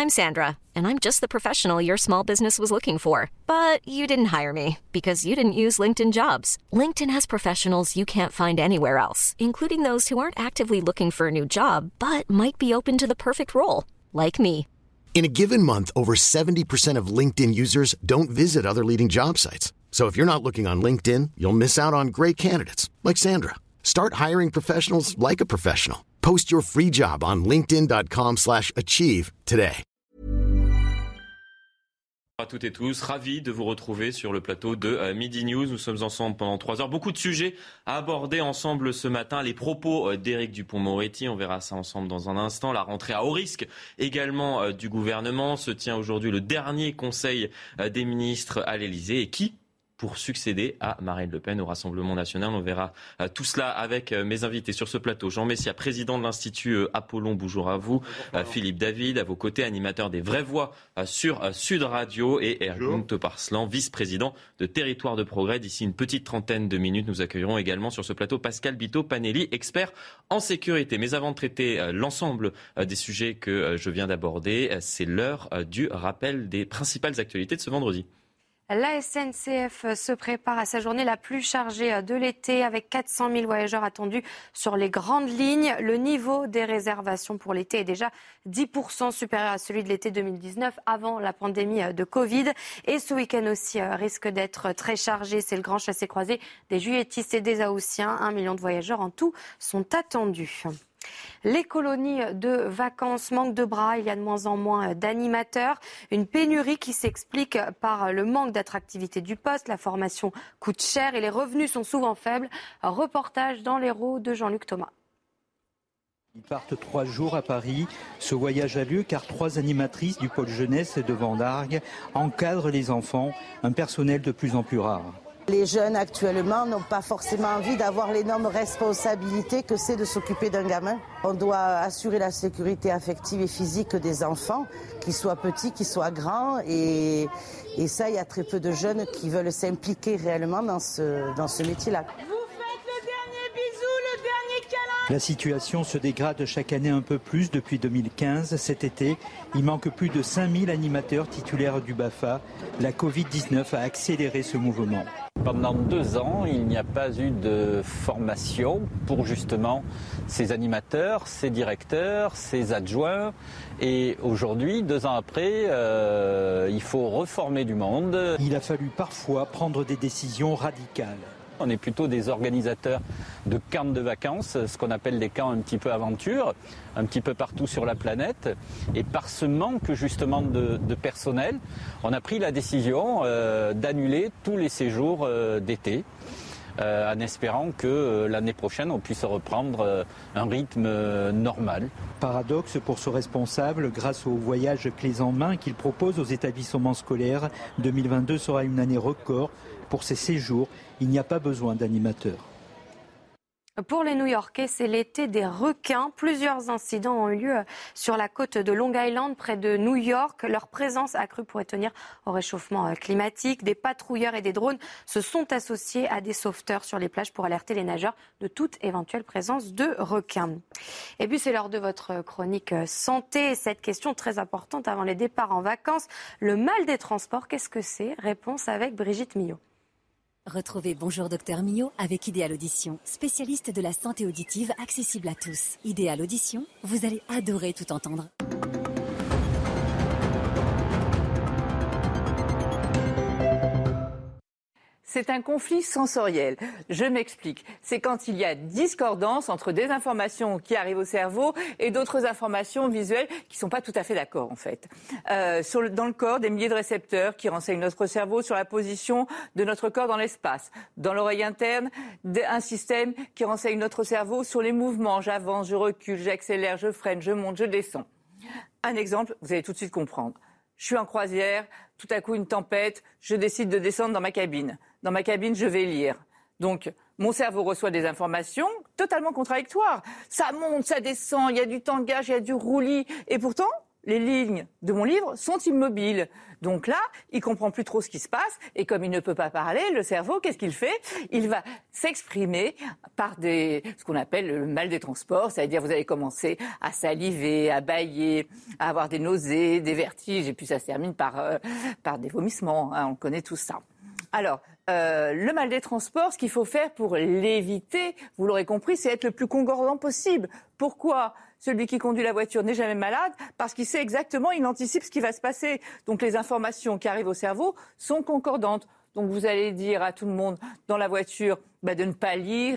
I'm Sandra, and I'm just the professional your small business was looking for. But you didn't hire me because you didn't use LinkedIn Jobs. LinkedIn has professionals you can't find anywhere else, including those who aren't actively looking for a new job, but might be open to the perfect role, like me. In a given month, over 70% of LinkedIn users don't visit other leading job sites. So if you're not looking on LinkedIn, you'll miss out on great candidates like Sandra. Start hiring professionals like a professional. Post your free job on linkedin.com/achieve today. À toutes et tous, ravi de vous retrouver sur le plateau de Midi News. Nous sommes ensemble pendant 3 heures. Beaucoup de sujets à aborder ensemble ce matin. Les propos d'Éric Dupond-Moretti, on verra ça ensemble dans un instant. La rentrée à haut risque également du gouvernement. Se tient aujourd'hui le dernier conseil des ministres à l'Elysée. Et qui pour succéder à Marine Le Pen au Rassemblement national? On verra tout cela avec mes invités sur ce plateau. Jean Messia, président de l'Institut Apollon, bonjour à vous. Philippe David, à vos côtés, animateur des Vraies Voix sur Sud Radio. Et Ergun Toparslan, vice-président de Territoire de Progrès. D'ici une petite trentaine de minutes, nous accueillerons également sur ce plateau Pascal Bito-Panelli, expert en sécurité. Mais avant de traiter l'ensemble des sujets que je viens d'aborder, c'est l'heure du rappel des principales actualités de ce vendredi. La SNCF se prépare à sa journée la plus chargée de l'été avec 400 000 voyageurs attendus sur les grandes lignes. Le niveau des réservations pour l'été est déjà 10% supérieur à celui de l'été 2019 avant la pandémie de Covid. Et ce week-end aussi risque d'être très chargé. C'est le grand chassé-croisé des Juilletistes et des Haussiens. 1 million de voyageurs en tout sont attendus. Les colonies de vacances manquent de bras, il y a de moins en moins d'animateurs. Une pénurie qui s'explique par le manque d'attractivité du poste. La formation coûte cher et les revenus sont souvent faibles. Un reportage dans l'Hérault de Jean-Luc Thomas. Ils partent 3 jours à Paris. Ce voyage a lieu car 3 animatrices du pôle jeunesse de Vendargues encadrent les enfants, un personnel de plus en plus rare. Les jeunes actuellement n'ont pas forcément envie d'avoir l'énorme responsabilité que c'est de s'occuper d'un gamin. On doit assurer la sécurité affective et physique des enfants, qu'ils soient petits, qu'ils soient grands. Et ça, il y a très peu de jeunes qui veulent s'impliquer réellement dans ce métier-là. La situation se dégrade chaque année un peu plus depuis 2015. Cet été, il manque plus de 5000 animateurs titulaires du BAFA. La Covid-19 a accéléré ce mouvement. Pendant 2 ans, il n'y a pas eu de formation pour justement ces animateurs, ces directeurs, ces adjoints. Et aujourd'hui, 2 ans après, il faut reformer du monde. Il a fallu parfois prendre des décisions radicales. On est plutôt des organisateurs de camps de vacances, ce qu'on appelle des camps un petit peu aventure, un petit peu partout sur la planète. Et par ce manque justement de personnel, on a pris la décision d'annuler tous les séjours d'été, en espérant que l'année prochaine on puisse reprendre un rythme normal. Paradoxe pour ce responsable, grâce au voyage clés en main qu'il propose aux établissements scolaires, 2022 sera une année record. Pour ces séjours, il n'y a pas besoin d'animateurs. Pour les New-Yorkais, c'est l'été des requins. Plusieurs incidents ont eu lieu sur la côte de Long Island, près de New York. Leur présence accrue pourrait tenir au réchauffement climatique. Des patrouilleurs et des drones se sont associés à des sauveteurs sur les plages pour alerter les nageurs de toute éventuelle présence de requins. Et puis, c'est l'heure de votre chronique santé. Cette question très importante avant les départs en vacances. Le mal des transports, qu'est-ce que c'est? Réponse avec Brigitte Millot. Retrouvez Bonjour Docteur Millot avec Idéal Audition, spécialiste de la santé auditive accessible à tous. Idéal Audition, vous allez adorer tout entendre. C'est un conflit sensoriel. Je m'explique. C'est quand il y a discordance entre des informations qui arrivent au cerveau et d'autres informations visuelles qui ne sont pas tout à fait d'accord, en fait. Dans le corps, des milliers de récepteurs qui renseignent notre cerveau sur la position de notre corps dans l'espace. Dans l'oreille interne, un système qui renseigne notre cerveau sur les mouvements. J'avance, je recule, j'accélère, je freine, je monte, je descends. Un exemple, vous allez tout de suite comprendre. Je suis en croisière, tout à coup une tempête, je décide de descendre dans ma cabine. Dans ma cabine, je vais lire. Donc, mon cerveau reçoit des informations totalement contradictoires. Ça monte, ça descend, il y a du tangage, il y a du roulis. Et pourtant, les lignes de mon livre sont immobiles. Donc là, il comprend plus trop ce qui se passe et comme il ne peut pas parler, le cerveau, qu'est-ce qu'il fait ? Il va s'exprimer par ce qu'on appelle le mal des transports, c'est-à-dire vous allez commencer à saliver, à bâiller, à avoir des nausées, des vertiges et puis ça se termine par des vomissements, on connaît tout ça. Alors, le mal des transports, ce qu'il faut faire pour l'éviter, vous l'aurez compris, c'est être le plus concordant possible. Pourquoi ? Celui qui conduit la voiture n'est jamais malade parce qu'il sait exactement, il anticipe ce qui va se passer. Donc les informations qui arrivent au cerveau sont concordantes. Donc vous allez dire à tout le monde dans la voiture de ne pas lire,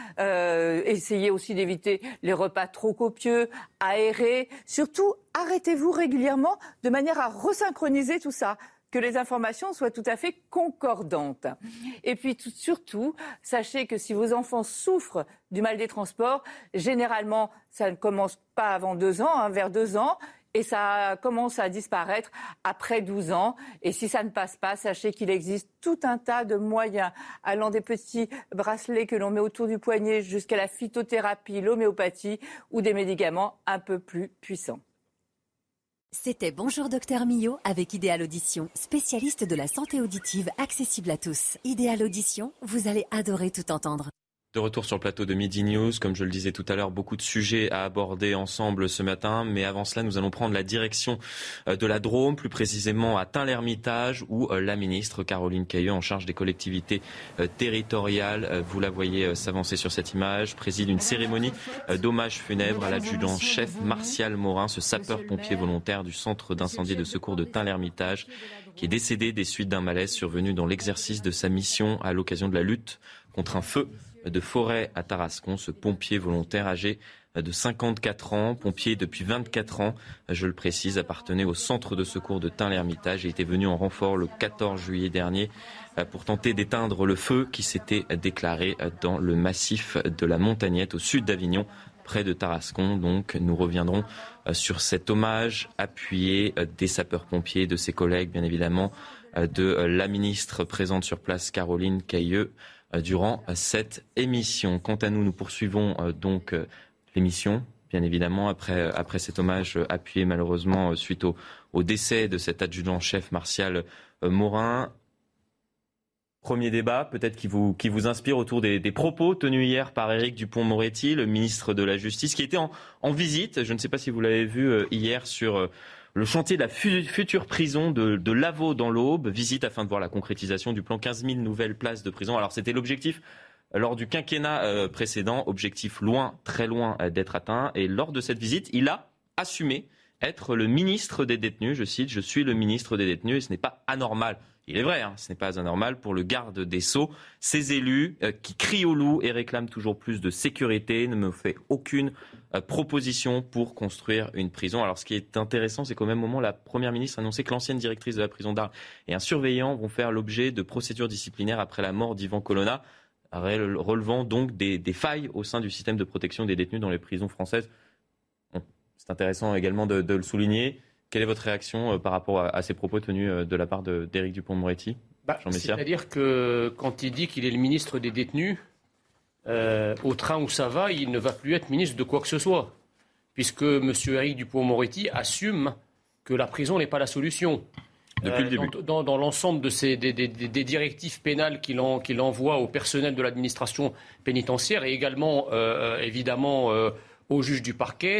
essayez aussi d'éviter les repas trop copieux, aérer. Surtout, arrêtez-vous régulièrement de manière à resynchroniser tout ça. Que les informations soient tout à fait concordantes. Et puis surtout, sachez que si vos enfants souffrent du mal des transports, généralement, ça ne commence pas avant 2 ans, vers 2 ans, et ça commence à disparaître après 12 ans. Et si ça ne passe pas, sachez qu'il existe tout un tas de moyens, allant des petits bracelets que l'on met autour du poignet jusqu'à la phytothérapie, l'homéopathie ou des médicaments un peu plus puissants. C'était Bonjour Docteur Millot avec Idéal Audition, spécialiste de la santé auditive accessible à tous. Idéal Audition, vous allez adorer tout entendre. De retour sur le plateau de Midi News, comme je le disais tout à l'heure, beaucoup de sujets à aborder ensemble ce matin. Mais avant cela, nous allons prendre la direction de la Drôme, plus précisément à Tain-l'Hermitage, où la ministre Caroline Cayeux, en charge des collectivités territoriales, vous la voyez s'avancer sur cette image, préside une cérémonie d'hommage funèbre à l'adjudant-chef Martial Morin, ce sapeur-pompier volontaire du centre d'incendie et de secours de Tain-l'Hermitage, qui est décédé des suites d'un malaise survenu dans l'exercice de sa mission à l'occasion de la lutte contre un feu de forêt à Tarascon. Ce pompier volontaire âgé de 54 ans, pompier depuis 24 ans, je le précise, appartenait au centre de secours de Tain-l'Hermitage et était venu en renfort le 14 juillet dernier pour tenter d'éteindre le feu qui s'était déclaré dans le massif de la Montagnette au sud d'Avignon, près de Tarascon. Donc nous reviendrons sur cet hommage appuyé des sapeurs-pompiers, de ses collègues bien évidemment, de la ministre présente sur place Caroline Cayeux durant cette émission. Quant à nous, nous poursuivons donc l'émission, bien évidemment, après cet hommage appuyé malheureusement suite au décès de cet adjudant-chef Martial Morin. Premier débat, peut-être qui vous inspire autour des propos tenus hier par Éric Dupond-Moretti, le ministre de la Justice, qui était en visite, je ne sais pas si vous l'avez vu hier, sur le chantier de la future prison de Lavaux dans l'Aube. Visite afin de voir la concrétisation du plan 15 000 nouvelles places de prison. Alors c'était l'objectif lors du quinquennat précédent, objectif loin, très loin d'être atteint. Et lors de cette visite, il a assumé être le ministre des détenus. Je cite, « Je suis le ministre des détenus et ce n'est pas anormal ». Il est vrai, ce n'est pas anormal pour le garde des Sceaux. Ces élus qui crient au loup et réclament toujours plus de sécurité ne me fait aucune proposition pour construire une prison. Alors ce qui est intéressant, c'est qu'au même moment, la Première ministre a annoncé que l'ancienne directrice de la prison d'Arles et un surveillant vont faire l'objet de procédures disciplinaires après la mort d'Yvan Colonna, relevant donc des failles au sein du système de protection des détenus dans les prisons françaises. Bon, c'est intéressant également de le souligner. Quelle est votre réaction par rapport à ces propos tenus de la part d'Éric Dupond-Moretti ? Jean Messia ? C'est-à-dire que quand il dit qu'il est le ministre des détenus, au train où ça va, il ne va plus être ministre de quoi que ce soit, puisque M. Éric Dupond-Moretti assume que la prison n'est pas la solution. Depuis le début. Dans l'ensemble des directives pénales qu'il envoie au personnel de l'administration pénitentiaire et également, évidemment, aux juges du parquet,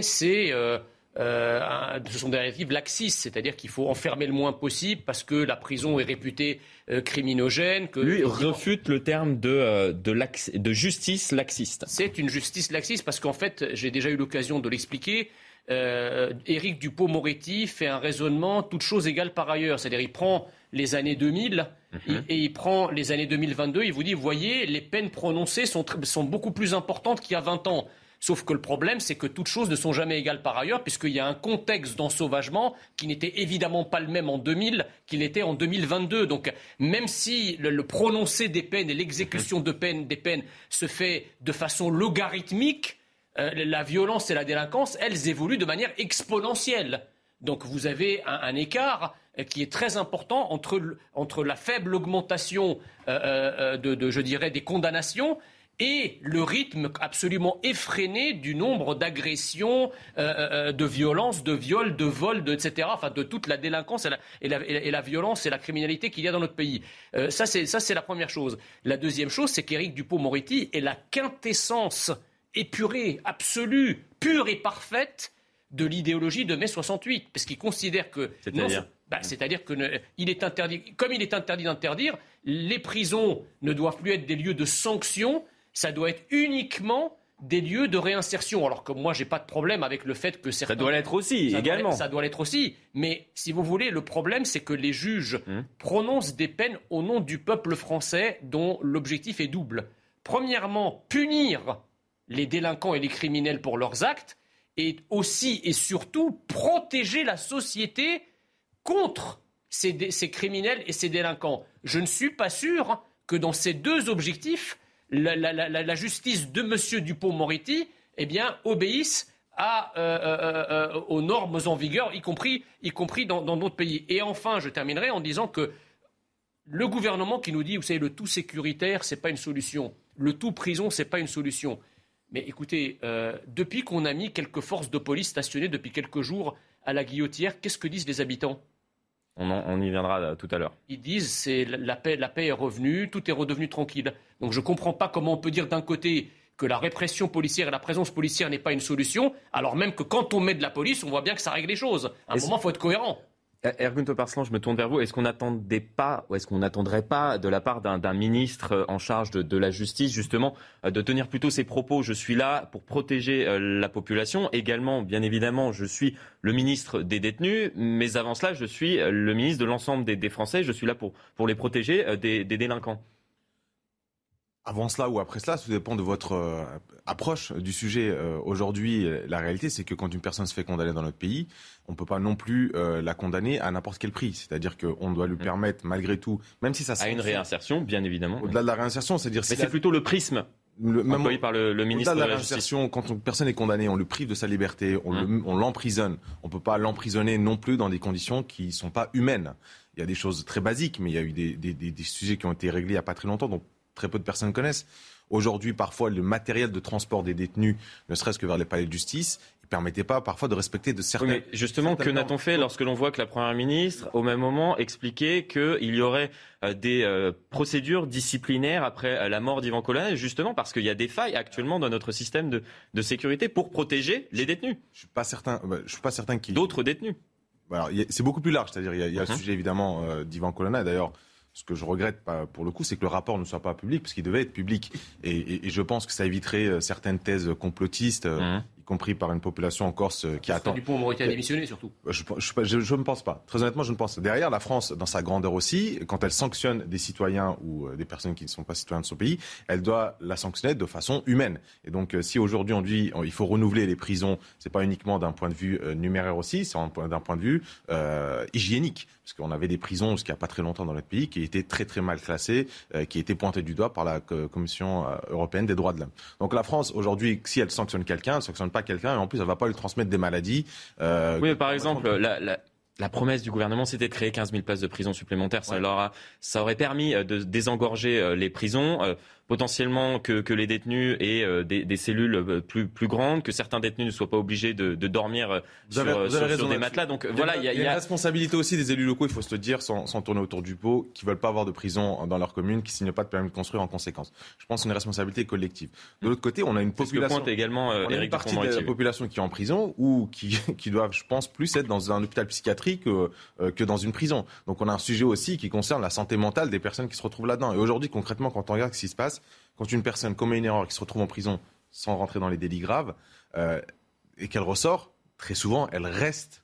ce sont des directives laxistes, c'est-à-dire qu'il faut enfermer le moins possible parce que la prison est réputée criminogène. Lui refute le terme de justice laxiste. C'est une justice laxiste parce qu'en fait, j'ai déjà eu l'occasion de l'expliquer, Éric Dupond-Moretti fait un raisonnement toutes choses égales par ailleurs. C'est-à-dire il prend les années 2000 et il prend les années 2022, il vous dit, vous voyez, les peines prononcées sont beaucoup plus importantes qu'il y a 20 ans. Sauf que le problème, c'est que toutes choses ne sont jamais égales par ailleurs, puisqu'il y a un contexte d'ensauvagement qui n'était évidemment pas le même en 2000 qu'il était en 2022. Donc, même si le prononcé des peines et l'exécution des peines se fait de façon logarithmique, la violence et la délinquance, elles évoluent de manière exponentielle. Donc, vous avez un écart qui est très important entre la faible augmentation je dirais, des condamnations et le rythme absolument effréné du nombre d'agressions, de violences, de viols, de vols, etc. Enfin, de toute la délinquance et la violence et la criminalité qu'il y a dans notre pays. Ça, c'est la première chose. La deuxième chose, c'est qu'Éric Dupond-Moretti est la quintessence épurée, absolue, pure et parfaite de l'idéologie de mai 68, parce qu'il considère que... C'est-à-dire qu'il est interdit, comme il est interdit d'interdire, les prisons ne doivent plus être des lieux de sanction, ça doit être uniquement des lieux de réinsertion. Alors que moi, j'ai pas de problème avec le fait que certains... Ça doit l'être aussi, également. Ça doit l'être aussi. Mais si vous voulez, le problème, c'est que les juges prononcent des peines au nom du peuple français dont l'objectif est double. Premièrement, punir les délinquants et les criminels pour leurs actes, et aussi et surtout protéger la société contre ces criminels et ces délinquants. Je ne suis pas sûr que dans ces deux objectifs, la justice de M. Dupond-Moretti obéisse aux normes en vigueur, y compris dans d'autres pays. Et enfin, je terminerai en disant que le gouvernement qui nous dit, vous savez, le tout sécuritaire, c'est pas une solution. Le tout prison, c'est pas une solution. Mais écoutez, depuis qu'on a mis quelques forces de police stationnées depuis quelques jours à la Guillotière, qu'est-ce que disent les habitants ? On y viendra tout à l'heure. Ils disent la paix est revenue, tout est redevenu tranquille. Donc je ne comprends pas comment on peut dire d'un côté que la répression policière et la présence policière n'est pas une solution, alors même que quand on met de la police, on voit bien que ça règle les choses. À un moment, il faut être cohérent. Ergun Toparslan, je me tourne vers vous. Est-ce qu'on n'attendrait pas de la part d'un ministre en charge de la justice, justement, de tenir plutôt ses propos ? Je suis là pour protéger la population. Également, bien évidemment, je suis le ministre des détenus, mais avant cela, je suis le ministre de l'ensemble des Français. Je suis là pour les protéger des délinquants. Avant cela ou après cela, ça dépend de votre approche du sujet. Aujourd'hui, la réalité, c'est que quand une personne se fait condamner dans notre pays, on ne peut pas non plus la condamner à n'importe quel prix. C'est-à-dire qu'on doit lui permettre, malgré tout, même si ça... À une réinsertion, bien évidemment. Au-delà de la réinsertion, c'est-à-dire... Mais c'est plutôt le prisme employé par le ministre de la Justice. Quand une personne est condamnée, on le prive de sa liberté, on l'emprisonne. On ne peut pas l'emprisonner non plus dans des conditions qui ne sont pas humaines. Il y a des choses très basiques, mais il y a eu des sujets qui ont été réglés il n'y a pas très longtemps, donc très peu de personnes connaissent. Aujourd'hui, parfois, le matériel de transport des détenus, ne serait-ce que vers les palais de justice, ne permettait pas parfois de respecter de certains... Oui, mais justement, que n'a-t-on fait lorsque l'on voit que la Première ministre, au même moment, expliquait qu'il y aurait des procédures disciplinaires après la mort d'Ivan Colonna, justement parce qu'il y a des failles actuellement dans notre système de sécurité pour protéger les détenus. Je suis pas certain qu'il... D'autres détenus. Alors, c'est beaucoup plus large, c'est-à-dire il y a le sujet évidemment d'Ivan Colonna, d'ailleurs... Ce que je regrette, pour le coup, c'est que le rapport ne soit pas public, parce qu'il devait être public. Et je pense que ça éviterait certaines thèses complotistes, y compris par une population en Corse qui attend. Dupond-Moretti a démissionné, surtout. Je ne pense pas. Très honnêtement, je ne pense pas. Derrière, la France, dans sa grandeur aussi, quand elle sanctionne des citoyens ou des personnes qui ne sont pas citoyens de son pays, elle doit la sanctionner de façon humaine. Et donc, si aujourd'hui on dit il faut renouveler les prisons, c'est pas uniquement d'un point de vue numéraire aussi, c'est d'un point de vue hygiénique. Parce qu'on avait des prisons, jusqu'à pas très longtemps dans notre pays, qui étaient très très mal classées, qui étaient pointées du doigt par la Commission européenne des droits de l'homme. Donc la France, aujourd'hui, si elle sanctionne quelqu'un, elle ne sanctionne pas quelqu'un, et en plus, elle ne va pas lui transmettre des maladies. Oui, mais par exemple, la promesse du gouvernement, c'était de créer 15 000 places de prison supplémentaires. Ça aurait permis de désengorger les prisons, potentiellement que les détenus aient des cellules plus grandes, que certains détenus ne soient pas obligés de dormir sur des matelas. Donc voilà, il y a une responsabilité aussi des élus locaux, il faut se le dire, sans tourner autour du pot, qui ne veulent pas avoir de prison dans leur commune, qui ne signent pas de permis de construire en conséquence. Je pense que c'est une responsabilité collective. De l'autre côté, on a une population, on a une partie de la population qui est en prison ou qui doivent, je pense, plus être dans un hôpital psychiatrique que dans une prison. Donc on a un sujet aussi qui concerne la santé mentale des personnes qui se retrouvent là-dedans. Et aujourd'hui, concrètement, quand on regarde ce qui se passe, quand une personne commet une erreur qui se retrouve en prison sans rentrer dans les délits graves et qu'elle ressort, très souvent, elle reste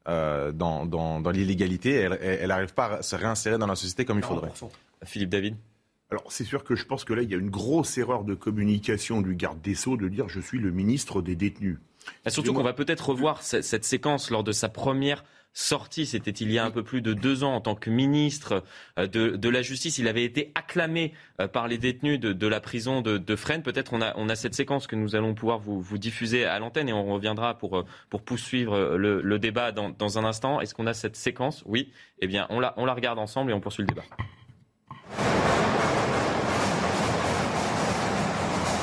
dans l'illégalité. Elle n'arrive pas à se réinsérer dans la société comme il faudrait. Philippe David. Alors c'est sûr que je pense que là, il y a une grosse erreur de communication du garde des Sceaux de dire « je suis le ministre des détenus ». Surtout qu'on va peut-être revoir cette séquence lors de sa première sortie, c'était il y a un peu plus de 2 ans en tant que ministre de la Justice. Il avait été acclamé par les détenus de la prison de Fresnes. Peut-être on a cette séquence que nous allons pouvoir vous diffuser à l'antenne et on reviendra pour poursuivre le débat dans un instant. Est-ce qu'on a cette séquence ? Oui. Eh bien, on la regarde ensemble et on poursuit le débat.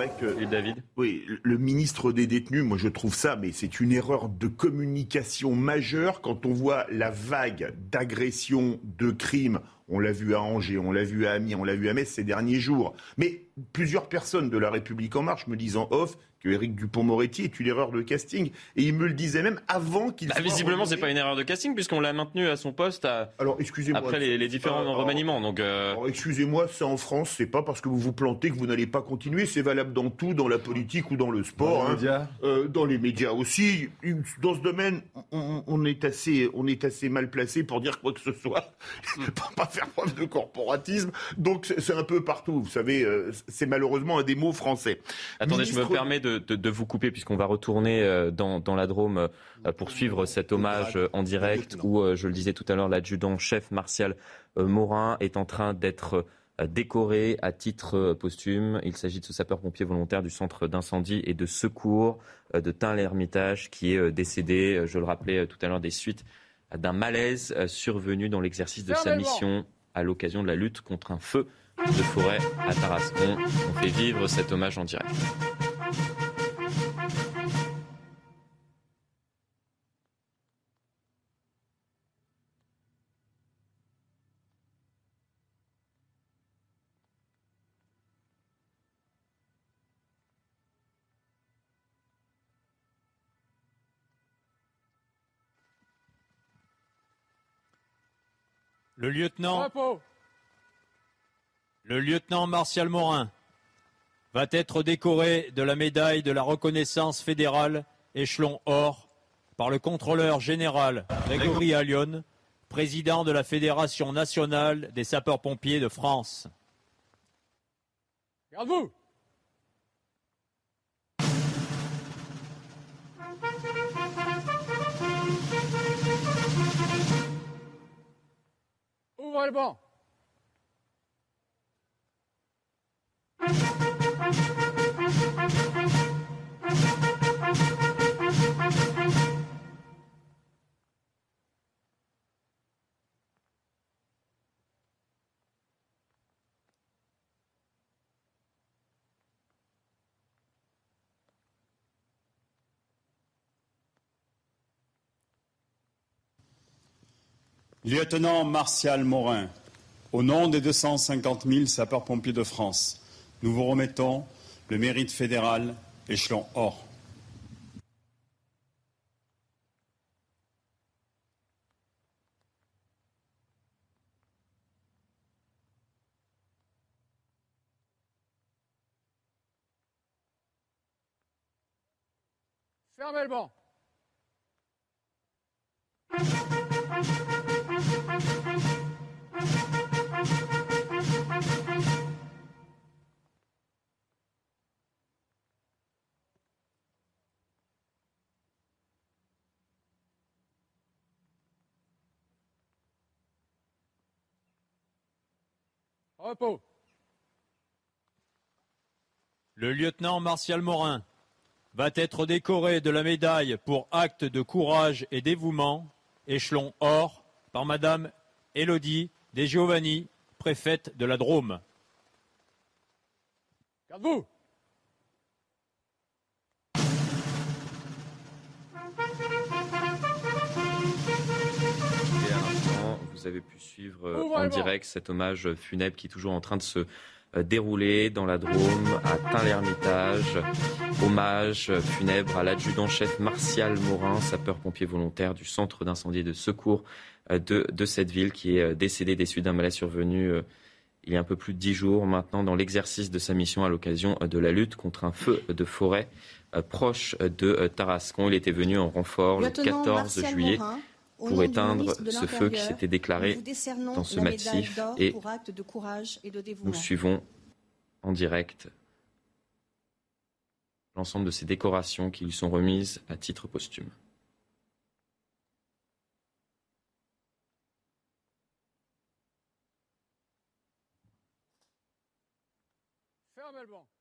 vrai que... Et David ? Oui, le ministre des Détenus, moi je trouve ça, mais c'est une erreur de communication majeure quand on voit la vague d'agressions, de crimes. On l'a vu à Angers, on l'a vu à Amiens, on l'a vu à Metz ces derniers jours. Mais plusieurs personnes de La République En Marche me disent en off que Éric Dupond-Moretti est une erreur de casting. Et il me le disait même avant qu'il soit visiblement, renommé. c'est pas une erreur de casting puisqu'on l'a maintenu à son poste Alors, excusez-moi, après les différents remaniements. Donc, alors, excusez-moi, c'est en France, c'est pas parce que vous vous plantez que vous n'allez pas continuer. C'est valable dans tout, dans la politique ou dans le sport. Dans les médias aussi. Dans ce domaine, on est assez mal placé pour dire quoi que ce soit, pour pas faire preuve de corporatisme. Donc c'est un peu partout. Vous savez, c'est malheureusement un des mots français. Attendez, je me permets de vous couper puisqu'on va retourner dans la Drôme pour suivre cet hommage en direct où, je le disais tout à l'heure, l'adjudant-chef Martial Morin est en train d'être décoré à titre posthume. Il s'agit de ce sapeur-pompier volontaire du centre d'incendie et de secours de Tain-l'Hermitage qui est décédé, je le rappelais tout à l'heure, des suites d'un malaise survenu dans l'exercice de sa mission à l'occasion de la lutte contre un feu de forêt à Tarascon. On fait vivre cet hommage en direct. Le lieutenant Martial Morin va être décoré de la médaille de la reconnaissance fédérale échelon or par le contrôleur général Grégory Allione, président de la Fédération nationale des sapeurs-pompiers de France. Regarde-vous. Ouvrez le banc. Lieutenant Martial Morin, au nom des 250 000 sapeurs-pompiers de France, nous vous remettons le mérite fédéral échelon or. Fermez le banc. Repos. Le lieutenant Martial Morin va être décoré de la médaille pour acte de courage et dévouement, échelon or, par Madame Élodie De Giovanni, préfète de la Drôme. Garde-vous. Vous avez pu suivre en direct cet hommage funèbre qui est toujours en train de se déroulé dans la Drôme, à Tain-l'Hermitage. Hommage funèbre à l'adjudant-chef Martial Morin, sapeur-pompier volontaire du centre d'incendie et de secours de cette ville, qui est décédé des suites d'un malaise survenu il y a un peu plus de 10 jours maintenant dans l'exercice de sa mission à l'occasion de la lutte contre un feu de forêt proche de Tarascon. Il était venu en renfort le 14 juillet pour éteindre ce feu qui s'était déclaré dans ce massif. Et nous suivons en direct l'ensemble de ces décorations qui lui sont remises à titre posthume. Fermez le banc.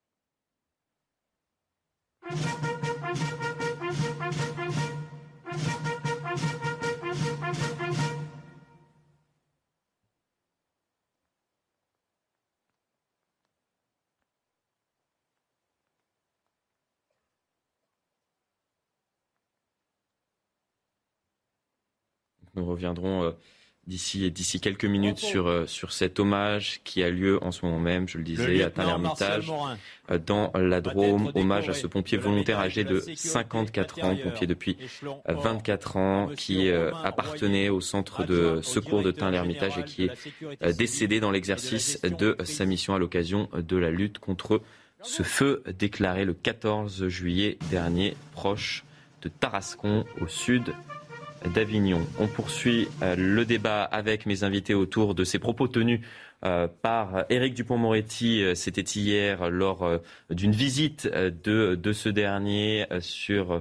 nous reviendrons d'ici quelques minutes sur cet hommage qui a lieu en ce moment même, je le disais, à Tain-l'Hermitage, dans la Drôme. Hommage à ce pompier volontaire âgé de 54 ans, pompier depuis 24 ans, qui appartenait au centre de secours de Tain-l'Hermitage et qui est décédé dans l'exercice de sa mission à l'occasion de la lutte contre ce feu déclaré le 14 juillet dernier, proche de Tarascon, au sud d'Avignon. On poursuit le débat avec mes invités autour de ces propos tenus par Éric Dupond-Moretti. C'était hier lors d'une visite de ce dernier sur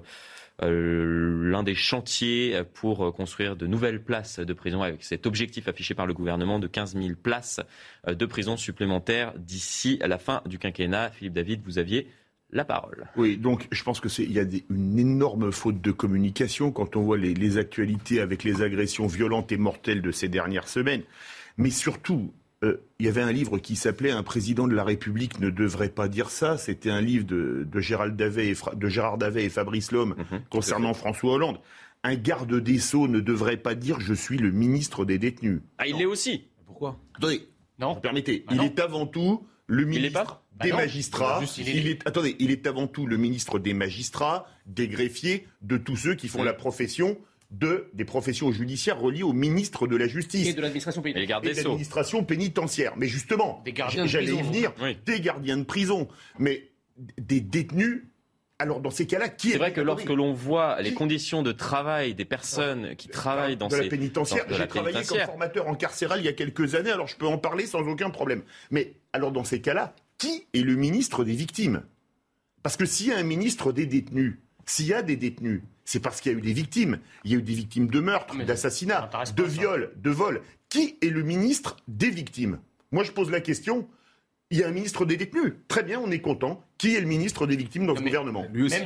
l'un des chantiers pour construire de nouvelles places de prison, avec cet objectif affiché par le gouvernement de 15 000 places de prison supplémentaires d'ici à la fin du quinquennat. Philippe David, vous aviez la parole. Oui, donc je pense qu'il y a une énorme faute de communication quand on voit les actualités avec les agressions violentes et mortelles de ces dernières semaines. Mais surtout, il y avait un livre qui s'appelait « Un président de la République ne devrait pas dire ça ». C'était un livre de Gérard Davet et Fabrice Lhomme concernant François Hollande. Un garde des Sceaux ne devrait pas dire « Je suis le ministre des détenus ». Ah, il l'est aussi. Pourquoi ? Attendez, non. Permettez. Il est avant tout le ministre des magistrats. Il est avant tout le ministre des magistrats, des greffiers, de tous ceux qui font la profession des professions judiciaires reliées au ministre de la Justice. Et de l'administration pénitentiaire. Et de l'administration pénitentiaire. Mais justement, des gardiens j'allais y venir, oui. Des gardiens de prison. Mais des détenus. Alors, dans ces cas-là, qui est... C'est vrai que lorsque l'on voit les conditions de travail des personnes qui travaillent dans la pénitentiaire, j'ai travaillé comme formateur en carcéral il y a quelques années, alors je peux en parler sans aucun problème. Mais alors, dans ces cas-là, qui est le ministre des victimes ? Parce que s'il y a un ministre des détenus, s'il y a des détenus, c'est parce qu'il y a eu des victimes. Il y a eu des victimes de meurtre, d'assassinat, de viol, de vol. Qui est le ministre des victimes ? Moi, je pose la question... Il y a un ministre des détenus. Très bien, on est content. Qui est le ministre des victimes dans ce gouvernement ? Lui aussi.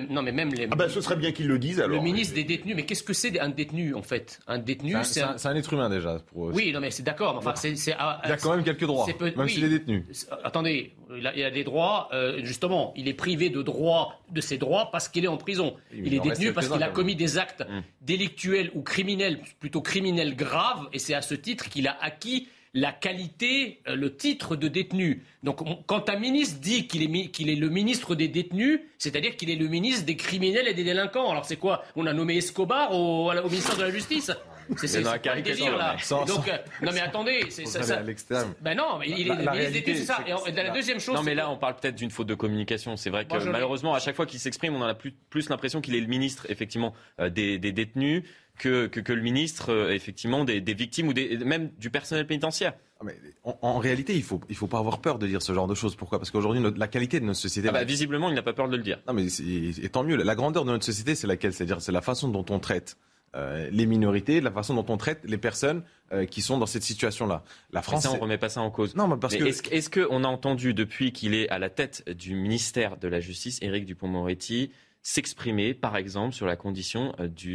Ce serait bien qu'il le dise alors. Le ministre des détenus, mais qu'est-ce que c'est un détenu en fait ? Un détenu, c'est un être humain déjà. Oui, non mais c'est d'accord. Enfin, il a quand même quelques droits, même s'il est détenu. Attendez, il a des droits. Justement, il est privé de ses droits parce qu'il est en prison. Il est détenu parce qu'il a commis des actes délictuels ou criminels, plutôt criminels graves, et c'est à ce titre qu'il a acquis la qualité, le titre de détenu. Donc, quand un ministre dit qu'il est le ministre des détenus, c'est-à-dire qu'il est le ministre des criminels et des délinquants. Alors, c'est quoi ? On a nommé Escobar au ministère de la Justice ? C'est pas un délire, là. Donc, non, mais attendez. C'est ça. À l'extrême. Ben non, mais il est le ministre des détenus, c'est ça. Et la deuxième chose. Non, mais là, on parle peut-être d'une faute de communication. C'est vrai que malheureusement, à chaque fois qu'il s'exprime, on a plus l'impression qu'il est le ministre, effectivement, des détenus que le ministre, effectivement, des victimes ou même du personnel pénitentiaire. Mais en réalité, il faut pas avoir peur de dire ce genre de choses. Pourquoi ? Parce qu'aujourd'hui, la qualité de notre société... visiblement, il n'a pas peur de le dire. Non, mais et tant mieux. La grandeur de notre société, c'est laquelle ? C'est-à-dire, c'est la façon dont on traite les minorités, la façon dont on traite les personnes qui sont dans cette situation-là. La France, on ne remet pas ça en cause. Non, mais parce que... Est-ce qu'on a entendu, depuis qu'il est à la tête du ministère de la Justice, Éric Dupond-Moretti, s'exprimer, par exemple, sur les conditions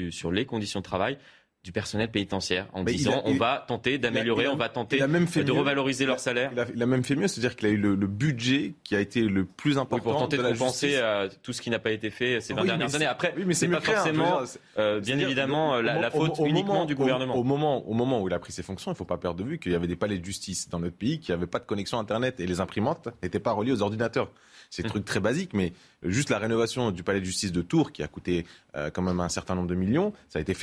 de travail du personnel pénitentiaire, en disant on va tenter d'améliorer, on va tenter de revaloriser leur salaire. Il a même fait mieux, c'est-à-dire qu'il a eu le budget qui a été le plus important pour tenter de compenser tout ce qui n'a pas été fait ces 20 dernières années. Après, c'est pas forcément, bien évidemment, la faute uniquement du gouvernement. Au moment où il a pris ses fonctions, il ne faut pas perdre de vue qu'il y avait des palais de justice dans notre pays qui n'avaient pas de connexion Internet et les imprimantes n'étaient pas reliées aux ordinateurs. C'est des trucs très basiques, mais juste la rénovation du palais de justice de Tours, qui a coûté quand même un certain nombre de millions, ça a été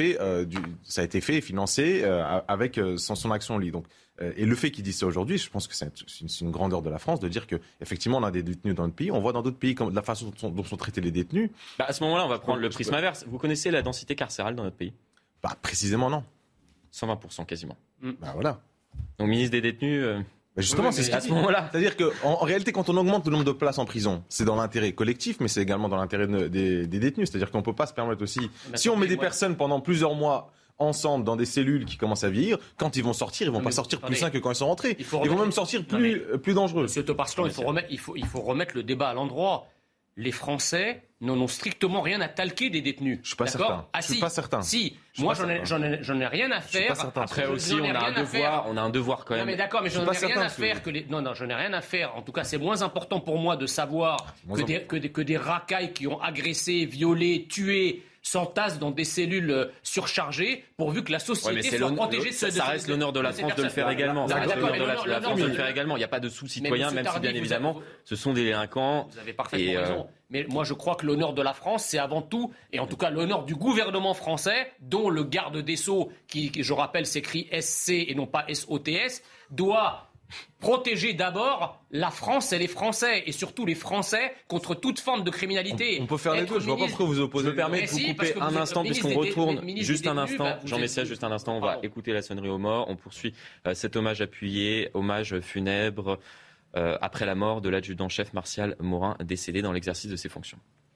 fait et financé avec son action lit. Donc, et le fait qu'il dise ça aujourd'hui, je pense que c'est une grandeur de la France de dire qu'effectivement on a des détenus dans notre pays. On voit dans d'autres pays la façon dont sont traités les détenus. À ce moment-là, on va prendre le prisme inverse. Vous connaissez la densité carcérale dans notre pays ? Précisément non. 120% quasiment. Voilà. Donc ministre des détenus... Justement, c'est à ce moment-là. C'est-à-dire qu'en réalité, quand on augmente le nombre de places en prison, c'est dans l'intérêt collectif, mais c'est également dans l'intérêt des détenus. C'est-à-dire qu'on ne peut pas se permettre aussi... Si on met des personnes pendant plusieurs mois ensemble dans des cellules qui commencent à vieillir, quand ils vont sortir, ils vont pas sortir plus sains que quand ils sont rentrés. Ils vont même sortir plus dangereux. Monsieur Toparslan, il faut remettre le débat à l'endroit. Les Français n'en ont strictement rien à talquer des détenus. Je suis pas certain. Ah, je suis pas certain. Si, moi j'en ai rien à faire. Après aussi, on a un devoir quand même. Non mais d'accord, mais j'en ai rien à faire j'en ai rien à faire. En tout cas, c'est moins important pour moi de savoir que des racailles qui ont agressé, violé, tué s'entassent dans des cellules surchargées pourvu que la société soit protégée de ça reste l'honneur de la France de le faire également. Ça reste l'honneur de la France de le faire également. Il n'y a pas de sous-citoyens, même si bien évidemment ce sont des délinquants. Vous avez parfaitement raison. Mais moi, je crois que l'honneur de la France, c'est avant tout, et en tout cas l'honneur du gouvernement français, dont le garde des Sceaux, qui, je rappelle, s'écrit SC et non pas SOTS, doit protéger d'abord la France et les Français, et surtout les Français, contre toute forme de criminalité. On peut faire les deux, je ne vois pas pourquoi vous opposez. Je me permets de vous couper un instant, puisqu'on retourne juste un instant. Jean Messia, juste un instant, on va écouter la sonnerie aux morts. On poursuit cet hommage appuyé, hommage funèbre, après la mort de l'adjudant-chef Martial Morin, décédé dans l'exercice de ses fonctions.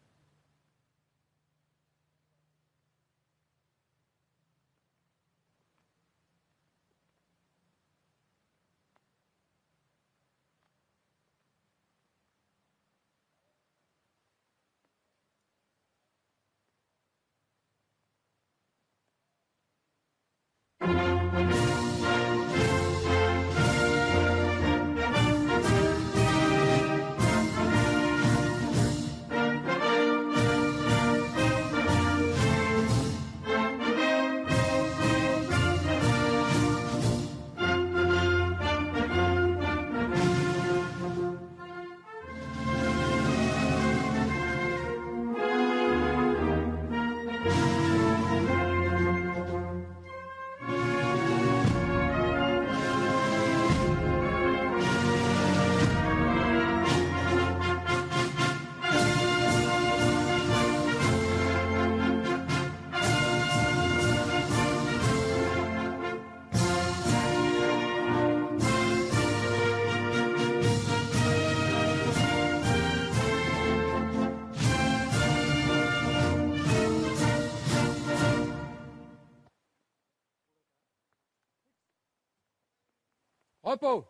Repos.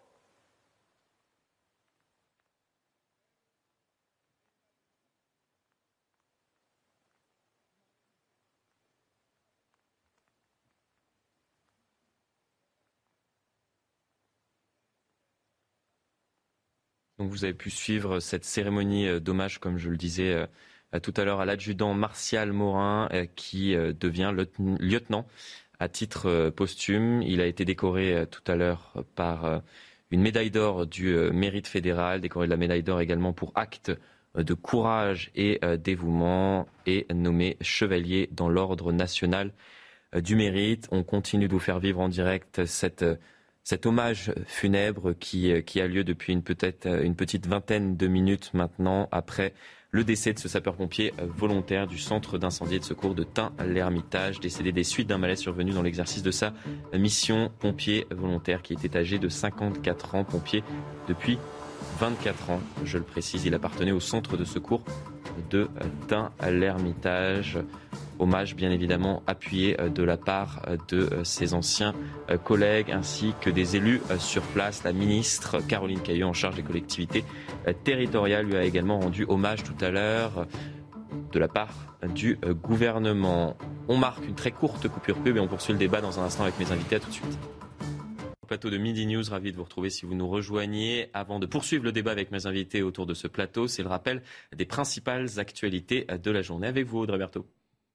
Donc vous avez pu suivre cette cérémonie d'hommage, comme je le disais tout à l'heure, à l'adjudant Martial Morin, qui devient lieutenant à titre posthume. Il a été décoré tout à l'heure par une médaille d'or du mérite fédéral, décoré de la médaille d'or également pour acte de courage et dévouement, et nommé chevalier dans l'ordre national du mérite. On continue de vous faire vivre en direct cet hommage funèbre qui a lieu depuis une petite vingtaine de minutes maintenant, après le décès de ce sapeur-pompier volontaire du centre d'incendie et de secours de Tain-l'Hermitage, décédé des suites d'un malaise survenu dans l'exercice de sa mission. Pompier volontaire qui était âgé de 54 ans, pompier depuis 24 ans, je le précise. Il appartenait au centre de secours de Tain-l'Hermitage. Hommage bien évidemment appuyé de la part de ses anciens collègues ainsi que des élus sur place. La ministre Caroline Cayeux, en charge des collectivités territoriales, lui a également rendu hommage tout à l'heure de la part du gouvernement. On marque une très courte coupure pub et on poursuit le débat dans un instant avec mes invités. À tout de suite. Au plateau de Midi News, ravi de vous retrouver si vous nous rejoignez. Avant de poursuivre le débat avec mes invités autour de ce plateau, c'est le rappel des principales actualités de la journée. Avec vous, Audrey Berthaud.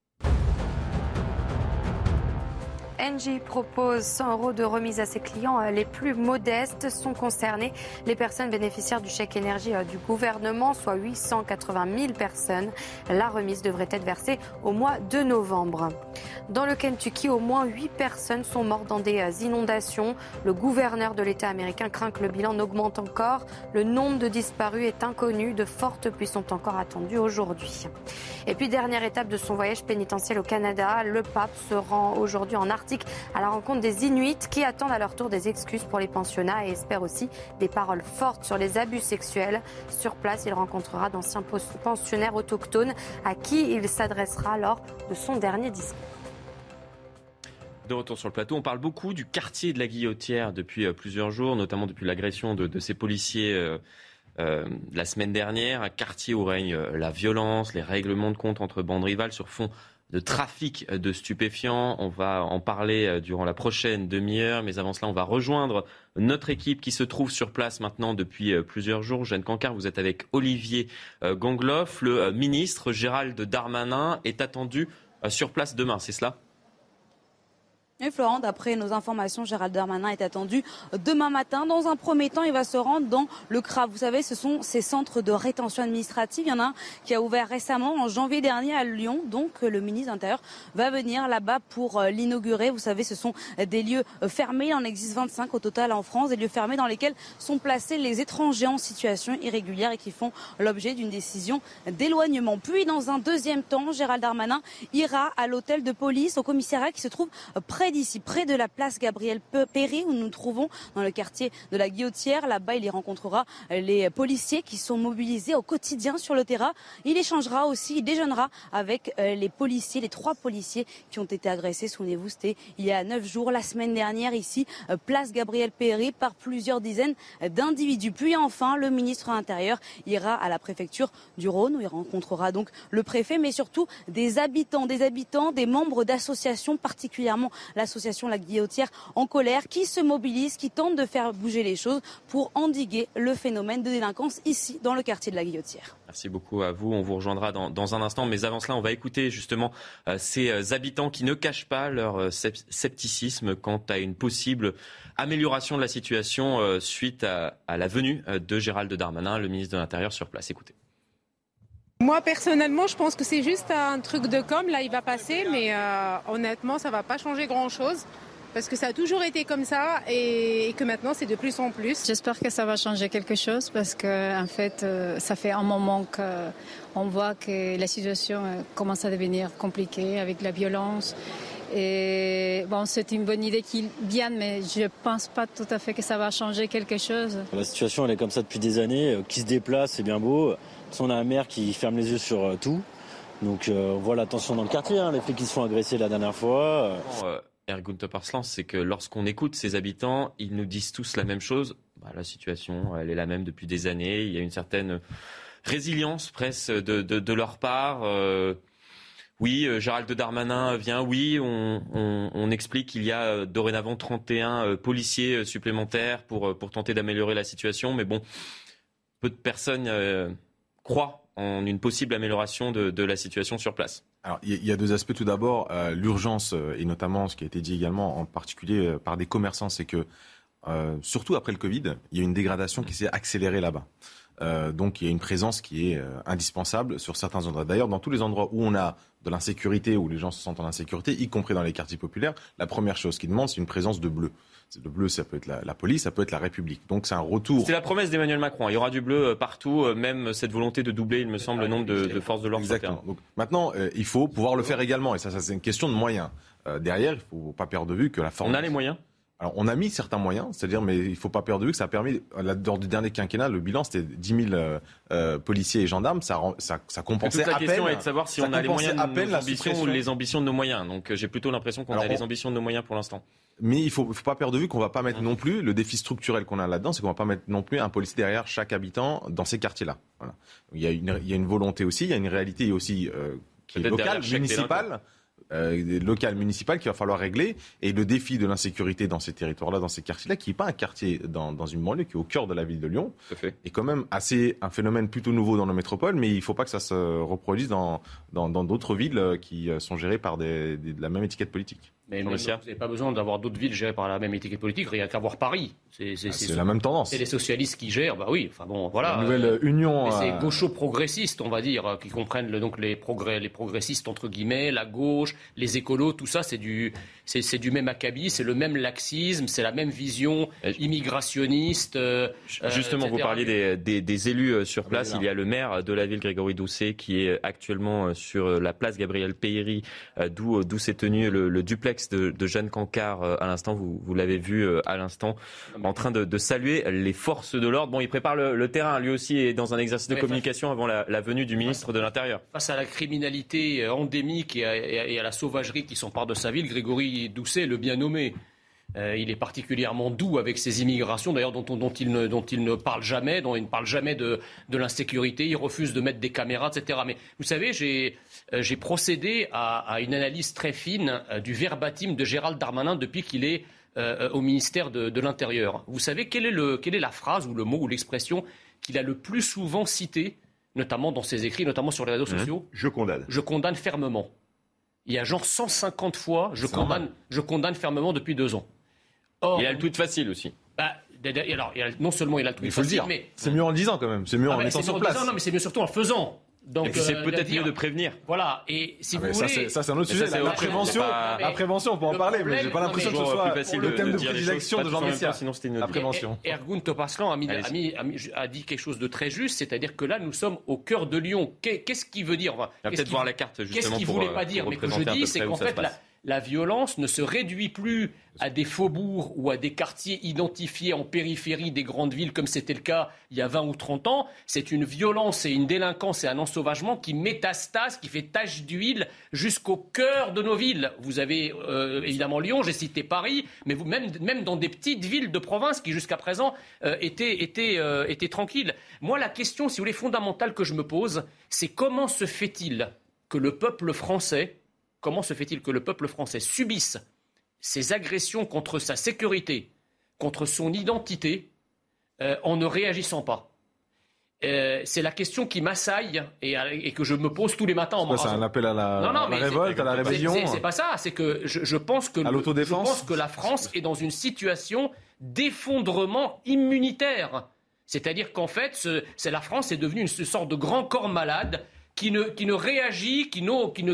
Engie propose 100 € de remise à ses clients les plus modestes. Sont concernées les personnes bénéficiaires du chèque énergie du gouvernement, soit 880 000 personnes. La remise devrait être versée au mois de novembre. Dans le Kentucky, au moins 8 personnes sont mortes dans des inondations. Le gouverneur de l'État américain craint que le bilan n'augmente encore. Le nombre de disparus est inconnu. De fortes pluies sont encore attendues aujourd'hui. Et puis, dernière étape de son voyage pénitentiel au Canada, le pape se rend aujourd'hui en Arctique à la rencontre des Inuits qui attendent à leur tour des excuses pour les pensionnats et espèrent aussi des paroles fortes sur les abus sexuels. Sur place, il rencontrera d'anciens pensionnaires autochtones à qui il s'adressera lors de son dernier discours. De retour sur le plateau, on parle beaucoup du quartier de la Guillotière depuis plusieurs jours, notamment depuis l'agression de ces policiers la semaine dernière. Un quartier où règne la violence, les règlements de compte entre bandes rivales sur fond de trafic de stupéfiants. On va en parler durant la prochaine demi-heure, mais avant cela, on va rejoindre notre équipe qui se trouve sur place maintenant depuis plusieurs jours. Jeanne Cancard, vous êtes avec Olivier Gangloff. Le ministre Gérald Darmanin est attendu sur place demain, c'est cela ? Et Florent, d'après nos informations, Gérald Darmanin est attendu demain matin. Dans un premier temps, il va se rendre dans le CRAV. Vous savez, ce sont ces centres de rétention administrative. Il y en a un qui a ouvert récemment, en janvier dernier, à Lyon. Donc, le ministre de l'Intérieur va venir là-bas pour l'inaugurer. Vous savez, ce sont des lieux fermés. Il en existe 25 au total en France. Des lieux fermés dans lesquels sont placés les étrangers en situation irrégulière et qui font l'objet d'une décision d'éloignement. Puis, dans un deuxième temps, Gérald Darmanin ira à l'hôtel de police, au commissariat qui se trouve près d'ici, près de la place Gabriel-Péry où nous nous trouvons dans le quartier de la Guillotière. Là-bas, il y rencontrera les policiers qui sont mobilisés au quotidien sur le terrain. Il échangera aussi, il déjeunera avec les policiers, les 3 policiers qui ont été agressés. Souvenez-vous, c'était il y a 9 jours, la semaine dernière, ici, place Gabriel-Péry, par plusieurs dizaines d'individus. Puis enfin, le ministre de l'Intérieur ira à la préfecture du Rhône où il rencontrera donc le préfet, mais surtout des habitants, des membres d'associations, particulièrement l'association La Guillotière en colère, qui se mobilise, qui tente de faire bouger les choses pour endiguer le phénomène de délinquance ici dans le quartier de La Guillotière. Merci beaucoup à vous. On vous rejoindra dans un instant. Mais avant cela, on va écouter justement ces habitants qui ne cachent pas leur scepticisme quant à une possible amélioration de la situation suite à la venue de Gérald Darmanin, le ministre de l'Intérieur, sur place. Écoutez. Moi, personnellement, je pense que c'est juste un truc de com'. Là, il va passer, mais honnêtement, ça ne va pas changer grand-chose. Parce que ça a toujours été comme ça et que maintenant, c'est de plus en plus. J'espère que ça va changer quelque chose parce que, en fait, ça fait un moment qu'on voit que la situation commence à devenir compliquée avec la violence. Et bon, c'est une bonne idée qui vient, mais je ne pense pas tout à fait que ça va changer quelque chose. La situation, elle est comme ça depuis des années. Qui se déplace, c'est bien beau. On a un maire qui ferme les yeux sur tout. Donc on voit la tension dans le quartier, les flics qui se font agresser la dernière fois. Ergun Toparslan, c'est que lorsqu'on écoute ces habitants, ils nous disent tous la même chose. La situation, elle est la même depuis des années. Il y a une certaine résilience presque de leur part. Oui, Gérald Darmanin vient. Oui, on explique qu'il y a dorénavant 31 policiers supplémentaires pour tenter d'améliorer la situation. Mais bon, peu de personnes croient en une possible amélioration de la situation sur place. Alors, il y a 2 aspects. Tout d'abord, l'urgence, et notamment ce qui a été dit également en particulier par des commerçants, c'est que, surtout après le Covid, il y a une dégradation qui s'est accélérée là-bas. Donc il y a une présence qui est indispensable sur certains endroits. D'ailleurs, dans tous les endroits où on a de l'insécurité, où les gens se sentent en insécurité, y compris dans les quartiers populaires, la première chose qu'ils demandent, c'est une présence de bleu. Le bleu, ça peut être la police, ça peut être la République. Donc c'est un retour. C'est la promesse d'Emmanuel Macron. Il y aura du bleu partout, même cette volonté de doubler, il me semble, le nombre de forces de l'ordre. Exactement. Donc, maintenant, il faut pouvoir le faire également. Et ça c'est une question de moyens. Derrière, il ne faut pas perdre de vue que la forme. On a les moyens ? Alors, on a mis certains moyens, c'est-à-dire, mais il ne faut pas perdre de vue que ça a permis, lors du dernier quinquennat, le bilan, c'était 10 000 policiers et gendarmes, ça compensait à peine. La question est de savoir si on a les moyens de nos ambitions ou les ambitions de nos moyens. Donc, j'ai plutôt l'impression qu'on a les ambitions de nos moyens pour l'instant. Mais il ne faut pas perdre de vue qu'on ne va pas mettre non plus, le défi structurel qu'on a là-dedans, c'est qu'on ne va pas mettre non plus un policier derrière chaque habitant dans ces quartiers-là. Voilà. Il y a une volonté aussi, il y a une réalité aussi qui est locale, municipale. Local, municipal qu'il va falloir régler, et le défi de l'insécurité dans ces territoires-là, dans ces quartiers-là, qui n'est pas un quartier dans une banlieue, qui est au cœur de la ville de Lyon, est quand même un phénomène plutôt nouveau dans nos métropoles, mais il ne faut pas que ça se reproduise dans d'autres villes qui sont gérées par de la même étiquette politique. Mais vous n'avez pas besoin d'avoir d'autres villes gérées par la même étiquette politique, rien qu'à voir Paris. C'est la même tendance. C'est les socialistes qui gèrent, bah oui, enfin bon, voilà. La nouvelle union. C'est gaucho-progressistes, on va dire, qui comprennent donc les progressistes, entre guillemets, la gauche, les écolos, tout ça, c'est du même acabit, c'est le même laxisme, c'est la même vision immigrationniste. Justement, etc. Vous parliez des élus sur place. Il y a le maire de la ville, Grégory Doucet, qui est actuellement sur la place Gabriel-Péry, d'où s'est tenu le duplex de Jeanne Cancard à l'instant, vous l'avez vu à l'instant, en train de saluer les forces de l'ordre. Bon, il prépare le terrain, lui aussi est dans un exercice de communication avant la venue du ministre de l'Intérieur. Face à la criminalité endémique et à la sauvagerie qui s'empare de sa ville, Grégory Doucet, le bien nommé, il est particulièrement doux avec ses immigrations, d'ailleurs dont il ne parle jamais, dont il ne parle jamais de l'insécurité, il refuse de mettre des caméras, etc. Mais vous savez, j'ai procédé à une analyse très fine du verbatim de Gérald Darmanin depuis qu'il est au ministère de l'Intérieur. Vous savez quelle est la phrase ou le mot ou l'expression qu'il a le plus souvent cité, notamment dans ses écrits, notamment sur les réseaux sociaux ? Je condamne. Je condamne fermement. il y a genre 150 fois, je condamne fermement depuis 2 ans. Il a le tweet facile aussi. Alors, non seulement il a le tweet facile, mais... C'est mieux en le disant quand même, c'est mieux en étant sur place. Non, mais c'est mieux surtout en le faisant. Donc, c'est peut-être mieux de prévenir. Voilà, et si vous voulez... Ça, c'est un autre sujet. La prévention, on peut en parler, mais j'ai pas l'impression que ce soit le thème de prédilection de Jean Messia. Sinon, c'était une la prévention. Ergun Topaslan a dit quelque chose de très juste, c'est-à-dire que là, nous sommes au cœur de Lyon. Qu'est-ce qu'il veut dire? Peut-être voir la carte, justement, qu'est-ce qu'il voulait pas dire? Mais que je dis, c'est qu'en fait, la violence ne se réduit plus à des faubourgs ou à des quartiers identifiés en périphérie des grandes villes comme c'était le cas il y a 20 ou 30 ans. C'est une violence et une délinquance et un ensauvagement qui métastase, qui fait tache d'huile jusqu'au cœur de nos villes. Vous avez évidemment Lyon, j'ai cité Paris, mais même dans des petites villes de province qui jusqu'à présent étaient tranquilles. Moi, la question, si vous voulez, fondamentale que je me pose, c'est comment se fait-il que le peuple français subisse ces agressions contre sa sécurité, contre son identité, en ne réagissant pas? C'est la question qui m'assaille et que je me pose tous les matins en me rasant. C'est un appel à la révolte, à la rébellion? C'est pas ça, c'est que je pense que la France est dans une situation d'effondrement immunitaire. C'est-à-dire qu'en fait, la France est devenue une sorte de grand corps malade qui ne réagit, qui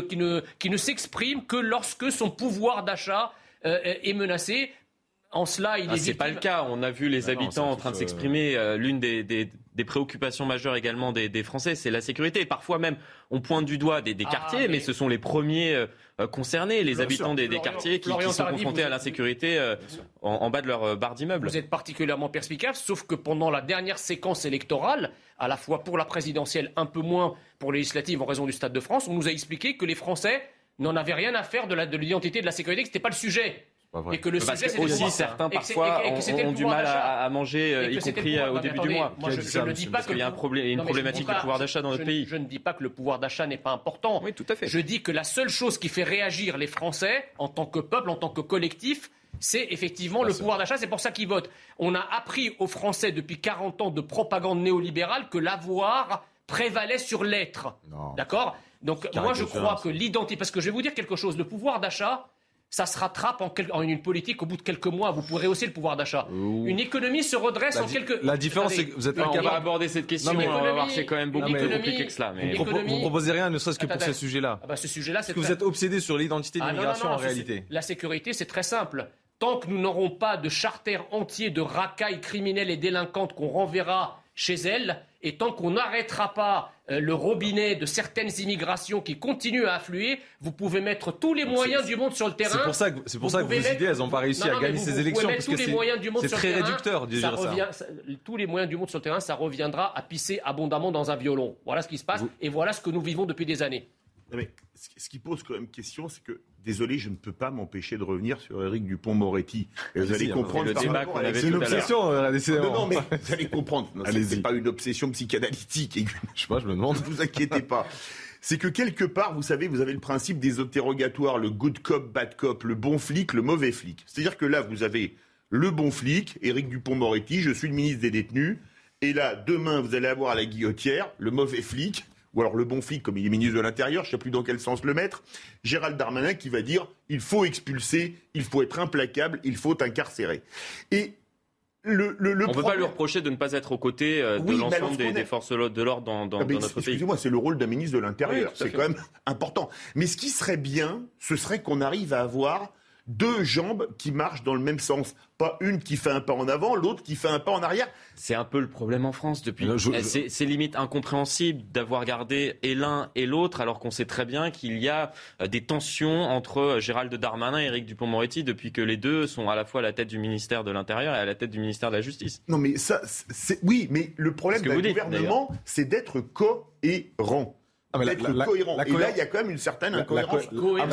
ne s'exprime que lorsque son pouvoir d'achat est menacé. En cela, c'est pas le cas. On a vu les habitants en train de s'exprimer. L'une des préoccupations majeures également des Français, c'est la sécurité. Et parfois même, on pointe du doigt des quartiers, mais ce sont les premiers concernés, les habitants des quartiers qui sont confrontés à l'insécurité en bas de leur barre d'immeuble. Vous êtes particulièrement perspicace, sauf que pendant la dernière séquence électorale, à la fois pour la présidentielle, un peu moins pour les législatives en raison du Stade de France, on nous a expliqué que les Français n'en avaient rien à faire de l'identité, de la sécurité, que ce n'était pas le sujet. Et que le sujet, c'est aussi certains parfois ont du mal à manger, y compris au début du mois. Je ne dis pas qu'il y a une problématique de pouvoir d'achat dans notre pays. Je ne dis pas que le pouvoir d'achat n'est pas important. Oui, tout à fait. Je dis que la seule chose qui fait réagir les Français, en tant que peuple, en tant que collectif, c'est effectivement le pouvoir d'achat. C'est pour ça qu'ils votent. On a appris aux Français depuis 40 ans de propagande néolibérale que l'avoir prévalait sur l'être. D'accord? Donc moi, je crois que l'identité... Parce que je vais vous dire quelque chose. Le pouvoir d'achat... ça se rattrape en une politique au bout de quelques mois. Vous pourrez hausser le pouvoir d'achat. Une économie se redresse en quelques... La différence, c'est que vous êtes incapable d'aborder cette question. On va voir, c'est quand même beaucoup plus compliqué que cela. Mais... Vous proposez rien, ne serait-ce que pour ce sujet-là. Ce sujet-là, c'est que vous êtes obsédé sur l'identité de l'immigration en réalité. La sécurité, c'est très simple. Tant que nous n'aurons pas de charter entier de racailles criminelles et délinquantes qu'on renverra chez elles, et tant qu'on n'arrêtera pas le robinet de certaines immigrations qui continuent à affluer, vous pouvez mettre tous les moyens du monde sur le terrain. C'est pour ça que vos idées, elles n'ont pas réussi à gagner ces élections, parce que c'est très réducteur de dire ça. Tous les moyens du monde sur le terrain, ça reviendra à pisser abondamment dans un violon. Voilà ce qui se passe, et voilà ce que nous vivons depuis des années. Non mais ce qui pose quand même question, c'est que, désolé, je ne peux pas m'empêcher de revenir sur Éric Dupond-Moretti. Vous allez comprendre. C'est une obsession, décidément. Non, mais vous allez comprendre. C'est pas une obsession psychanalytique. Je sais pas, je me demande. Ne vous inquiétez pas. C'est que quelque part, vous savez, vous avez le principe des interrogatoires, le good cop, bad cop, le bon flic, le mauvais flic. C'est-à-dire que là, vous avez le bon flic, Éric Dupond-Moretti, je suis le ministre des détenus, et là, demain, vous allez avoir à la guillotière le mauvais flic, ou alors le bon flic, comme il est ministre de l'Intérieur, je ne sais plus dans quel sens le mettre, Gérald Darmanin qui va dire « il faut expulser, il faut être implacable, il faut incarcérer ». Et on ne peut pas lui reprocher de ne pas être aux côtés de l'ensemble des forces de l'ordre dans notre pays. Excusez-moi, c'est le rôle d'un ministre de l'Intérieur, c'est quand même important. Mais ce qui serait bien, ce serait qu'on arrive à avoir deux jambes qui marchent dans le même sens. Pas une qui fait un pas en avant, l'autre qui fait un pas en arrière. C'est un peu le problème en France depuis. C'est limite incompréhensible d'avoir gardé et l'un et l'autre, alors qu'on sait très bien qu'il y a des tensions entre Gérald Darmanin et Éric Dupond-Moretti depuis que les deux sont à la fois à la tête du ministère de l'Intérieur et à la tête du ministère de la Justice. Non mais ça, oui, mais le problème d'un gouvernement, c'est d'être cohérent. Cohérent. Et là, il y a quand même une certaine incohérence.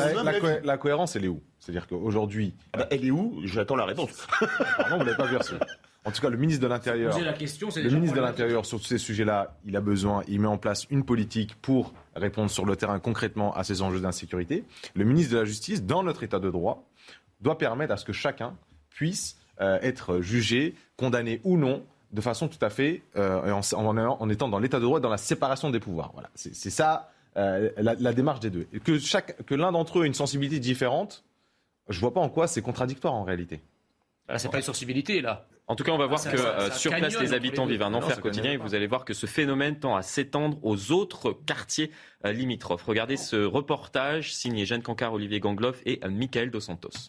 La cohérence, elle est où? C'est-à-dire qu'aujourd'hui... elle est où? J'attends la réponse. Pardon, vous ne l'avez pas vu reçu. En tout cas, le ministre de l'Intérieur... Le ministre de l'Intérieur, sur tous ces sujets-là, il met en place une politique pour répondre sur le terrain concrètement à ces enjeux d'insécurité. Le ministre de la Justice, dans notre état de droit, doit permettre à ce que chacun puisse être jugé, condamné ou non, de façon tout à fait, en étant dans l'état de droit et dans la séparation des pouvoirs. Voilà. C'est ça la démarche des deux. Et que l'un d'entre eux ait une sensibilité différente, je ne vois pas en quoi c'est contradictoire en réalité. Là, c'est pas une sensibilité, là. En tout cas, on va voir que sur place, les habitants vivent un enfer quotidien et vous allez voir que ce phénomène tend à s'étendre aux autres quartiers limitrophes. Regardez ce reportage signé Jeanne Cancard, Olivier Gangloff et Mickaël Dos Santos.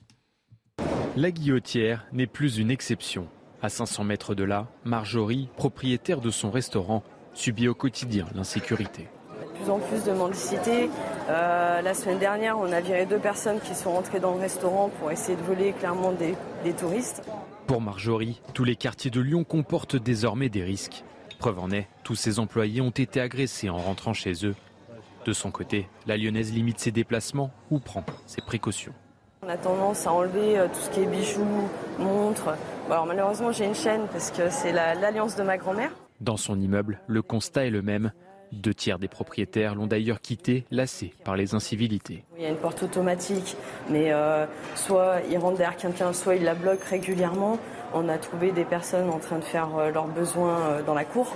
La Guillotière n'est plus une exception. À 500 mètres de là, Marjorie, propriétaire de son restaurant, subit au quotidien l'insécurité. De plus en plus de mendicité. La semaine dernière, on a viré 2 personnes qui sont rentrées dans le restaurant pour essayer de voler clairement des touristes. Pour Marjorie, tous les quartiers de Lyon comportent désormais des risques. Preuve en est, tous ses employés ont été agressés en rentrant chez eux. De son côté, la Lyonnaise limite ses déplacements ou prend ses précautions. On a tendance à enlever tout ce qui est bijoux, montres. Bon, alors malheureusement, j'ai une chaîne parce que c'est l'alliance de ma grand-mère. Dans son immeuble, le constat est le même. 2 tiers des propriétaires l'ont d'ailleurs quitté, lassés par les incivilités. Il y a une porte automatique, mais soit ils rentrent derrière quelqu'un, soit ils la bloquent régulièrement. On a trouvé des personnes en train de faire leurs besoins dans la cour.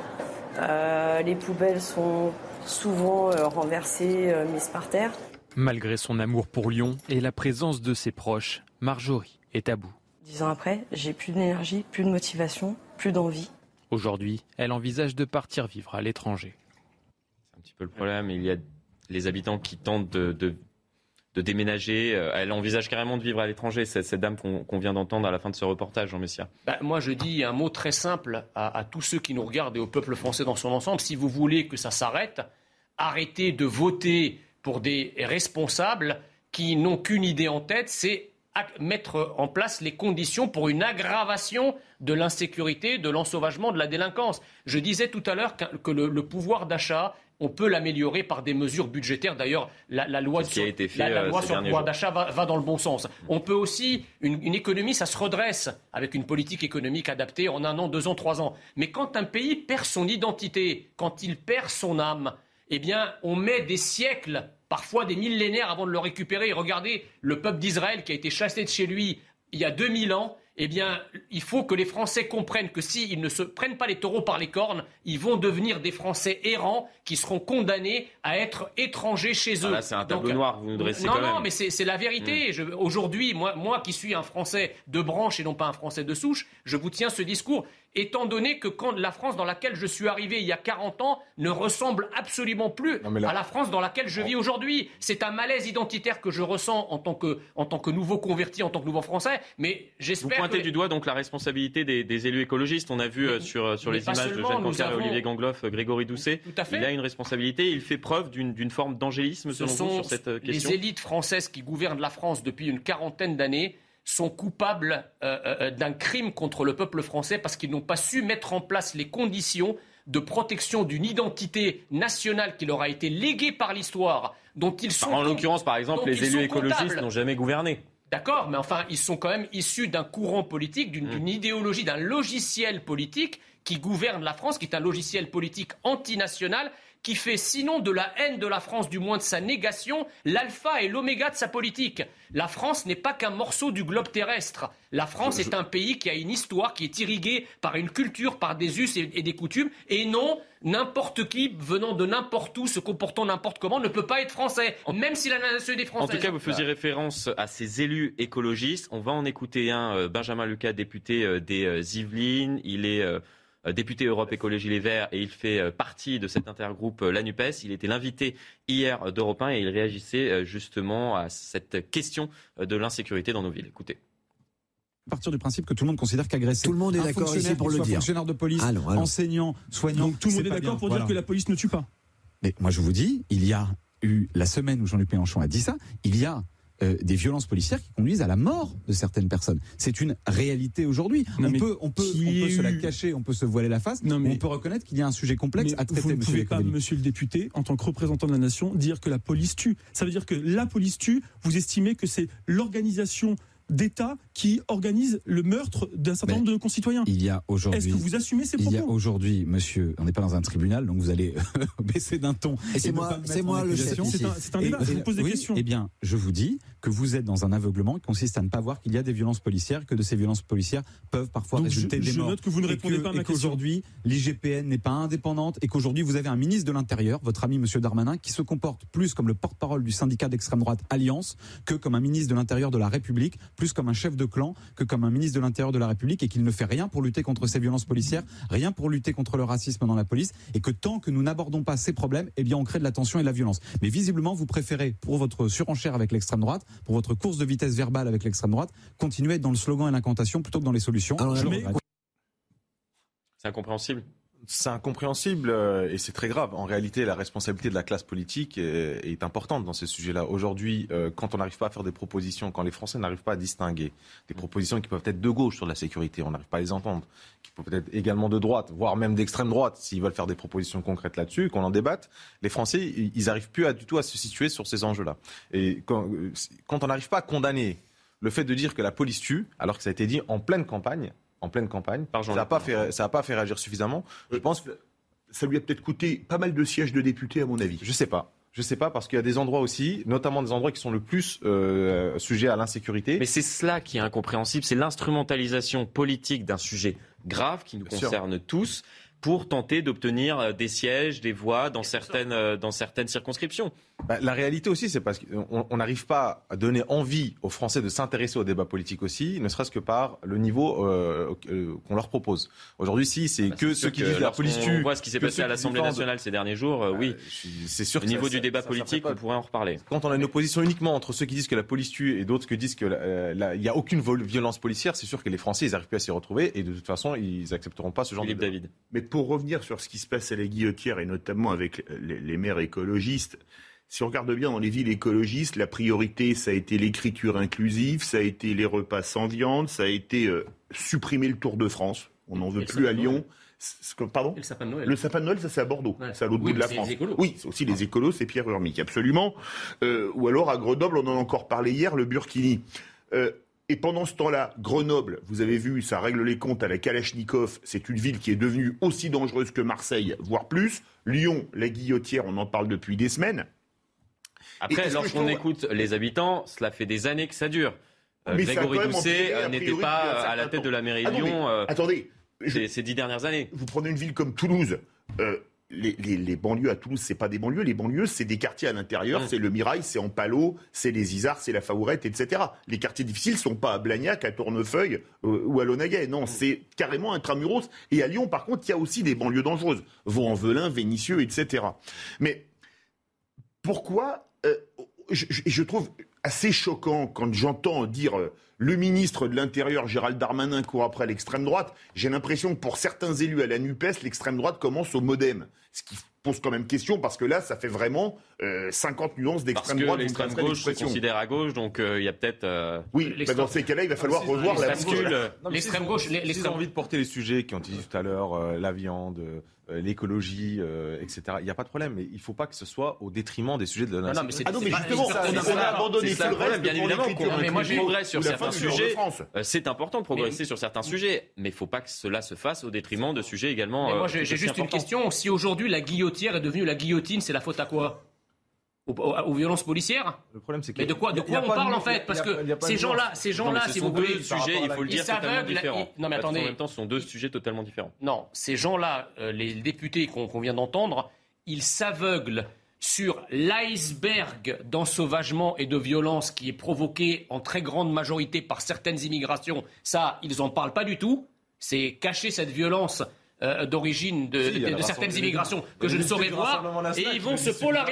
Les poubelles sont souvent renversées, mises par terre. Malgré son amour pour Lyon et la présence de ses proches, Marjorie est à bout. 10 ans après, j'ai plus d'énergie, plus de motivation, plus d'envie. Aujourd'hui, elle envisage de partir vivre à l'étranger. Un petit peu le problème. Il y a les habitants qui tentent de déménager. Elle envisage carrément de vivre à l'étranger, cette dame qu'on vient d'entendre à la fin de ce reportage, Jean Messia. Moi, je dis un mot très simple à tous ceux qui nous regardent et au peuple français dans son ensemble. Si vous voulez que ça s'arrête, arrêtez de voter pour des responsables qui n'ont qu'une idée en tête, c'est mettre en place les conditions pour une aggravation de l'insécurité, de l'ensauvagement, de la délinquance. Je disais tout à l'heure que le pouvoir d'achat, on peut l'améliorer par des mesures budgétaires. D'ailleurs, la loi sur le pouvoir d'achat va dans le bon sens. On peut aussi, une économie, ça se redresse avec une politique économique adaptée en 1 an, 2 ans, 3 ans. Mais quand un pays perd son identité, quand il perd son âme, eh bien, on met des siècles, parfois des millénaires avant de le récupérer. Regardez le peuple d'Israël qui a été chassé de chez lui il y a 2000 ans. Eh bien, il faut que les Français comprennent que s'ils ne se prennent pas les taureaux par les cornes, ils vont devenir des Français errants qui seront condamnés à être étrangers chez eux. Là, c'est un tableau noir que vous nous dressez quand même. Non, mais c'est la vérité. Aujourd'hui, moi qui suis un Français de branche et non pas un Français de souche, je vous tiens ce discours. Étant donné que quand la France dans laquelle je suis arrivé il y a 40 ans ne ressemble absolument plus à la France dans laquelle je vis aujourd'hui. C'est un malaise identitaire que je ressens en tant que nouveau converti, en tant que nouveau Français. Mais j'espère vous pointez du doigt donc la responsabilité des élus écologistes. On a vu sur les images de Jeanne Cancard et Olivier Gangloff, Grégory Doucet. Il a une responsabilité. Il fait preuve d'une forme d'angélisme selon vous sur cette question. Les élites françaises qui gouvernent la France depuis une 40aine d'années sont coupables d'un crime contre le peuple français parce qu'ils n'ont pas su mettre en place les conditions de protection d'une identité nationale qui leur a été léguée par l'histoire, dont ils sont... En l'occurrence, par exemple, les élus écologistes n'ont jamais gouverné. D'accord, mais enfin, ils sont quand même issus d'un courant politique, d'une idéologie, d'un logiciel politique qui gouverne la France, qui est un logiciel politique antinational, qui fait sinon de la haine de la France, du moins de sa négation, l'alpha et l'oméga de sa politique. La France n'est pas qu'un morceau du globe terrestre. La France est un pays qui a une histoire, qui est irriguée par une culture, par des us et des coutumes, et non n'importe qui venant de n'importe où, se comportant n'importe comment, ne peut pas être français, même si la nationalité est française. En tout cas, vous faisiez référence à ces élus écologistes. On va en écouter un, Benjamin Lucas, député des Yvelines. Il est... député Europe Écologie Les Verts et il fait partie de cet intergroupe La NUPES. Il était l'invité hier d'Europe 1 et il réagissait justement à cette question de l'insécurité dans nos villes. Écoutez. À partir du principe que tout le monde considère qu'agresser tout le monde est d'accord ici pour le dire. Fonctionnaire de police, enseignant, soignant. Donc tout le monde est d'accord pour dire que la police ne tue pas. Mais moi je vous dis, il y a eu la semaine où Jean-Luc Mélenchon a dit ça, il y a des violences policières qui conduisent à la mort de certaines personnes. C'est une réalité aujourd'hui. On peut se la cacher, on peut se voiler la face, on peut reconnaître qu'il y a un sujet complexe à traiter. Vous ne pouvez pas, monsieur le député, en tant que représentant de la nation, dire que la police tue. Ça veut dire que la police tue, vous estimez que c'est l'organisation d'État qui organise le meurtre d'un certain nombre de concitoyens. Il y a aujourd'hui. Est-ce que vous assumez ces propos ? Il y a aujourd'hui, monsieur, on n'est pas dans un tribunal, donc vous allez baisser d'un ton. Et c'est moi le chef. C'est un débat, je vous pose des questions. Eh bien, je vous dis que vous êtes dans un aveuglement qui consiste à ne pas voir qu'il y a des violences policières, que de ces violences policières peuvent parfois résulter des morts. Je note que vous ne répondez pas à ma question. Et qu'aujourd'hui, l'IGPN n'est pas indépendante et qu'aujourd'hui, vous avez un ministre de l'Intérieur, votre ami Monsieur Darmanin, qui se comporte plus comme le porte-parole du syndicat d'extrême droite Alliance que comme un ministre de l'Intérieur de la République, plus comme un chef de clan que comme un ministre de l'Intérieur de la République, et qu'il ne fait rien pour lutter contre ces violences policières, rien pour lutter contre le racisme dans la police, et que tant que nous n'abordons pas ces problèmes, eh bien on crée de la tension et de la violence. Mais visiblement, vous préférez, pour votre surenchère avec l'extrême droite, pour votre course de vitesse verbale avec l'extrême droite, continuer à être dans le slogan et l'incantation plutôt que dans les solutions. C'est incompréhensible. C'est incompréhensible et c'est très grave. En réalité, la responsabilité de la classe politique est importante dans ces sujets-là. Aujourd'hui, quand on n'arrive pas à faire des propositions, quand les Français n'arrivent pas à distinguer des propositions qui peuvent être de gauche sur la sécurité, on n'arrive pas à les entendre, qui peuvent être également de droite, voire même d'extrême droite, s'ils veulent faire des propositions concrètes là-dessus, qu'on en débatte, les Français, ils n'arrivent plus du tout à se situer sur ces enjeux-là. Et quand on n'arrive pas à condamner le fait de dire que la police tue, alors que ça a été dit en pleine campagne, ça n'a pas fait réagir suffisamment. Je pense que ça lui a peut-être coûté pas mal de sièges de députés, à mon avis. Je sais pas, parce qu'il y a des endroits aussi, notamment des endroits qui sont le plus sujets à l'insécurité. Mais c'est cela qui est incompréhensible, c'est l'instrumentalisation politique d'un sujet grave qui nous concerne tous pour tenter d'obtenir des sièges, des voix dans certaines circonscriptions. La réalité aussi, c'est parce qu'on n'arrive pas à donner envie aux Français de s'intéresser au débat politique aussi, ne serait-ce que par le niveau qu'on leur propose. Aujourd'hui, si c'est que ceux qui disent la police tue... On voit ce qui s'est passé à l'Assemblée nationale ces derniers jours, oui. C'est sûr. Au niveau du débat politique, on pourrait en reparler. Quand on a une opposition uniquement entre ceux qui disent que la police tue et d'autres qui disent qu'il n'y a aucune violence policière, c'est sûr que les Français, ils n'arrivent plus à s'y retrouver et de toute façon, ils n'accepteront pas ce genre de débat. David. Mais pour revenir sur ce qui se passe à la Guillotière et notamment avec les maires écologistes, si on regarde bien dans les villes écologistes, la priorité, ça a été l'écriture inclusive, ça a été les repas sans viande, ça a été supprimer le Tour de France. On n'en veut plus à Lyon. Pardon ? Le sapin de Noël. Le sapin de Noël, ça c'est à Bordeaux. Ouais. C'est à l'autre bout de la France. Oui, c'est aussi les écolos, c'est Pierre Urmic, absolument. Ou alors à Grenoble, on en a encore parlé hier, le Burkini. Et pendant ce temps-là, Grenoble, vous avez vu, ça règle les comptes à la Kalachnikov. C'est une ville qui est devenue aussi dangereuse que Marseille, voire plus. Lyon, la Guillotière, on en parle depuis des semaines. Après, lorsqu'on écoute les habitants, cela fait des années que ça dure. Grégory Doucet n'était pas à la tête de la mairie de Lyon ces 10 dernières années. Vous prenez une ville comme Toulouse. Les banlieues à Toulouse, c'est pas des banlieues. Les banlieues, c'est des quartiers à l'intérieur. C'est le Mirail, c'est Ampalo, c'est les Isards, c'est la Faourette, etc. Les quartiers difficiles sont pas à Blagnac, à Tournefeuille ou à Launaguet. Non, c'est carrément intramuros. Et à Lyon, par contre, il y a aussi des banlieues dangereuses. Vaux-en-Velin, Vénissieux, etc. Mais pourquoi je trouve assez choquant quand j'entends dire le ministre de l'Intérieur, Gérald Darmanin, court après l'extrême droite. J'ai l'impression que pour certains élus à la NUPES, l'extrême droite commence au MoDem. Ce qui pose quand même question, parce que là, ça fait vraiment 50 nuances d'extrême droite. Parce que l'extrême gauche se considère à gauche, donc il y a peut-être... Oui, dans ces cas-là, il va falloir revoir la bascule. L'extrême gauche... S'ils ont envie de porter les sujets qui ont été dit tout à l'heure, la viande... l'écologie, etc. Il n'y a pas de problème, mais il ne faut pas que ce soit au détriment des sujets de la nation. Mais justement, on a abandonné tout le reste. Bien évidemment, mais moi, je progresse sur certains sujets. C'est important de progresser sur certains sujets, mais il ne faut pas que cela se fasse au détriment de sujets également. Moi, j'ai juste une question. Si aujourd'hui la guillotière est devenue la guillotine, c'est la faute à quoi ? Aux violences policières. Le problème, c'est que mais de quoi on parle en fait ? Parce que ces gens-là, si vous voulez, il faut le dire, totalement différents. Non, mais attendez. En même temps, ce sont deux sujets totalement différents. Non, ces gens-là, les députés qu'on vient d'entendre, ils s'aveuglent sur l'iceberg d'ensauvagement et de violence qui est provoqué en très grande majorité par certaines immigrations. Ça, ils n'en parlent pas du tout. C'est cacher cette violence d'origine de certaines immigrations que je ne saurais voir, et ils vont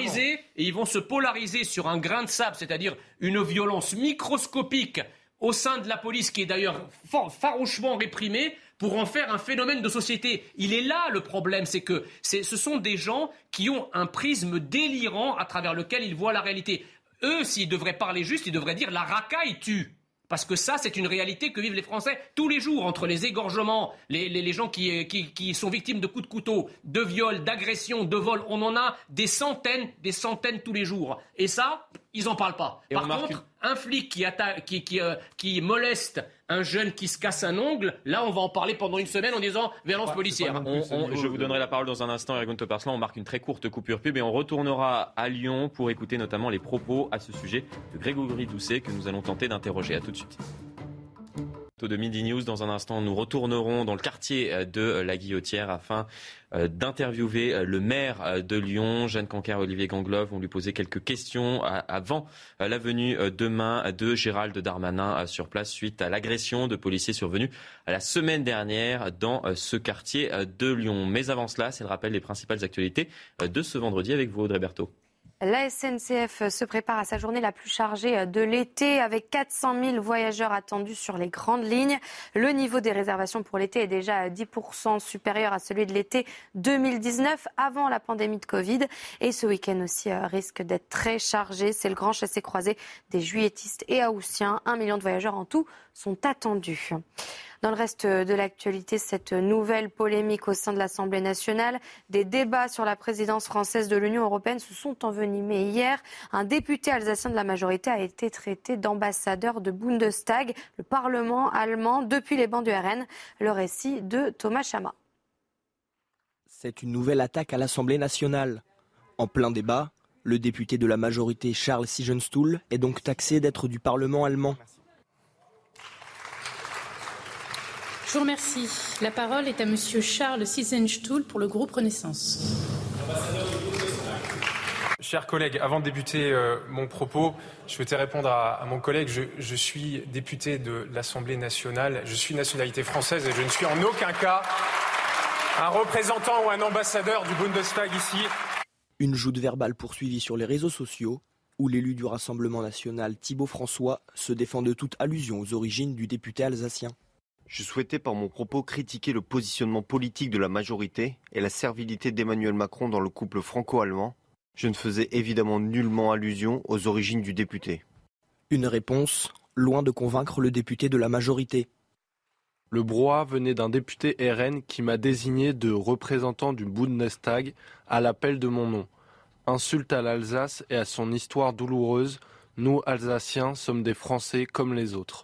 se polariser sur un grain de sable, c'est-à-dire une violence microscopique au sein de la police qui est d'ailleurs farouchement réprimée, pour en faire un phénomène de société. Il est là le problème, c'est que ce sont des gens qui ont un prisme délirant à travers lequel ils voient la réalité. Eux, s'ils devraient parler juste, ils devraient dire la racaille tue. Parce que ça, c'est une réalité que vivent les Français tous les jours, entre les égorgements, les gens qui sont victimes de coups de couteau, de viols, d'agressions, de vols. On en a des centaines tous les jours. Et ça, ils n'en parlent pas. Par contre, un flic qui moleste un jeune qui se casse un ongle, là, on va en parler pendant une semaine en disant violence policière. Je vous donnerai la parole dans un instant, Eric Toparslan. On marque une très courte coupure pub et on retournera à Lyon pour écouter notamment les propos à ce sujet de Grégory Doucet que nous allons tenter d'interroger. À tout de suite. De Midi News. Dans un instant, nous retournerons dans le quartier de la Guillotière afin d'interviewer le maire de Lyon, Jeanne Cancard et Olivier Gangloff. On lui poser quelques questions avant la venue demain de Gérald Darmanin sur place suite à l'agression de policiers survenue la semaine dernière dans ce quartier de Lyon. Mais avant cela, c'est le rappel des principales actualités de ce vendredi avec vous, Audrey Berthaud. La SNCF se prépare à sa journée la plus chargée de l'été avec 400 000 voyageurs attendus sur les grandes lignes. Le niveau des réservations pour l'été est déjà à 10% supérieur à celui de l'été 2019 avant la pandémie de Covid. Et ce week-end aussi risque d'être très chargé. C'est le grand chassé-croisé des juilletistes et haussiens. 1 million de voyageurs en tout sont attendus. Dans le reste de l'actualité, cette nouvelle polémique au sein de l'Assemblée nationale, des débats sur la présidence française de l'Union européenne se sont envenimés hier. Un député alsacien de la majorité a été traité d'ambassadeur de Bundestag, le Parlement allemand, depuis les bancs du RN. Le récit de Thomas Chama. C'est une nouvelle attaque à l'Assemblée nationale. En plein débat, le député de la majorité Charles Siegenstuhl est donc taxé d'être du Parlement allemand. Je vous remercie. La parole est à Monsieur Charles Siegenstuhl pour le groupe Renaissance. Chers collègues, avant de débuter mon propos, je souhaitais répondre à mon collègue. Je suis député de l'Assemblée nationale, je suis nationalité française et je ne suis en aucun cas un représentant ou un ambassadeur du Bundestag ici. Une joute verbale poursuivie sur les réseaux sociaux où l'élu du Rassemblement national Thibault François se défend de toute allusion aux origines du député alsacien. Je souhaitais par mon propos critiquer le positionnement politique de la majorité et la servilité d'Emmanuel Macron dans le couple franco-allemand. Je ne faisais évidemment nullement allusion aux origines du député. Une réponse loin de convaincre le député de la majorité. Le brouhaha venait d'un député RN qui m'a désigné de représentant du Bundestag à l'appel de mon nom. Insulte à l'Alsace et à son histoire douloureuse. Nous, Alsaciens, sommes des Français comme les autres.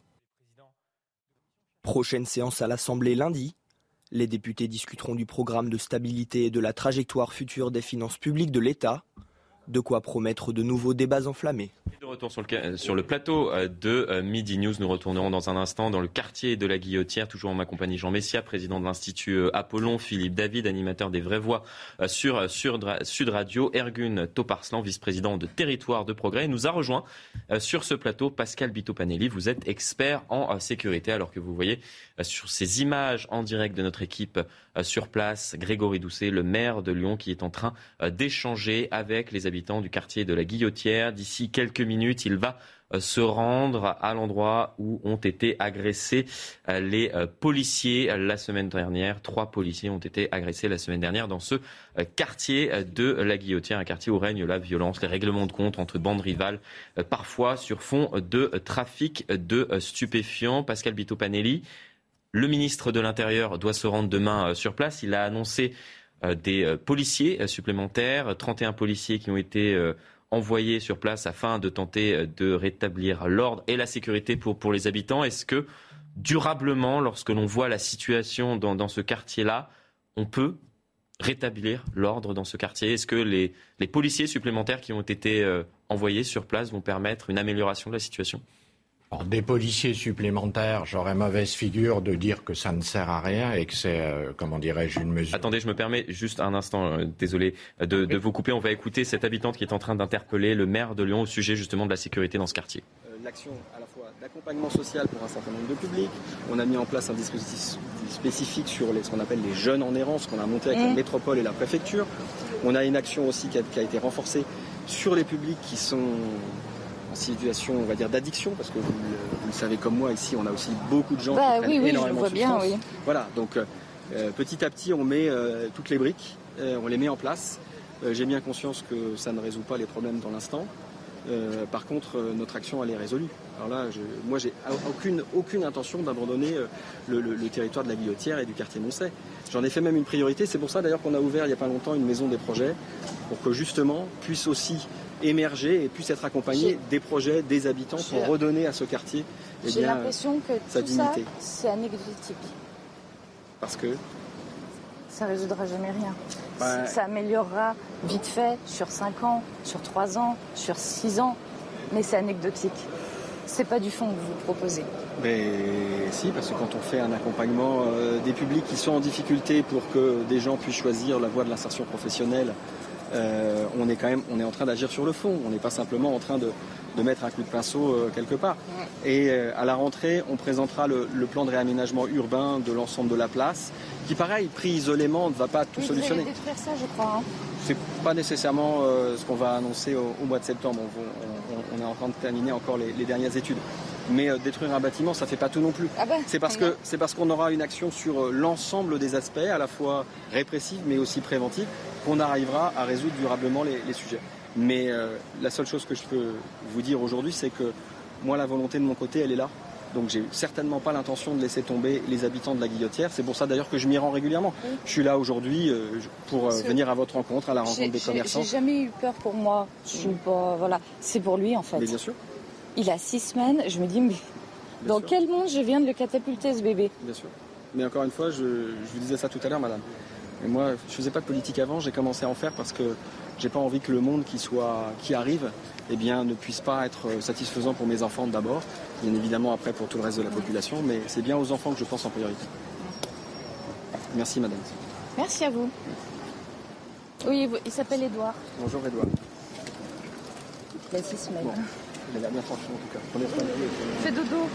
Prochaine séance à l'Assemblée lundi. Les députés discuteront du programme de stabilité et de la trajectoire future des finances publiques de l'État. De quoi promettre de nouveaux débats enflammés. De retour sur le plateau de Midi News, nous retournerons dans un instant dans le quartier de la Guillotière, toujours en ma compagnie Jean Messia, président de l'Institut Apollon, Philippe David, animateur des Vraies Voix sur Sud Radio, Ergun Toparslan, vice-président de Territoire de Progrès. Nous a rejoint sur ce plateau Pascal Bito-Panelli. Vous êtes expert en sécurité, alors que vous voyez sur ces images en direct de notre équipe sur place, Grégory Doucet, le maire de Lyon, qui est en train d'échanger avec les habitants du quartier de la Guillotière. D'ici quelques minutes, il va se rendre à l'endroit où ont été agressés les policiers la semaine dernière. 3 policiers ont été agressés la semaine dernière dans ce quartier de la Guillotière, un quartier où règne la violence, les règlements de compte entre bandes rivales, parfois sur fond de trafic de stupéfiants. Pascal Bito-Panelli, le ministre de l'Intérieur doit se rendre demain sur place. Il a annoncé des policiers supplémentaires, 31 policiers qui ont été envoyés sur place afin de tenter de rétablir l'ordre et la sécurité pour les habitants. Est-ce que durablement, lorsque l'on voit la situation dans ce quartier-là, on peut rétablir l'ordre dans ce quartier? Est-ce que les policiers supplémentaires qui ont été envoyés sur place vont permettre une amélioration de la situation? Alors, des policiers supplémentaires, j'aurais mauvaise figure de dire que ça ne sert à rien et que c'est, comment dirais-je, une mesure. Attendez, je me permets juste un instant, désolé de vous couper. On va écouter cette habitante qui est en train d'interpeller le maire de Lyon au sujet justement de la sécurité dans ce quartier. L'action à la fois d'accompagnement social pour un certain nombre de publics. On a mis en place un dispositif spécifique sur ce qu'on appelle les jeunes en errance, qu'on a monté avec la métropole et la préfecture. On a une action aussi qui a été renforcée sur les publics qui sont en situation, on va dire, d'addiction, parce que vous le savez comme moi, ici, on a aussi beaucoup de gens qui prennent énormément de substances. Bien, oui. Voilà, donc petit à petit, on met toutes les briques, on les met en place. J'ai bien conscience que ça ne résout pas les problèmes dans l'instant. Par contre, notre action, elle est résolue. Alors là, moi, j'ai aucune intention d'abandonner le territoire de la Guillotière et du quartier Moncey. J'en ai fait même une priorité. C'est pour ça d'ailleurs qu'on a ouvert il n'y a pas longtemps une maison des projets pour que justement puisse aussi émerger et puisse être accompagné des projets, des habitants pour redonner à ce quartier J'ai l'impression que sa tout dignité. ça, c'est anecdotique. Parce que Ça ne résoudra jamais rien. Ouais. Ça améliorera vite fait sur 5 ans, sur 3 ans, sur 6 ans, mais c'est anecdotique. C'est pas du fond que vous proposez. Mais si, parce que quand on fait un accompagnement des publics qui sont en difficulté pour que des gens puissent choisir la voie de l'insertion professionnelle, on est en train d'agir sur le fond. On n'est pas simplement en train de mettre un coup de pinceau quelque part. Et à la rentrée, on présentera le plan de réaménagement urbain de l'ensemble de la place, qui pareil, pris isolément, ne va pas tout solutionner. Vous allez détruire ça, je crois. C'est pas nécessairement ce qu'on va annoncer au mois de septembre. On est en train de terminer encore les dernières études. Mais détruire un bâtiment, ça fait pas tout non plus. Ah ben, c'est parce qu'on aura une action sur l'ensemble des aspects, à la fois répressifs mais aussi préventifs, qu'on arrivera à résoudre durablement les sujets. Mais la seule chose que je peux vous dire aujourd'hui, c'est que moi, la volonté de mon côté, elle est là. Donc j'ai certainement pas l'intention de laisser tomber les habitants de la Guillotière. C'est pour ça d'ailleurs que je m'y rends régulièrement. Oui. Je suis là aujourd'hui pour venir à votre rencontre, à la rencontre des commerçants. J'ai jamais eu peur pour moi. Je suis pas, voilà. C'est pour lui en fait. Mais bien sûr. Il a 6 semaines. Je me dis, mais dans quel monde je viens de le catapulter ce bébé? Bien sûr. Mais encore une fois, je vous disais ça tout à l'heure, madame. Et moi, je faisais pas de politique avant. J'ai commencé à en faire parce que j'ai pas envie que le monde qui arrive, eh bien, ne puisse pas être satisfaisant pour mes enfants d'abord, bien évidemment après pour tout le reste de la population, mais c'est bien aux enfants que je pense en priorité. Merci madame. Merci à vous. Oui, il s'appelle Édouard. Bonjour Édouard. Il a 6 semaines. Bon. Il a bien franchi en tout cas. Prenez soin de vous. Fais dodo.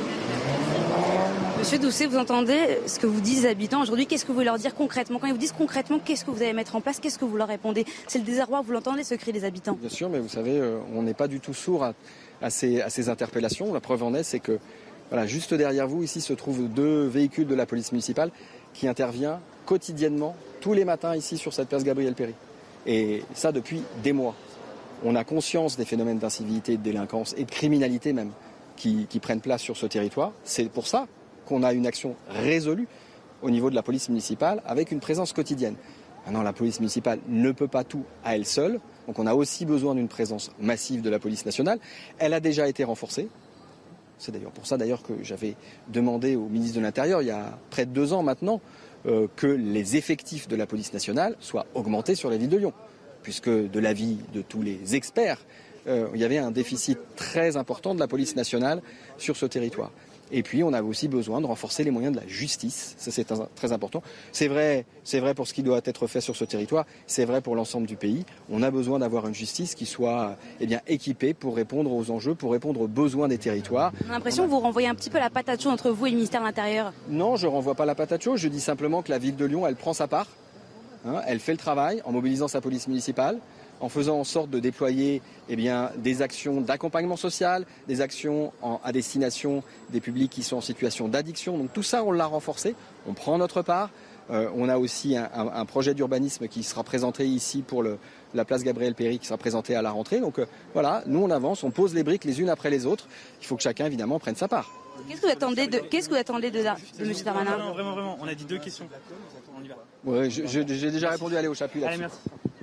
Monsieur Doucet, vous entendez ce que vous disent les habitants aujourd'hui. Qu'est-ce que vous voulez leur dire concrètement? Quand ils vous disent concrètement, qu'est-ce que vous allez mettre en place? Qu'est-ce que vous leur répondez? C'est le désarroi, vous l'entendez, ce cri des habitants? Bien sûr, mais vous savez, on n'est pas du tout sourd à ces interpellations. La preuve en est, c'est que voilà, juste derrière vous, ici, se trouvent 2 véhicules de la police municipale qui intervient quotidiennement, tous les matins, ici, sur cette place Gabriel-Péri. Et ça, depuis des mois. On a conscience des phénomènes d'incivilité, de délinquance et de criminalité même qui prennent place sur ce territoire. C'est pour ça qu'on a une action résolue au niveau de la police municipale avec une présence quotidienne. Maintenant, la police municipale ne peut pas tout à elle seule, donc on a aussi besoin d'une présence massive de la police nationale. Elle a déjà été renforcée. C'est d'ailleurs pour ça que j'avais demandé au ministre de l'Intérieur, il y a près de 2 ans maintenant, que les effectifs de la police nationale soient augmentés sur la ville de Lyon, puisque de l'avis de tous les experts, il y avait un déficit très important de la police nationale sur ce territoire. Et puis, on a aussi besoin de renforcer les moyens de la justice. Ça, c'est très important. C'est vrai pour ce qui doit être fait sur ce territoire. C'est vrai pour l'ensemble du pays. On a besoin d'avoir une justice qui soit équipée pour répondre aux enjeux, pour répondre aux besoins des territoires. On a l'impression que vous renvoyez un petit peu la patate chaude entre vous et le ministère de l'Intérieur. Non, je ne renvoie pas la patate chaude. Je dis simplement que la ville de Lyon, elle prend sa part. Elle fait le travail en mobilisant sa police municipale, en faisant en sorte de déployer des actions d'accompagnement social, des actions à destination des publics qui sont en situation d'addiction. Donc tout ça, on l'a renforcé, on prend notre part. On a aussi un projet d'urbanisme qui sera présenté ici pour la place Gabriel-Péri, qui sera présenté à la rentrée. Donc voilà, nous on avance, on pose les briques les unes après les autres. Il faut que chacun évidemment prenne sa part. Qu'est-ce que vous attendez de M. Darmanin? Non, vraiment, on a dit 2 questions. On y va. Ouais, j'ai déjà répondu, allez au chapuis là-dessus. Allez, merci.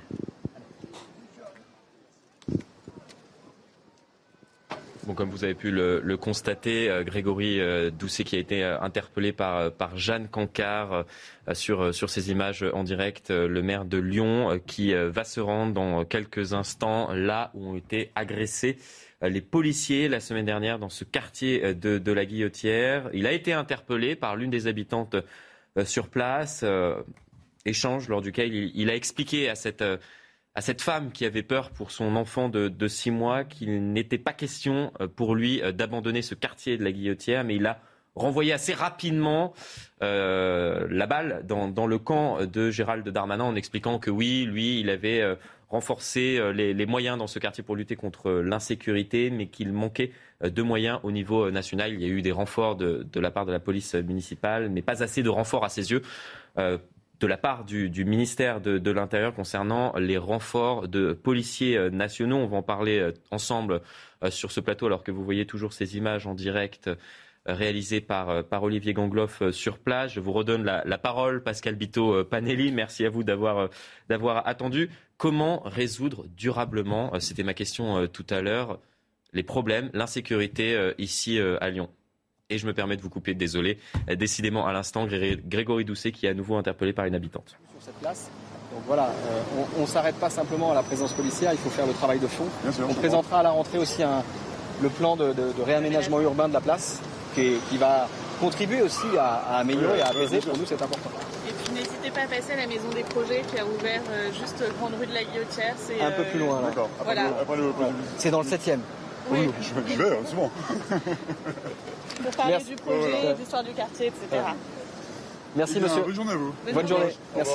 Bon, comme vous avez pu le constater, Grégory Doucet qui a été interpellé par Jeanne Cancard sur ces images en direct, le maire de Lyon qui va se rendre dans quelques instants là où ont été agressés les policiers la semaine dernière dans ce quartier de la Guillotière. Il a été interpellé par l'une des habitantes sur place, échange lors duquel il a expliqué à cette femme qui avait peur pour son enfant de 6 mois qu'il n'était pas question pour lui d'abandonner ce quartier de la Guillotière, mais il a renvoyé assez rapidement la balle dans le camp de Gérald Darmanin en expliquant que oui, lui, il avait renforcé les moyens dans ce quartier pour lutter contre l'insécurité, mais qu'il manquait de moyens au niveau national. Il y a eu des renforts de la part de la police municipale, mais pas assez de renforts à ses yeux de la part du ministère de l'Intérieur concernant les renforts de policiers nationaux. On va en parler ensemble sur ce plateau alors que vous voyez toujours ces images en direct réalisées par Olivier Gangloff sur place. Je vous redonne la parole, Pascal Bito-Panelli. Merci à vous d'avoir attendu. Comment résoudre durablement, c'était ma question tout à l'heure, les problèmes, l'insécurité ici à Lyon? Et je me permets de vous couper, désolé. Décidément, à l'instant, Grégory Doucet qui est à nouveau interpellé par une habitante. Sur cette place. Donc voilà, on ne s'arrête pas simplement à la présence policière, il faut faire le travail de fond. On présentera à la rentrée aussi le plan de réaménagement urbain de la place qui va contribuer aussi à améliorer et à apaiser. Pour nous, c'est important. Et puis n'hésitez pas à passer à la maison des projets qui a ouvert juste grande rue de la Guillotière. C'est un peu plus loin. D'accord. Voilà. C'est dans le 7e. Oui. Je vais, c'est bon. Pour parler du projet, d'histoire du quartier, etc. Merci monsieur. Bonne journée à vous. Bonne journée. Merci.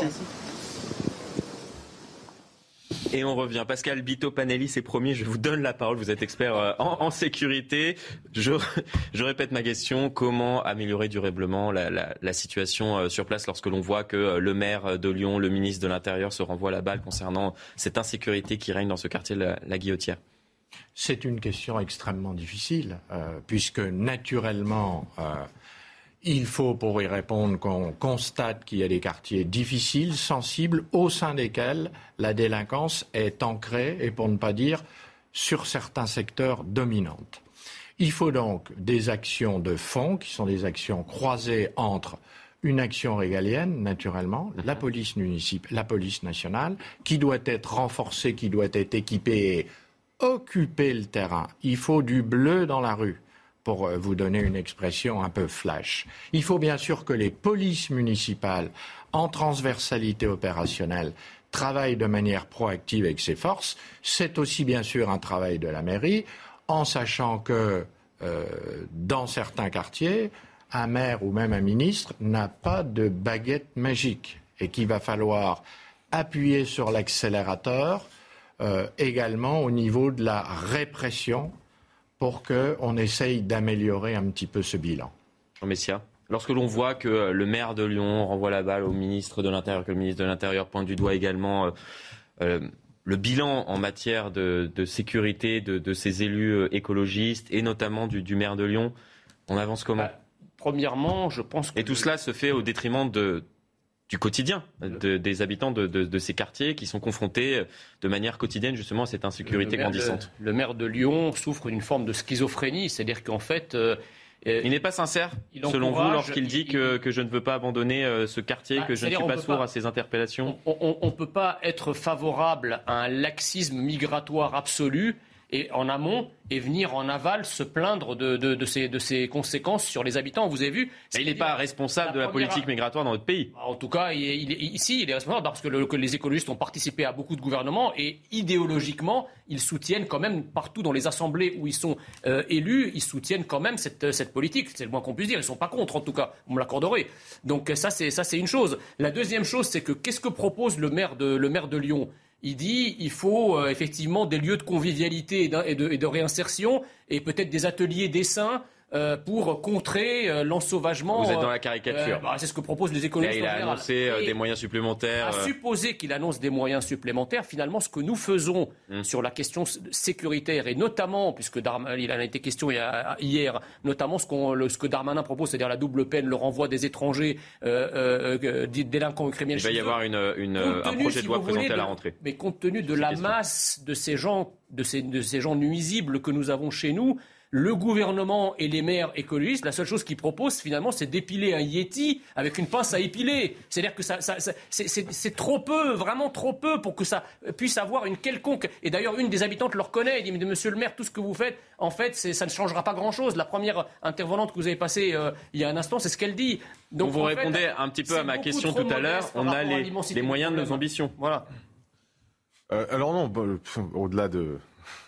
Et on revient. Pascal Bito-Panelli, c'est promis, je vous donne la parole. Vous êtes expert en sécurité. Je répète ma question. Comment améliorer durablement la situation sur place lorsque l'on voit que le maire de Lyon, le ministre de l'Intérieur se renvoie la balle concernant cette insécurité qui règne dans ce quartier de la Guillotière? C'est une question extrêmement difficile, puisque naturellement, il faut, pour y répondre, qu'on constate qu'il y a des quartiers difficiles, sensibles, au sein desquels la délinquance est ancrée, et pour ne pas dire, sur certains secteurs, dominante. Il faut donc des actions de fond, qui sont des actions croisées entre une action régalienne, naturellement, la police municipale, la police nationale, qui doit être renforcée, qui doit être équipée et occuper le terrain. Il faut du bleu dans la rue, pour vous donner une expression un peu flash. Il faut bien sûr que les polices municipales, en transversalité opérationnelle, travaillent de manière proactive avec ces forces. C'est aussi bien sûr un travail de la mairie, en sachant que dans certains quartiers, un maire ou même un ministre n'a pas de baguette magique et qu'il va falloir appuyer sur l'accélérateur également au niveau de la répression pour qu'on essaye d'améliorer un petit peu ce bilan. Jean Messia, lorsque l'on voit que le maire de Lyon renvoie la balle au ministre de l'Intérieur, que le ministre de l'Intérieur pointe du doigt également le bilan en matière de sécurité de ces élus écologistes et notamment du maire de Lyon, on avance comment? Premièrement, je pense que... Et tout cela se fait au détriment du quotidien des habitants de ces quartiers qui sont confrontés de manière quotidienne justement à cette insécurité grandissante. Le maire de Lyon souffre d'une forme de schizophrénie, c'est-à-dire qu'en fait... il n'est pas sincère, selon vous, lorsqu'il dit que je ne veux pas abandonner ce quartier, que je ne suis pas sourd à ces interpellations? On ne peut pas être favorable à un laxisme migratoire absolu et en amont et venir en aval se plaindre de ces conséquences sur les habitants. Vous avez vu, il n'est pas responsable de la politique migratoire dans notre pays. En tout cas, il est responsable parce que les écologistes ont participé à beaucoup de gouvernements et idéologiquement, ils soutiennent quand même partout dans les assemblées où ils sont élus, ils soutiennent quand même cette politique. C'est le moins qu'on puisse dire. Ils ne sont pas contre, en tout cas. Vous me l'accorderez. Donc ça, c'est une chose. La deuxième chose, c'est que qu'est-ce que propose le maire de Lyon ? Il dit qu'il faut effectivement des lieux de convivialité et de réinsertion et peut-être des ateliers dessins pour contrer l'ensauvagement. Vous êtes dans la caricature. C'est ce que proposent les écologistes. Là, il a annoncé des moyens supplémentaires. À supposer qu'il annonce des moyens supplémentaires, finalement, ce que nous faisons sur la question sécuritaire, et notamment, puisque il en a été question hier, notamment ce que Darmanin propose, c'est-à-dire la double peine, le renvoi des étrangers délinquants ou criminels. Il va y avoir un projet de loi présenté à la rentrée. Mais compte tenu de la masse de ces gens nuisibles que nous avons chez nous, le gouvernement et les maires écologistes, la seule chose qu'ils proposent finalement, c'est d'épiler un Yéti avec une pince à épiler. C'est-à-dire que c'est trop peu, vraiment trop peu pour que ça puisse avoir une quelconque... Et d'ailleurs, une des habitantes le reconnaît, elle dit « Mais monsieur le maire, tout ce que vous faites, en fait, ça ne changera pas grand-chose. » La première intervenante que vous avez passée il y a un instant, c'est ce qu'elle dit. Donc vous répondez un petit peu à ma question tout à l'heure. On a les moyens de nos ambitions. Voilà. Alors non, au-delà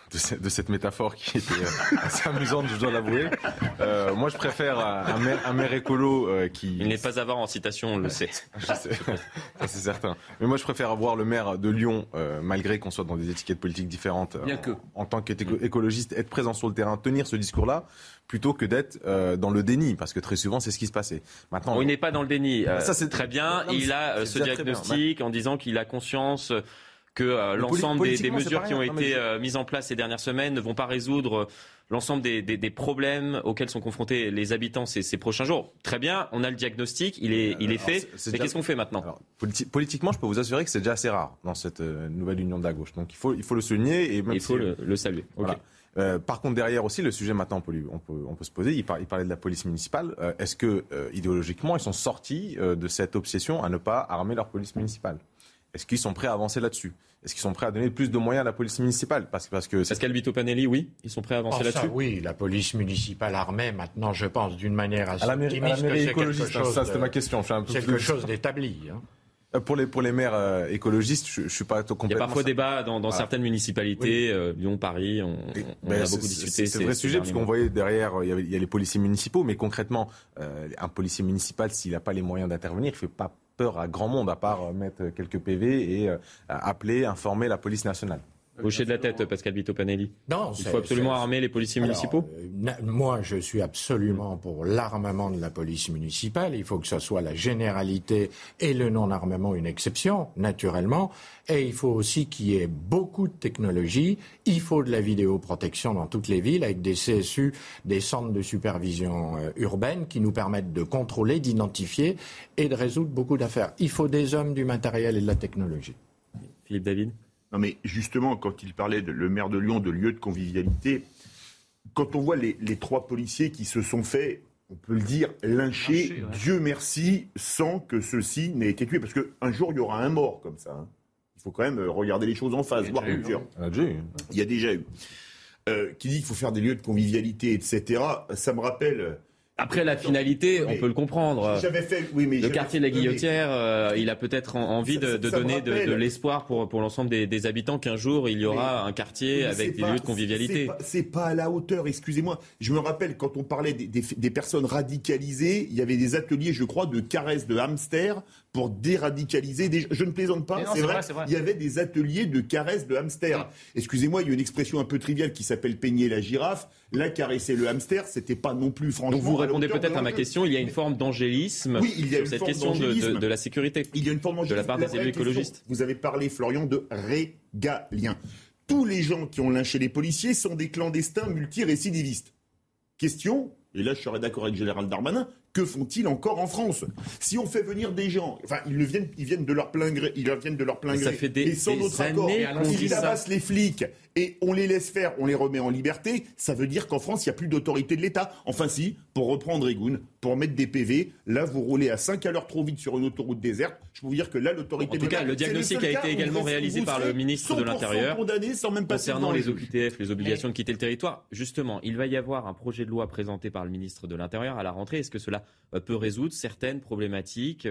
de cette métaphore qui était assez amusante, je dois l'avouer. Moi, je préfère un maire écolo qui... Il n'est pas avare en citation, on le sait. Je sais, ça c'est certain. Mais moi, je préfère voir le maire de Lyon, malgré qu'on soit dans des étiquettes politiques différentes, en tant qu'écologiste, être présent sur le terrain, tenir ce discours-là, plutôt que d'être dans le déni, parce que très souvent, c'est ce qui se passait. Maintenant, bon, il n'est pas dans le déni. Ça, c'est très bien. Il a ce diagnostic en disant qu'il a conscience que l'ensemble des mesures qui ont été mises en place ces dernières semaines ne vont pas résoudre l'ensemble des problèmes auxquels sont confrontés les habitants ces prochains jours. Très bien, on a le diagnostic, il est fait. Mais qu'est-ce qu'on fait maintenant ? Politiquement, je peux vous assurer que c'est déjà assez rare dans cette nouvelle union de la gauche. Donc il faut le souligner. Et même il faut le saluer. Voilà. Par contre, derrière aussi, le sujet maintenant, on peut se poser, il parlait de la police municipale. Est-ce que, idéologiquement, ils sont sortis de cette obsession à ne pas armer leur police municipale ? Est-ce qu'ils sont prêts à avancer là-dessus ? Est-ce qu'ils sont prêts à donner plus de moyens à la police municipale ? Parce que Pascal Vito Panelli, oui, ils sont prêts à avancer là-dessus. Oui, la police municipale armée, maintenant, je pense, d'une manière assez optimiste, à la mairie écologiste, ça c'était ma question. C'est quelque chose d'établi. Pour les maires écologistes, je suis pas complètement... Il y a parfois débat dans certaines municipalités, Lyon, Paris, on a beaucoup discuté. C'est un vrai sujet, parce qu'on voyait derrière, il y a les policiers municipaux, mais concrètement, un policier municipal, s'il n'a pas les moyens d'intervenir, il ne fait pas peur à grand monde, à part mettre quelques PV et appeler, informer la police nationale. Hocher de la tête, Pascal Vito Panelli. Non, il faut absolument armer les policiers municipaux. Moi, je suis absolument pour l'armement de la police municipale. Il faut que ce soit la généralité et le non-armement une exception, naturellement. Et il faut aussi qu'il y ait beaucoup de technologie. Il faut de la vidéoprotection dans toutes les villes, avec des CSU, des centres de supervision urbaine qui nous permettent de contrôler, d'identifier et de résoudre beaucoup d'affaires. Il faut des hommes, du matériel et de la technologie. Philippe David. Non mais justement, quand il parlait, le maire de Lyon, de lieu de convivialité, quand on voit les 3 policiers qui se sont fait, on peut le dire, lyncher, Dieu merci, sans que ceux-ci n'aient été tués. Parce qu'un jour, il y aura un mort comme ça. Il faut quand même regarder les choses en face, voire plusieurs. Il y a déjà eu. Qui dit qu'il faut faire des lieux de convivialité, etc. Ça me rappelle... Après la finalité, on peut le comprendre. Le quartier de la Guillotière, il a peut-être envie de donner de l'espoir pour l'ensemble des habitants qu'un jour il y aura un quartier avec des lieux de convivialité. C'est pas à la hauteur, excusez-moi. Je me rappelle quand on parlait des personnes radicalisées, il y avait des ateliers, je crois, de caresses de hamster pour déradicaliser. Je ne plaisante pas, c'est vrai. Il y avait des ateliers de caresses de hamster. Excusez-moi, il y a une expression un peu triviale qui s'appelle peigner la girafe. Là, caresser le hamster, c'était pas non plus franchement. Donc vous répondez peut-être à ma question. Il y a une forme d'angélisme sur cette question de la sécurité. Il y a une forme d'angélisme de la part des élus écologistes. Vous avez parlé, Florian, de régaliens. Tous les gens qui ont lynché les policiers sont des clandestins multirécidivistes. Question, et là je serais d'accord avec le général Darmanin, que font-ils encore en France ? Si on fait venir des gens, enfin ils viennent de leur plein gré, Ça fait des, et sans notre accord, ils tabassent les flics et on les laisse faire, on les remet en liberté, ça veut dire qu'en France il n'y a plus d'autorité de l'État. Enfin si, pour reprendre Egoun, pour mettre des PV, là vous roulez à 5 à l'heure trop vite sur une autoroute déserte, je peux vous dire que là l'autorité de l'État... En tout cas, le diagnostic a été également réalisé par le ministre de l'Intérieur concernant les OQTF, les obligations de quitter le territoire. Justement, il va y avoir un projet de loi présenté par le ministre de l'Intérieur à la rentrée. Est-ce que cela peut résoudre certaines problématiques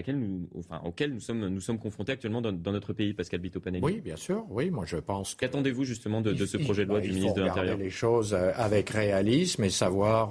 auxquelles nous sommes confrontés actuellement dans notre pays, Pascal Vito Panelli? Oui, bien sûr. Oui, moi je pense. Qu'attendez-vous justement de ce projet de loi du ministre de l'Intérieur? Il faut regarder les choses avec réalisme et savoir,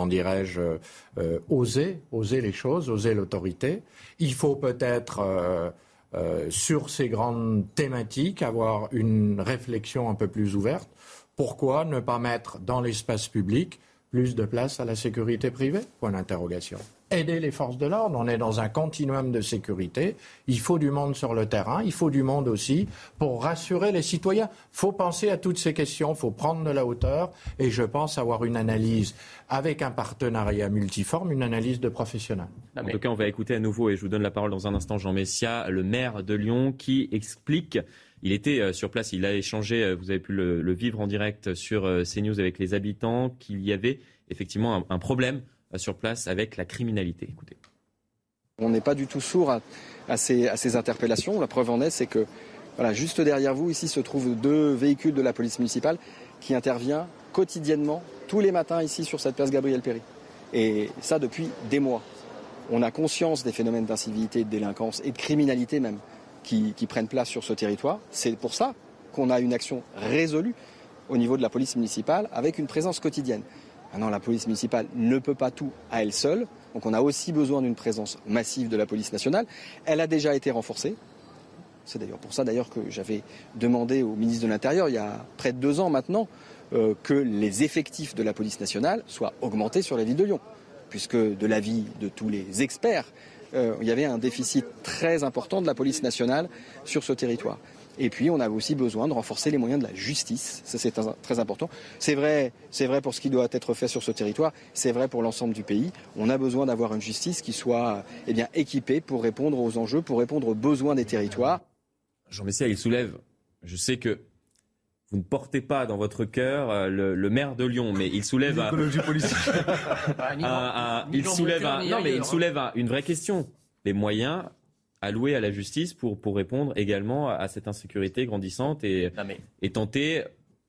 oser les choses, oser l'autorité. Il faut peut-être sur ces grandes thématiques avoir une réflexion un peu plus ouverte. Pourquoi ne pas mettre dans l'espace public plus de place à la sécurité privée? Point d'interrogation. Aider les forces de l'ordre. On est dans un continuum de sécurité. Il faut du monde sur le terrain. Il faut du monde aussi pour rassurer les citoyens. Il faut penser à toutes ces questions. Il faut prendre de la hauteur. Et je pense avoir une analyse avec un partenariat multiforme, une analyse de professionnels. En tout cas, on va écouter à nouveau, et je vous donne la parole dans un instant, Jean Messia, le maire de Lyon, qui explique... Il était sur place, il a échangé, vous avez pu le vivre en direct sur CNews avec les habitants, qu'il y avait effectivement un problème sur place avec la criminalité. Écoutez. On n'est pas du tout sourd à ces interpellations. La preuve en est, c'est que juste derrière vous, ici, se trouvent 2 véhicules de la police municipale qui interviennent quotidiennement, tous les matins, ici, sur cette place Gabriel-Péri. Et ça, depuis des mois. On a conscience des phénomènes d'incivilité, de délinquance et de criminalité même qui prennent place sur ce territoire. C'est pour ça qu'on a une action résolue au niveau de la police municipale avec une présence quotidienne. Maintenant, la police municipale ne peut pas tout à elle seule, donc on a aussi besoin d'une présence massive de la police nationale. Elle a déjà été renforcée. C'est d'ailleurs pour ça que j'avais demandé au ministre de l'Intérieur, il y a près de 2 ans maintenant, que les effectifs de la police nationale soient augmentés sur la ville de Lyon. Puisque de l'avis de tous les experts, il y avait un déficit très important de la police nationale sur ce territoire. Et puis, on a aussi besoin de renforcer les moyens de la justice. Ça, c'est très important. C'est vrai pour ce qui doit être fait sur ce territoire. C'est vrai pour l'ensemble du pays. On a besoin d'avoir une justice qui soit équipée pour répondre aux enjeux, pour répondre aux besoins des territoires. Jean Messia, il soulève. Je sais que vous ne portez pas dans votre cœur le maire de Lyon, mais il soulève il soulève une vraie question. Les moyens alloués à la justice pour répondre également à cette insécurité grandissante et tenter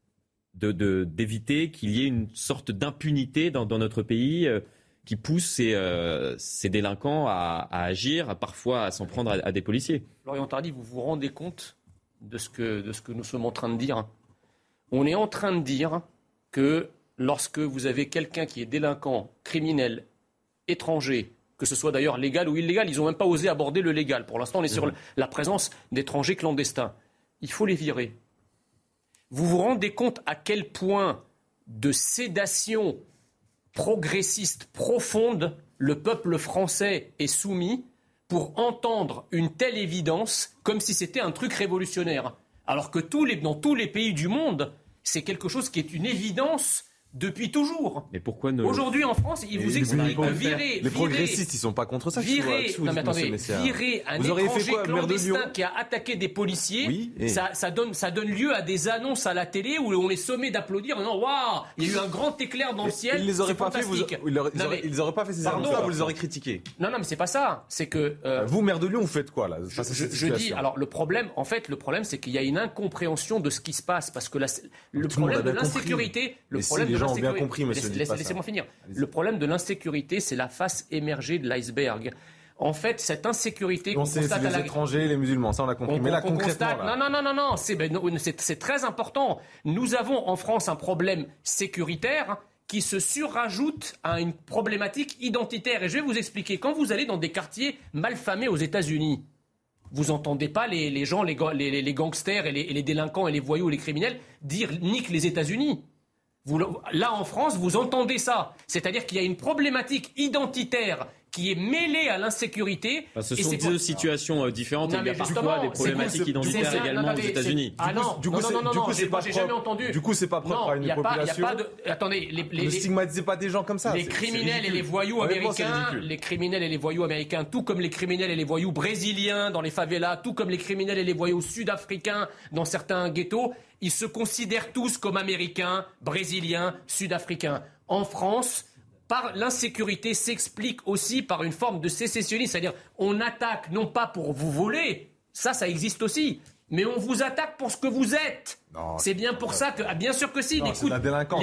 d'éviter qu'il y ait une sorte d'impunité dans notre pays qui pousse ces délinquants à agir, parfois à s'en prendre à des policiers. Florian Tardy, vous vous rendez compte de ce que nous sommes en train de dire ? On est en train de dire que lorsque vous avez quelqu'un qui est délinquant, criminel, étranger, que ce soit d'ailleurs légal ou illégal, ils n'ont même pas osé aborder le légal. Pour l'instant, on est sur la présence d'étrangers clandestins. Il faut les virer. Vous vous rendez compte à quel point de sédation progressiste profonde le peuple français est soumis pour entendre une telle évidence comme si c'était un truc révolutionnaire. Alors que dans tous les pays du monde, c'est quelque chose qui est une évidence depuis toujours. Mais pourquoi ne... Aujourd'hui en France, ils vous expliquent que virer... Les progressistes, ils ne sont pas contre ça. Virer un étranger clandestin qui a attaqué des policiers, ça donne lieu à des annonces à la télé où on est sommé d'applaudir. Non, waouh, il y a eu un grand éclair dans le ciel. Ils les auraient pas fait. Ils auraient pas fait ces annonces-là. Vous les aurez critiqués. Non, mais c'est pas ça. C'est que vous, maire de Lyon, vous faites quoi là? Je dis. Alors le problème, c'est qu'il y a une incompréhension de ce qui se passe parce que le problème de l'insécurité, les gens ont bien compris, monsieur. Laissez-moi finir. Le problème de l'insécurité, c'est la face émergée de l'iceberg. En fait, cette insécurité qu'on constate c'est les étrangers, les musulmans, ça on a compris. Mais là, concrètement, non, c'est très important. Nous avons en France un problème sécuritaire qui se surrajoute à une problématique identitaire. Et je vais vous expliquer. Quand vous allez dans des quartiers malfamés aux États-Unis, vous n'entendez pas les gens, les gangsters et les délinquants et les voyous et les criminels dire « nique les États-Unis ». Là, en France, vous entendez ça. C'est-à-dire qu'il y a une problématique identitaire qui est mêlée à l'insécurité. Ce sont deux situations différentes. Il y a parfois des problématiques identitaires également aux États-Unis. Du coup, j'ai jamais entendu. Du coup, c'est pas propre à une population. Attendez, ne stigmatisez pas des gens comme ça. Les criminels et les voyous américains, tout comme les criminels et les voyous brésiliens dans les favelas, tout comme les criminels et les voyous sud-africains dans certains ghettos, ils se considèrent tous comme américains, brésiliens, sud-africains. En France, l'insécurité s'explique aussi par une forme de sécessionnisme, c'est-à-dire on attaque non pas pour vous voler, ça existe aussi, mais on vous attaque pour ce que vous êtes. Non, c'est bien pour ça que, bien sûr que si, les coups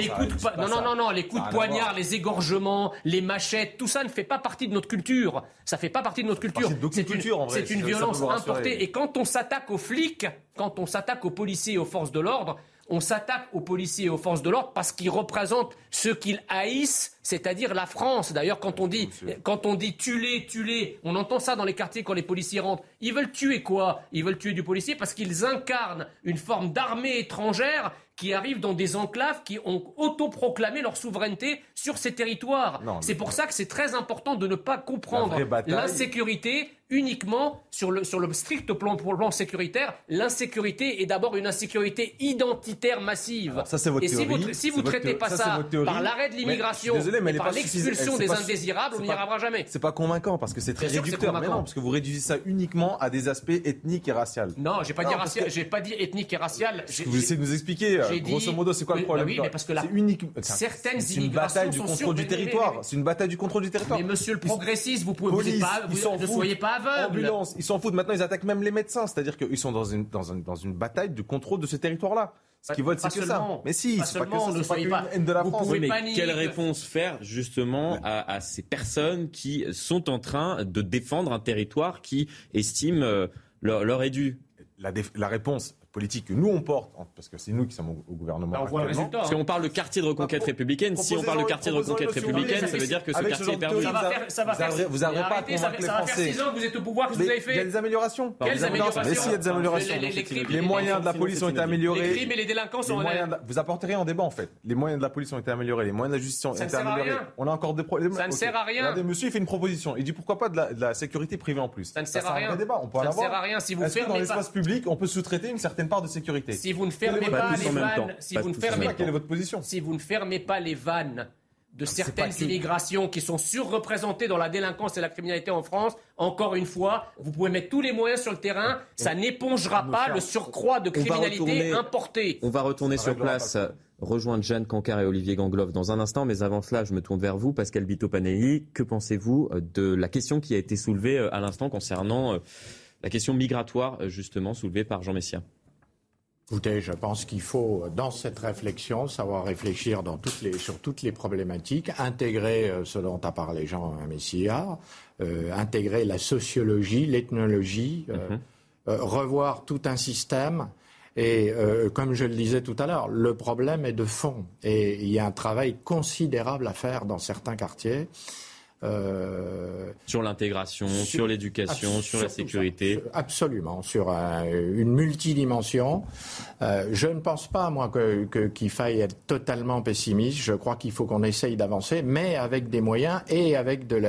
de poignard, les égorgements, les machettes, tout ça ne fait pas partie de notre culture. Ça fait pas partie de notre culture. C'est une violence importée. Et quand on s'attaque aux flics, quand on s'attaque aux policiers et aux forces de l'ordre, on s'attaque aux policiers et aux forces de l'ordre parce qu'ils représentent ce qu'ils haïssent, c'est-à-dire la France. D'ailleurs, quand on dit tue-les, on entend ça dans les quartiers quand les policiers rentrent. Ils veulent tuer quoi? Ils veulent tuer du policier parce qu'ils incarnent une forme d'armée étrangère qui arrive dans des enclaves qui ont autoproclamé leur souveraineté sur ces territoires. C'est pour ça que c'est très important de ne pas comprendre l'insécurité uniquement sur le strict plan sécuritaire. L'insécurité est d'abord une insécurité identitaire massive. Alors ça, c'est votre théorie. Si vous ne traitez pas ça par l'arrêt de l'immigration et par l'expulsion des indésirables, on n'y arrivera jamais. C'est pas convaincant parce que c'est très réducteur. Mais non, parce que vous réduisez ça uniquement à des aspects ethniques et raciaux. Non, j'ai pas dit racial. J'ai pas dit ethnique et racial. Vous essayez de nous expliquer. Grosso modo, c'est quoi le problème? Oui, mais parce que certaines c'est une bataille du contrôle du territoire. C'est une bataille du contrôle du territoire. Mais monsieur le progressiste, vous ne soyez pas aveugle. Ambulance, ils s'en foutent. Maintenant, ils attaquent même les médecins. C'est-à-dire qu'ils sont dans une bataille du contrôle de ce territoire-là. Ce qu'ils veulent, c'est que ça. Mais si, c'est pas que ça. C'est pas qu'une haine de la France. Oui, mais quelle réponse faire justement à ces personnes qui sont en train de défendre un territoire qui estime leur est dû? La réponse politique que nous on porte, parce que c'est nous qui sommes au gouvernement. On voit le résultat. Parce qu'on parle de quartier de reconquête républicaine. Si on parle de quartier de reconquête républicaine, ça veut dire que ce quartier est perdu. Vous n'arrivez pas à convaincre les Français. Ça va faire 6 ans que vous êtes au pouvoir, qu'est-ce que vous avez fait? Il y a des améliorations. Quelles améliorations? Mais s'il y a des améliorations. Les moyens de la police ont été améliorés. Les crimes et les délinquants sont... Vous apportez rien en débat, en fait. Les moyens de la police ont été améliorés, les moyens de la justice ont été améliorés. On a encore des problèmes. Ça ne sert à rien. Regardez, monsieur, il fait une proposition. Il dit pourquoi pas de la sécurité privée en plus. Ça ne sert à rien. On peut en avoir. Ça ne sert à rien si vous fermez pas. Dans l'espace public, on peut sous-traiter une certaine part de sécurité. Si vous ne fermez pas les vannes, quelle est votre position? Si vous ne fermez pas les vannes de certaines immigrations qui sont surreprésentées dans la délinquance et la criminalité en France, encore une fois, vous pouvez mettre tous les moyens sur le terrain, ça n'épongera pas le surcroît de criminalité importée. On va retourner sur place, rejoindre Jeanne Cancard et Olivier Gangloff dans un instant, mais avant cela, je me tourne vers vous, Pascal Bito-Panelli. Que pensez-vous de la question qui a été soulevée à l'instant concernant la question migratoire, justement, soulevée par Jean Messia? Écoutez, je pense qu'il faut, dans cette réflexion, savoir réfléchir sur toutes les problématiques, intégrer ce dont a parlé Jean Messia, intégrer la sociologie, l'ethnologie, revoir tout un système. Et comme je le disais tout à l'heure, le problème est de fond. Et il y a un travail considérable à faire dans certains quartiers. Sur l'intégration, sur l'éducation, sur la sécurité. Absolument, sur une multidimension. Je ne pense pas, moi, qu'il faille être totalement pessimiste. Je crois qu'il faut qu'on essaye d'avancer, mais avec des moyens et avec de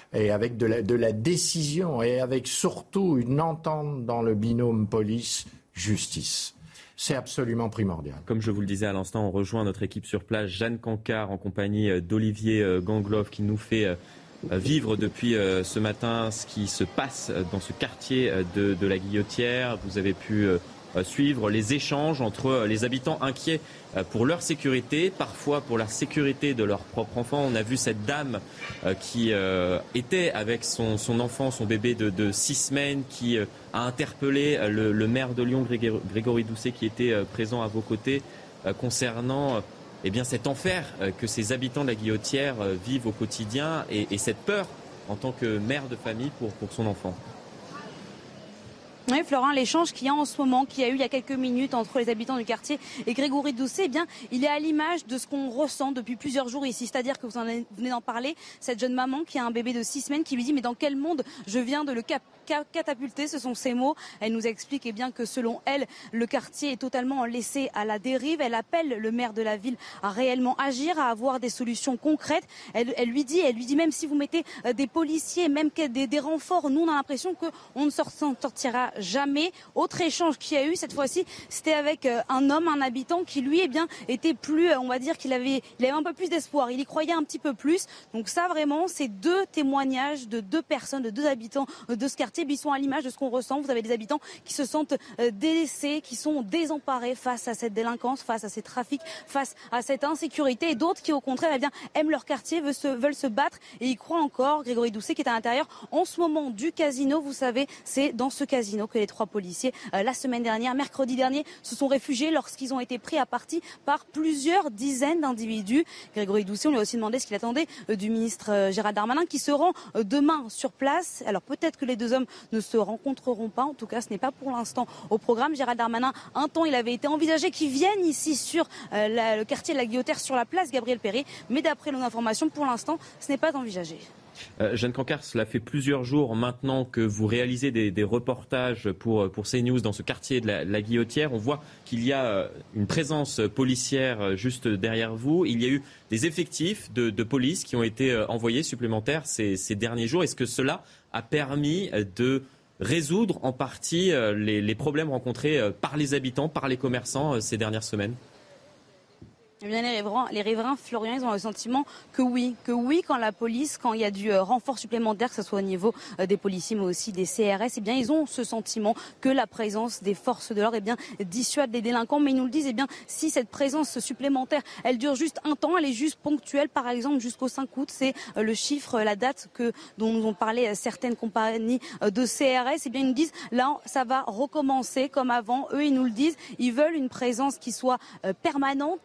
la décision et avec surtout une entente dans le binôme police-justice. C'est absolument primordial. Comme je vous le disais à l'instant, on rejoint notre équipe sur place, Jeanne Cancard, en compagnie d'Olivier Gangloff, qui nous fait vivre depuis ce matin ce qui se passe dans ce quartier de la Guillotière. Vous avez pu suivre les échanges entre les habitants inquiets pour leur sécurité, parfois pour la sécurité de leur propre enfant. On a vu cette dame qui était avec son enfant, son bébé de 6 semaines, qui a interpellé le maire de Lyon, Grégory Doucet, qui était présent à vos côtés, concernant cet enfer que ces habitants de la Guillotière vivent au quotidien et cette peur en tant que mère de famille pour son enfant. Oui, Florent, l'échange qu'il y a en ce moment, qu'il y a eu il y a quelques minutes entre les habitants du quartier et Grégory Doucet, il est à l'image de ce qu'on ressent depuis plusieurs jours ici. C'est-à-dire que vous venez d'en parler, cette jeune maman qui a un bébé de 6 semaines qui lui dit « Mais dans quel monde je viens de le catapulter ?» Ce sont ses mots. Elle nous explique que selon elle, le quartier est totalement laissé à la dérive. Elle appelle le maire de la ville à réellement agir, à avoir des solutions concrètes. Elle lui dit même si vous mettez des policiers, même des renforts, nous on a l'impression qu'on ne s'en sortira jamais. Autre échange qu'il y a eu cette fois-ci, c'était avec un homme, un habitant qui lui était plus, on va dire qu'il avait un peu plus d'espoir. Il y croyait un petit peu plus. Donc ça vraiment, c'est 2 témoignages de 2 personnes, de 2 habitants de ce quartier. Ils sont à l'image de ce qu'on ressent. Vous avez des habitants qui se sentent délaissés, qui sont désemparés face à cette délinquance, face à ces trafics, face à cette insécurité, et d'autres qui au contraire aiment leur quartier, veulent se battre et y croient encore. Grégory Doucet qui est à l'intérieur en ce moment du casino, vous savez, c'est dans ce casino que les 3 policiers, la semaine dernière, mercredi dernier, se sont réfugiés lorsqu'ils ont été pris à partie par plusieurs dizaines d'individus. Grégory Doucet, on lui a aussi demandé ce qu'il attendait du ministre Gérald Darmanin qui se rend demain sur place. Alors peut-être que les 2 hommes ne se rencontreront pas, en tout cas ce n'est pas pour l'instant au programme. Gérald Darmanin, un temps il avait été envisagé qu'il vienne ici sur le quartier de la Guillotière, sur la place Gabriel Péri, mais d'après nos informations, pour l'instant ce n'est pas envisagé. Jeanne Cancard, cela fait plusieurs jours maintenant que vous réalisez des reportages pour CNews dans ce quartier de la Guillotière. On voit qu'il y a une présence policière juste derrière vous. Il y a eu des effectifs de police qui ont été envoyés supplémentaires ces derniers jours. Est-ce que cela a permis de résoudre en partie les problèmes rencontrés par les habitants, par les commerçants ces dernières semaines ? Eh bien, les riverains, Florian, ils ont le sentiment que oui, quand il y a du renfort supplémentaire, que ce soit au niveau des policiers, mais aussi des CRS, ils ont ce sentiment que la présence des forces de l'ordre, dissuade les délinquants. Mais ils nous le disent, si cette présence supplémentaire, elle dure juste un temps, elle est juste ponctuelle, par exemple, jusqu'au 5 août, c'est le chiffre, la date dont nous ont parlé certaines compagnies de CRS, ils nous disent, là, ça va recommencer comme avant. Eux, ils nous le disent, ils veulent une présence qui soit permanente ici,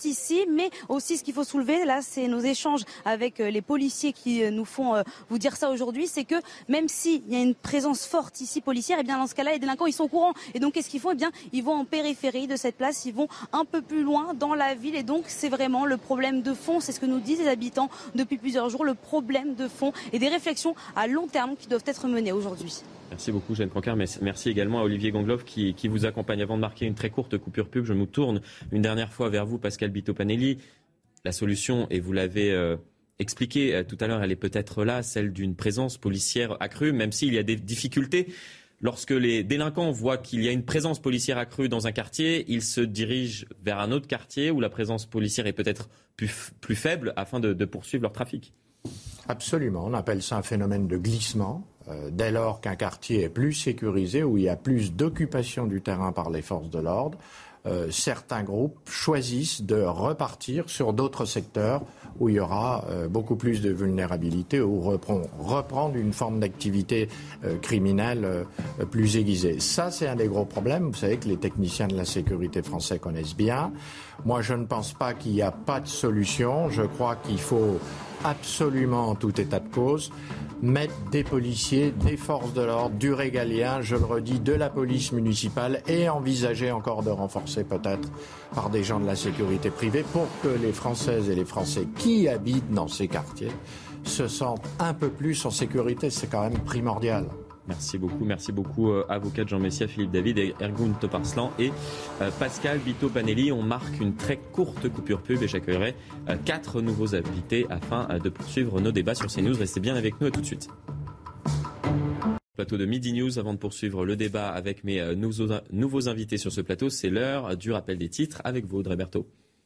mais aussi ce qu'il faut soulever, là, c'est nos échanges avec les policiers qui nous font vous dire ça aujourd'hui, c'est que même s'il y a une présence forte ici policière, et bien dans ce cas-là, les délinquants, ils sont au courant. Et donc, qu'est-ce qu'ils font ? Eh bien, ils vont en périphérie de cette place, ils vont un peu plus loin dans la ville. Et donc, c'est vraiment le problème de fond, c'est ce que nous disent les habitants depuis plusieurs jours, le problème de fond et des réflexions à long terme qui doivent être menées aujourd'hui. Merci beaucoup, Jeanne Cancard. Merci également à Olivier Gangloff qui vous accompagne. Avant de marquer une très courte coupure pub, je me tourne une dernière fois vers vous, Pascal Bito-Panelli. La solution, et vous l'avez expliqué tout à l'heure, elle est peut-être là, celle d'une présence policière accrue, même s'il y a des difficultés. Lorsque les délinquants voient qu'il y a une présence policière accrue dans un quartier, ils se dirigent vers un autre quartier où la présence policière est peut-être plus faible afin de poursuivre leur trafic. Absolument, on appelle ça un phénomène de glissement. Dès lors qu'un quartier est plus sécurisé, où il y a plus d'occupation du terrain par les forces de l'ordre, certains groupes choisissent de repartir sur d'autres secteurs où il y aura beaucoup plus de vulnérabilité, ou reprendre une forme d'activité criminelle plus aiguisée. Ça, c'est un des gros problèmes. Vous savez que les techniciens de la sécurité français connaissent bien. Moi, je ne pense pas qu'il n'y a pas de solution. Je crois qu'il faut absolument, en tout état de cause, mettre des policiers, des forces de l'ordre, du régalien, je le redis, de la police municipale, et envisager encore de renforcer peut-être par des gens de la sécurité privée pour que les Françaises et les Français qui habitent dans ces quartiers se sentent un peu plus en sécurité. C'est quand même primordial. Merci beaucoup, avocat Jean Messia, Philippe David, Ergun Toparslan et Pascal Bito-Panelli. On marque une très courte coupure pub et j'accueillerai 4 nouveaux invités afin de poursuivre nos débats sur CNews. Restez bien avec nous, à tout de suite. Plateau de Midi News, avant de poursuivre le débat avec mes nouveaux invités sur ce plateau, c'est l'heure du rappel des titres avec vous, Audrey Berthaud.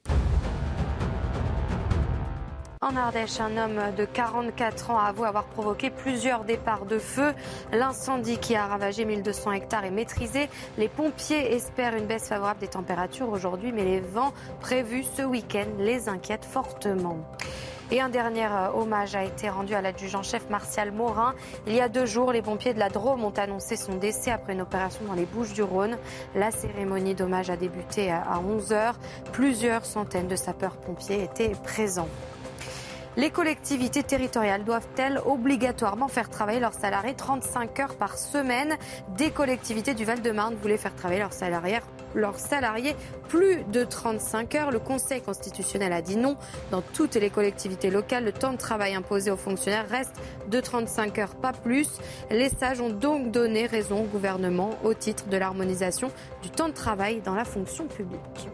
En Ardèche, un homme de 44 ans avoue avoir provoqué plusieurs départs de feu. L'incendie qui a ravagé 1200 hectares est maîtrisé. Les pompiers espèrent une baisse favorable des températures aujourd'hui, mais les vents prévus ce week-end les inquiètent fortement. Et un dernier hommage a été rendu à l'adjudant-chef Martial Morin. Il y a 2 jours, les pompiers de la Drôme ont annoncé son décès après une opération dans les Bouches-du-Rhône. La cérémonie d'hommage a débuté à 11h. Plusieurs centaines de sapeurs-pompiers étaient présents. Les collectivités territoriales doivent-elles obligatoirement faire travailler leurs salariés 35 heures par semaine ? Des collectivités du Val-de-Marne voulaient faire travailler leurs salariés plus de 35 heures. Le Conseil constitutionnel a dit non. Dans toutes les collectivités locales, le temps de travail imposé aux fonctionnaires reste de 35 heures, pas plus. Les sages ont donc donné raison au gouvernement au titre de l'harmonisation du temps de travail dans la fonction publique.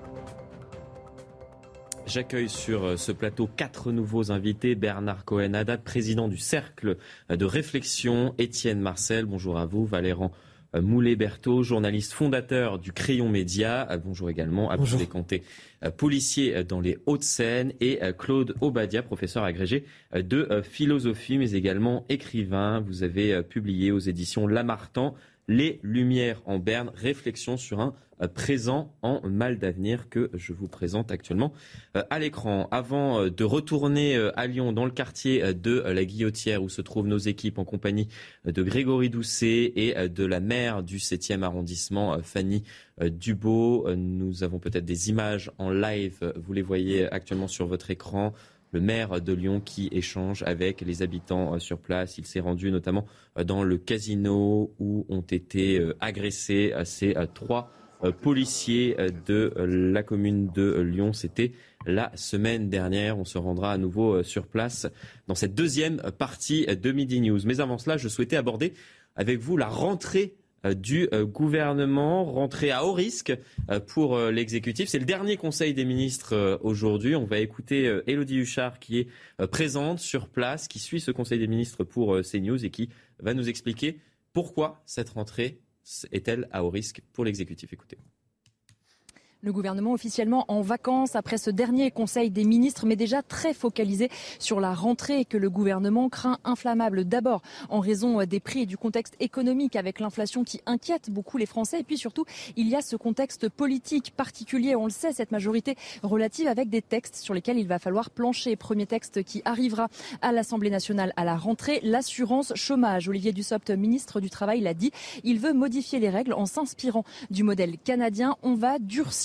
J'accueille sur ce plateau 4 nouveaux invités. Bernard Cohen-Haddad, président du Cercle de réflexion. Étienne Marcel, bonjour à vous. Valéran Moulet-Berthaud, journaliste fondateur du Crayon Média. Bonjour également. Abdou Descanté, policier dans les Hauts-de-Seine. Et Claude Obadia, professeur agrégé de philosophie, mais également écrivain. Vous avez publié aux éditions Lamartine Les Lumières en Berne, réflexion sur un présent en mal d'avenir que je vous présente actuellement à l'écran. Avant de retourner à Lyon, dans le quartier de la Guillotière, où se trouvent nos équipes en compagnie de Grégory Doucet et de la maire du 7e arrondissement, Fanny Dubo. Nous avons peut-être des images en live, vous les voyez actuellement sur votre écran. Le maire de Lyon qui échange avec les habitants sur place. Il s'est rendu notamment dans le casino où ont été agressés ces 3 policiers de la commune de Lyon. C'était la semaine dernière. On se rendra à nouveau sur place dans cette deuxième partie de Midi News. Mais avant cela, je souhaitais aborder avec vous la rentrée du gouvernement, rentrée à haut risque pour l'exécutif. C'est le dernier conseil des ministres aujourd'hui. On va écouter Élodie Huchard qui est présente sur place, qui suit ce conseil des ministres pour CNews et qui va nous expliquer pourquoi cette rentrée est-elle à haut risque pour l'exécutif. Écoutez. Le gouvernement officiellement en vacances après ce dernier conseil des ministres, mais déjà très focalisé sur la rentrée que le gouvernement craint inflammable. D'abord en raison des prix et du contexte économique avec l'inflation qui inquiète beaucoup les Français. Et puis surtout, il y a ce contexte politique particulier. On le sait, cette majorité relative avec des textes sur lesquels il va falloir plancher. Premier texte qui arrivera à l'Assemblée nationale à la rentrée, l'assurance chômage. Olivier Dussopt, ministre du Travail, l'a dit. Il veut modifier les règles en s'inspirant du modèle canadien. On va durcir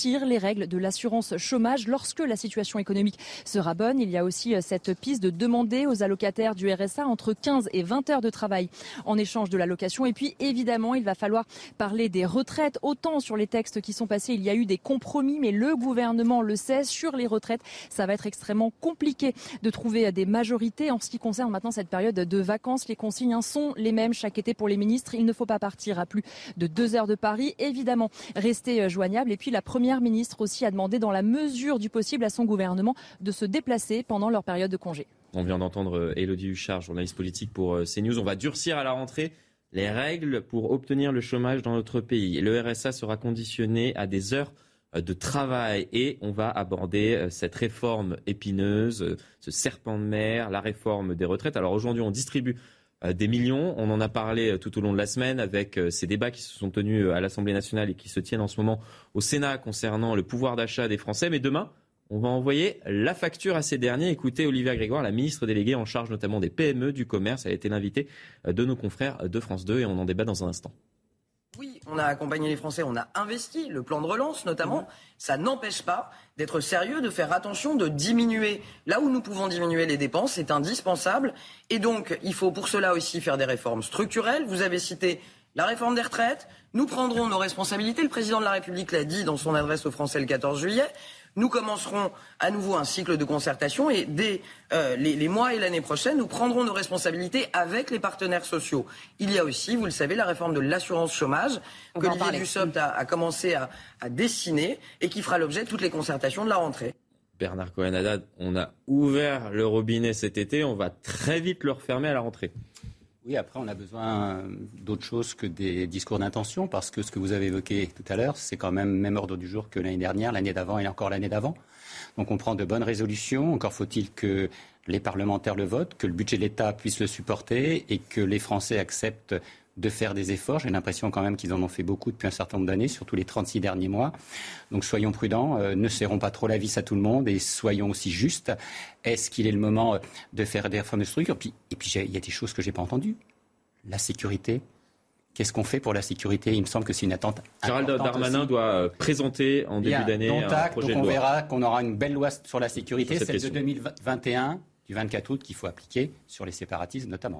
durcir les règles de l'assurance chômage lorsque la situation économique sera bonne. Il y a aussi cette piste de demander aux allocataires du RSA entre 15 et 20 heures de travail en échange de l'allocation. Et puis évidemment, il va falloir parler des retraites. Autant sur les textes qui sont passés, il y a eu des compromis, mais le gouvernement le sait, sur les retraites, ça va être extrêmement compliqué de trouver des majorités. En ce qui concerne maintenant cette période de vacances, les consignes sont les mêmes chaque été pour les ministres. Il ne faut pas partir à plus de 2 heures de Paris. Évidemment, rester joignable. Et puis la première ministre aussi a demandé dans la mesure du possible à son gouvernement de se déplacer pendant leur période de congé. On vient d'entendre Élodie Huchard, journaliste politique pour CNews. On va durcir à la rentrée les règles pour obtenir le chômage dans notre pays. Le RSA sera conditionné à des heures de travail et on va aborder cette réforme épineuse, ce serpent de mer, la réforme des retraites. Alors aujourd'hui, on distribue des millions. On en a parlé tout au long de la semaine avec ces débats qui se sont tenus à l'Assemblée nationale et qui se tiennent en ce moment au Sénat concernant le pouvoir d'achat des Français. Mais demain, on va envoyer la facture à ces derniers. Écoutez Olivia Grégoire, la ministre déléguée en charge notamment des PME, du commerce. Elle a été l'invitée de nos confrères de France 2 et on en débat dans un instant. Oui, on a accompagné les Français, on a investi, le plan de relance notamment. Ça n'empêche pas d'être sérieux, de faire attention, de diminuer. Là où nous pouvons diminuer les dépenses, c'est indispensable. Et donc, il faut pour cela aussi faire des réformes structurelles. Vous avez cité la réforme des retraites. Nous prendrons nos responsabilités. Le président de la République l'a dit dans son adresse aux Français le 14 juillet. Nous commencerons à nouveau un cycle de concertation et dès les mois et l'année prochaine, nous prendrons nos responsabilités avec les partenaires sociaux. Il y a aussi, vous le savez, la réforme de l'assurance chômage qu'Olivier Dussopt a commencé à dessiner et qui fera l'objet de toutes les concertations de la rentrée. Bernard Cohen-Haddad, on a ouvert le robinet cet été, on va très vite le refermer à la rentrée. Oui, après, on a besoin d'autre chose que des discours d'intention, parce que ce que vous avez évoqué tout à l'heure, c'est quand même ordre du jour que l'année dernière, l'année d'avant et encore l'année d'avant. Donc on prend de bonnes résolutions. Encore faut-il que les parlementaires le votent, que le budget de l'État puisse le supporter et que les Français acceptent de faire des efforts. J'ai l'impression quand même qu'ils en ont fait beaucoup depuis un certain nombre d'années, surtout les 36 derniers mois. Donc soyons prudents, ne serrons pas trop la vis à tout le monde et soyons aussi justes. Est-ce qu'il est le moment de faire des réformes de structure ? Et puis il y a des choses que je n'ai pas entendues. La sécurité. Qu'est-ce qu'on fait pour la sécurité ? Il me semble que c'est une attente importante. Gérald Darmanin aussi doit présenter en début d'année un projet de loi. Donc on verra qu'on aura une belle loi sur la sécurité, celle de 2021, du 24 août, qu'il faut appliquer sur les séparatistes notamment.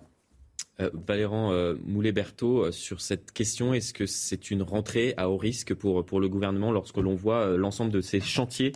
Valéran Moulet-Berthaud, sur cette question, est-ce que c'est une rentrée à haut risque pour le gouvernement lorsque l'on voit l'ensemble de ces chantiers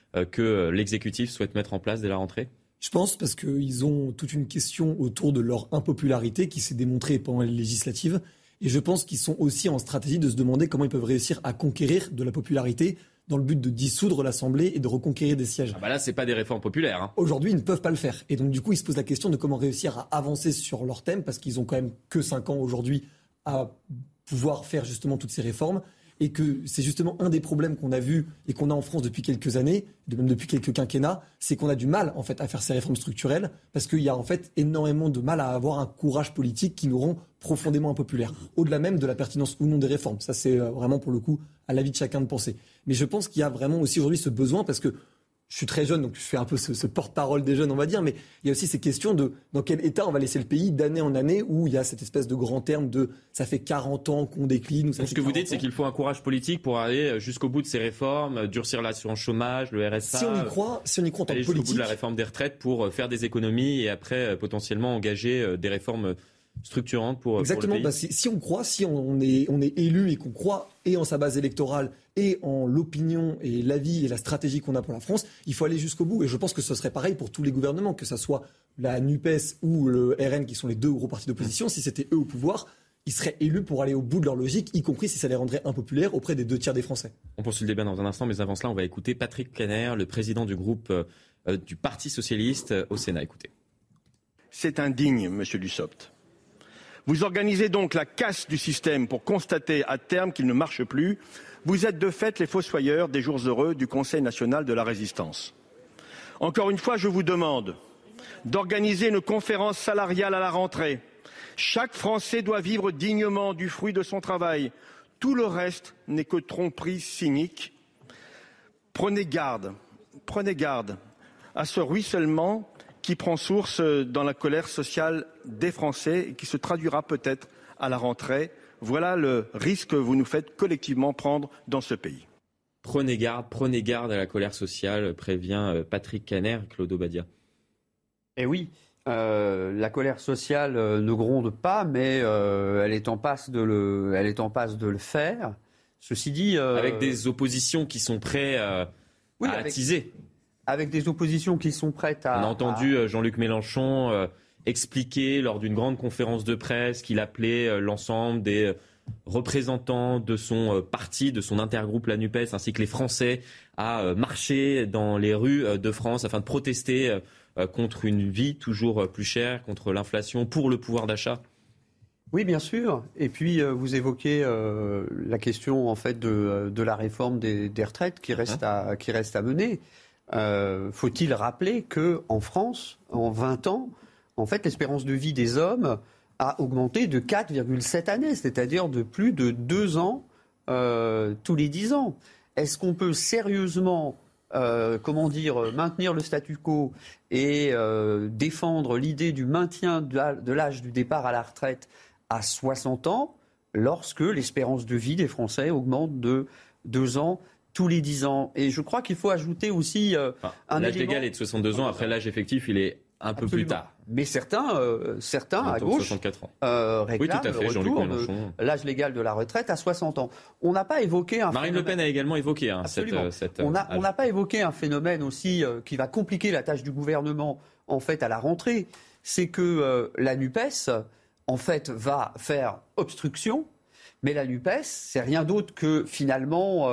que l'exécutif souhaite mettre en place dès la rentrée ? Je pense parce qu'ils ont toute une question autour de leur impopularité qui s'est démontrée pendant les législatives. Et je pense qu'ils sont aussi en stratégie de se demander comment ils peuvent réussir à conquérir de la popularité dans le but de dissoudre l'Assemblée et de reconquérir des sièges. Ah bah là, c'est pas des réformes populaires. Hein. Aujourd'hui, ils ne peuvent pas le faire. Et donc, du coup, ils se posent la question de comment réussir à avancer sur leur thème, parce qu'ils ont quand même que 5 ans aujourd'hui à pouvoir faire justement toutes ces réformes. Et que c'est justement un des problèmes qu'on a vu et qu'on a en France depuis quelques années, même depuis quelques quinquennats, c'est qu'on a du mal en fait à faire ces réformes structurelles parce qu'il y a en fait énormément de mal à avoir un courage politique qui nous rend profondément impopulaires, au-delà même de la pertinence ou non des réformes. Ça c'est vraiment pour le coup à l'avis de chacun de penser. Mais je pense qu'il y a vraiment aussi aujourd'hui ce besoin parce que je suis très jeune, donc je fais un peu ce porte-parole des jeunes, on va dire, mais il y a aussi ces questions de dans quel état on va laisser le pays d'année en année où il y a cette espèce de grand terme de ça fait 40 ans qu'on décline. Ce que vous dites, c'est qu'il faut un courage politique pour aller jusqu'au bout de ces réformes, durcir l'assurance chômage, le RSA. Si on y croit en tant que politique. Aller jusqu'au bout de la réforme des retraites pour faire des économies et après potentiellement engager des réformes structurantes pour exactement, le pays. Bah, si on croit, si on est élu et qu'on croit et en sa base électorale et en l'opinion et l'avis et la stratégie qu'on a pour la France, il faut aller jusqu'au bout. Et je pense que ce serait pareil pour tous les gouvernements, que ce soit la NUPES ou le RN, qui sont les deux gros partis d'opposition. Si c'était eux au pouvoir, ils seraient élus pour aller au bout de leur logique, y compris si ça les rendrait impopulaires auprès des 2 tiers des Français. On poursuit le débat dans un instant, mais avant cela, on va écouter Patrick Kanner, le président du groupe du Parti socialiste au Sénat. Écoutez. C'est indigne, monsieur Dussopt. Vous organisez donc la casse du système pour constater à terme qu'il ne marche plus. Vous êtes de fait les fossoyeurs des jours heureux du Conseil national de la résistance. Encore une fois, je vous demande d'organiser une conférence salariale à la rentrée. Chaque Français doit vivre dignement du fruit de son travail. Tout le reste n'est que tromperie cynique. Prenez garde à ce ruissellement qui prend source dans la colère sociale des Français et qui se traduira peut-être à la rentrée. Voilà le risque que vous nous faites collectivement prendre dans ce pays. Prenez garde à la colère sociale, prévient Patrick Caner, Claude Obadia. Eh oui, la colère sociale ne gronde pas, mais elle est en passe de le faire. Ceci dit, avec des oppositions qui sont prêtes à attiser. Avec des oppositions qui sont prêtes à... On a entendu Jean-Luc Mélenchon expliquer lors d'une grande conférence de presse qu'il appelait l'ensemble des représentants de son parti, de son intergroupe, la NUPES, ainsi que les Français, à marcher dans les rues de France afin de protester contre une vie toujours plus chère, contre l'inflation, pour le pouvoir d'achat. Oui, bien sûr. Et puis, vous évoquez la question en fait de la réforme des retraites qui reste à mener. Faut-il rappeler qu'en France, en 20 ans, en fait, l'espérance de vie des hommes a augmenté de 4,7 années, c'est-à-dire de plus de 2 ans tous les 10 ans. Est-ce qu'on peut sérieusement maintenir le statu quo et défendre l'idée du maintien de l'âge du départ à la retraite à 60 ans lorsque l'espérance de vie des Français augmente de 2 ans tous les 10 ans? Et je crois qu'il faut ajouter aussi un l'âge élément... légal est de 62 ans, après l'âge effectif, il est un peu plus tard. Mais certains à gauche 64 ans. réclament oui, tout à fait, le retour de l'âge légal de la retraite à 60 ans. On n'a pas évoqué un Marine Le Pen a également évoqué cette on n'a pas évoqué un phénomène aussi qui va compliquer la tâche du gouvernement en fait à la rentrée. C'est que la NUPES en fait va faire obstruction. Mais la NUPES, c'est rien d'autre que finalement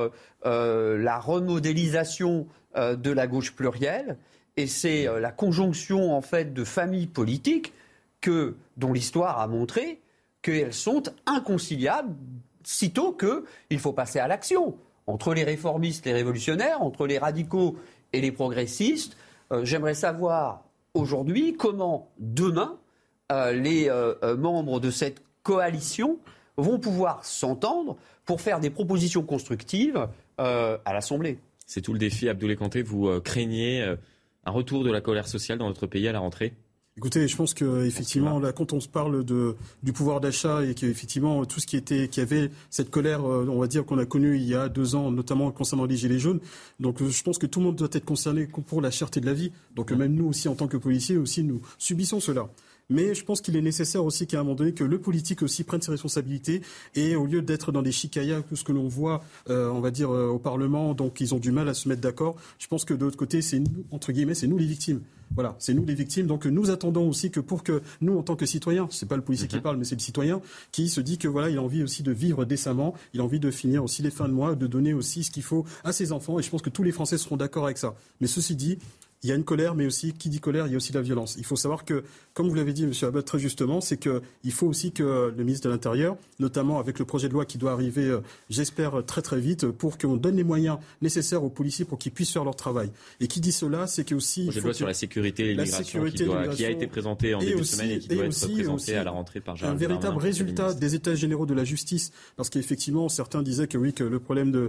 la remodélisation de la gauche plurielle. Et c'est la conjonction en fait de familles politiques dont l'histoire a montré qu'elles sont inconciliables sitôt qu'il faut passer à l'action. Entre les réformistes, les révolutionnaires, entre les radicaux et les progressistes, j'aimerais savoir aujourd'hui comment demain les membres de cette coalition vont pouvoir s'entendre pour faire des propositions constructives à l'Assemblée. C'est tout le défi. Abdoulaye Kanté, vous craignez un retour de la colère sociale dans notre pays à la rentrée? Écoutez, je pense qu'effectivement, là, quand on se parle du pouvoir d'achat et qu'effectivement, tout ce qui avait cette colère, on va dire, qu'on a connue il y a 2 ans, notamment concernant les Gilets jaunes. Donc, je pense que tout le monde doit être concerné pour la cherté de la vie. Donc, même nous aussi, en tant que policiers, aussi, nous subissons cela. Mais je pense qu'il est nécessaire aussi qu'à un moment donné, que le politique aussi prenne ses responsabilités et au lieu d'être dans des chicayas, tout ce que l'on voit, on va dire, au Parlement, donc ils ont du mal à se mettre d'accord. Je pense que de l'autre côté, c'est nous, entre guillemets, c'est nous les victimes. Voilà, c'est nous les victimes. Donc nous attendons aussi que pour que nous, en tant que citoyens, c'est pas le policier qui parle, mais c'est le citoyen qui se dit que voilà, il a envie aussi de vivre décemment, il a envie de finir aussi les fins de mois, de donner aussi ce qu'il faut à ses enfants. Et je pense que tous les Français seront d'accord avec ça. Mais ceci dit, il y a une colère, mais aussi, qui dit colère, il y a aussi de la violence. Il faut savoir que, comme vous l'avez dit, M. Abad, très justement, c'est qu'il faut aussi que le ministre de l'Intérieur, notamment avec le projet de loi qui doit arriver, j'espère, très très vite, pour qu'on donne les moyens nécessaires aux policiers pour qu'ils puissent faire leur travail. Et qui dit cela, c'est qu'aussi... Le projet de loi sur la sécurité et l'immigration qui a été présenté en début de semaine et qui doit être présenté à la rentrée par Gérald Darmanin. Un véritable résultat des états généraux de la justice, parce qu'effectivement, certains disaient que oui, que le problème de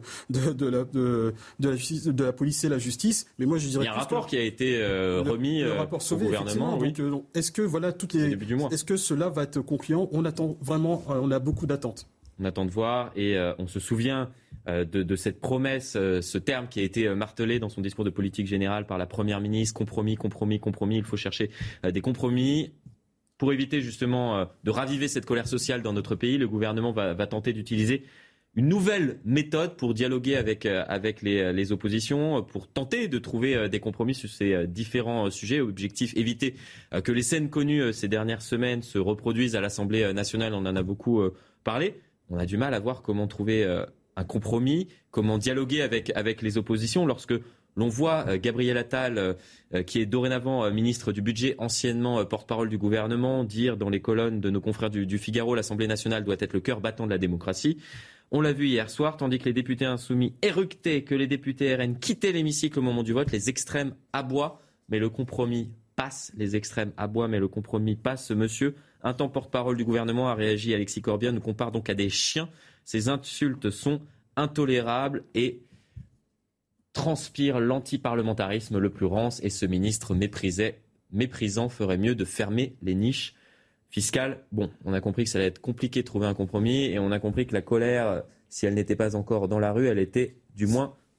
la police, c'est la justice. Mais moi, je dirais... Il y a un rapport qui a été remis au gouvernement. Oui. Donc, est-ce que est-ce que cela va être concluant? On attend vraiment, on a beaucoup d'attentes. On attend de voir et on se souvient de cette promesse, ce terme qui a été martelé dans son discours de politique générale par la Première ministre, compromis. Il faut chercher des compromis. Pour éviter justement de raviver cette colère sociale dans notre pays, le gouvernement va tenter d'utiliser une nouvelle méthode pour dialoguer avec les oppositions, pour tenter de trouver des compromis sur ces différents sujets. Objectif, éviter que les scènes connues ces dernières semaines se reproduisent à l'Assemblée nationale. On en a beaucoup parlé. On a du mal à voir comment trouver un compromis, comment dialoguer avec les oppositions lorsque l'on voit Gabriel Attal, qui est dorénavant ministre du Budget, anciennement porte-parole du gouvernement, dire dans les colonnes de nos confrères du Figaro, l'Assemblée nationale doit être le cœur battant de la démocratie. On l'a vu hier soir, tandis que les députés insoumis éructaient, que les députés RN quittaient l'hémicycle au moment du vote, les extrêmes aboient, mais le compromis passe. Les extrêmes aboient, mais le compromis passe. Ce monsieur, un temps porte-parole du gouvernement, a réagi. Alexis Corbière nous compare donc à des chiens. Ces insultes sont intolérables et transpirent l'antiparlementarisme le plus rance. Et ce ministre méprisant ferait mieux de fermer les niches fiscale. Bon, on a compris que ça allait être compliqué de trouver un compromis et on a compris que la colère, si elle n'était pas encore dans la rue, elle était du moins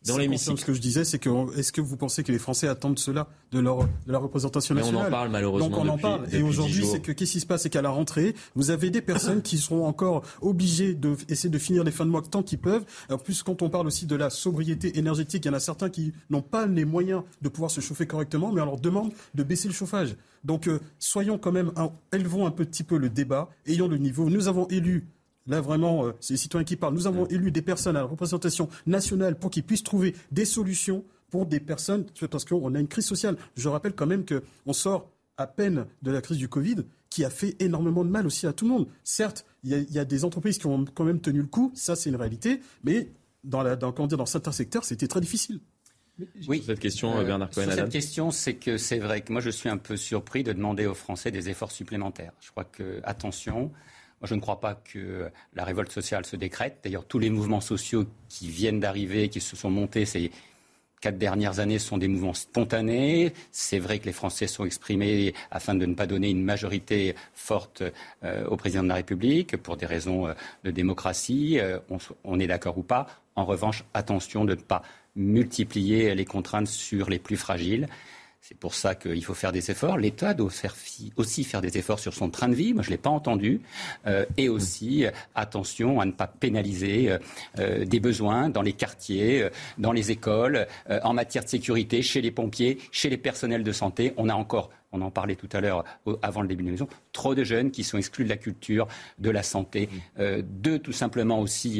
dans l'hémicycle. Ce que je disais, c'est que est-ce que vous pensez que les Français attendent cela de la représentation nationale? On en parle malheureusement. Donc on en parle. Et aujourd'hui, c'est que qu'est-ce qui se passe? C'est qu'à la rentrée, vous avez des personnes qui seront encore obligées d'essayer de finir les fins de mois tant qu'ils peuvent. En plus, quand on parle aussi de la sobriété énergétique, il y en a certains qui n'ont pas les moyens de pouvoir se chauffer correctement, mais on leur demande de baisser le chauffage. Donc soyons quand même, élevons un petit peu le débat, ayons le niveau. Nous avons élu. Là, vraiment, c'est les citoyens qui parlent. Nous avons élu des personnes à la représentation nationale pour qu'ils puissent trouver des solutions pour des personnes, parce qu'on a une crise sociale. Je rappelle quand même qu'on sort à peine de la crise du Covid, qui a fait énormément de mal aussi à tout le monde. Certes, il y a des entreprises qui ont quand même tenu le coup, ça c'est une réalité, mais dans certains secteurs, c'était très difficile. Oui. Sur cette question, Bernard Cohen. Sur cette question, c'est que c'est vrai que moi je suis un peu surpris de demander aux Français des efforts supplémentaires. Je crois que, attention, moi, je ne crois pas que la révolte sociale se décrète. D'ailleurs, tous les mouvements sociaux qui viennent d'arriver, qui se sont montés ces 4 dernières années, sont des mouvements spontanés. C'est vrai que les Français sont exprimés afin de ne pas donner une majorité forte au président de la République pour des raisons de démocratie. On est d'accord ou pas. En revanche, attention de ne pas multiplier les contraintes sur les plus fragiles. C'est pour ça qu'il faut faire des efforts. L'État doit aussi faire des efforts sur son train de vie. Moi, je ne l'ai pas entendu. Et aussi, attention à ne pas pénaliser des besoins dans les quartiers, dans les écoles, en matière de sécurité, chez les pompiers, chez les personnels de santé. On en parlait tout à l'heure avant le début de l'émission, trop de jeunes qui sont exclus de la culture, de la santé, de tout simplement aussi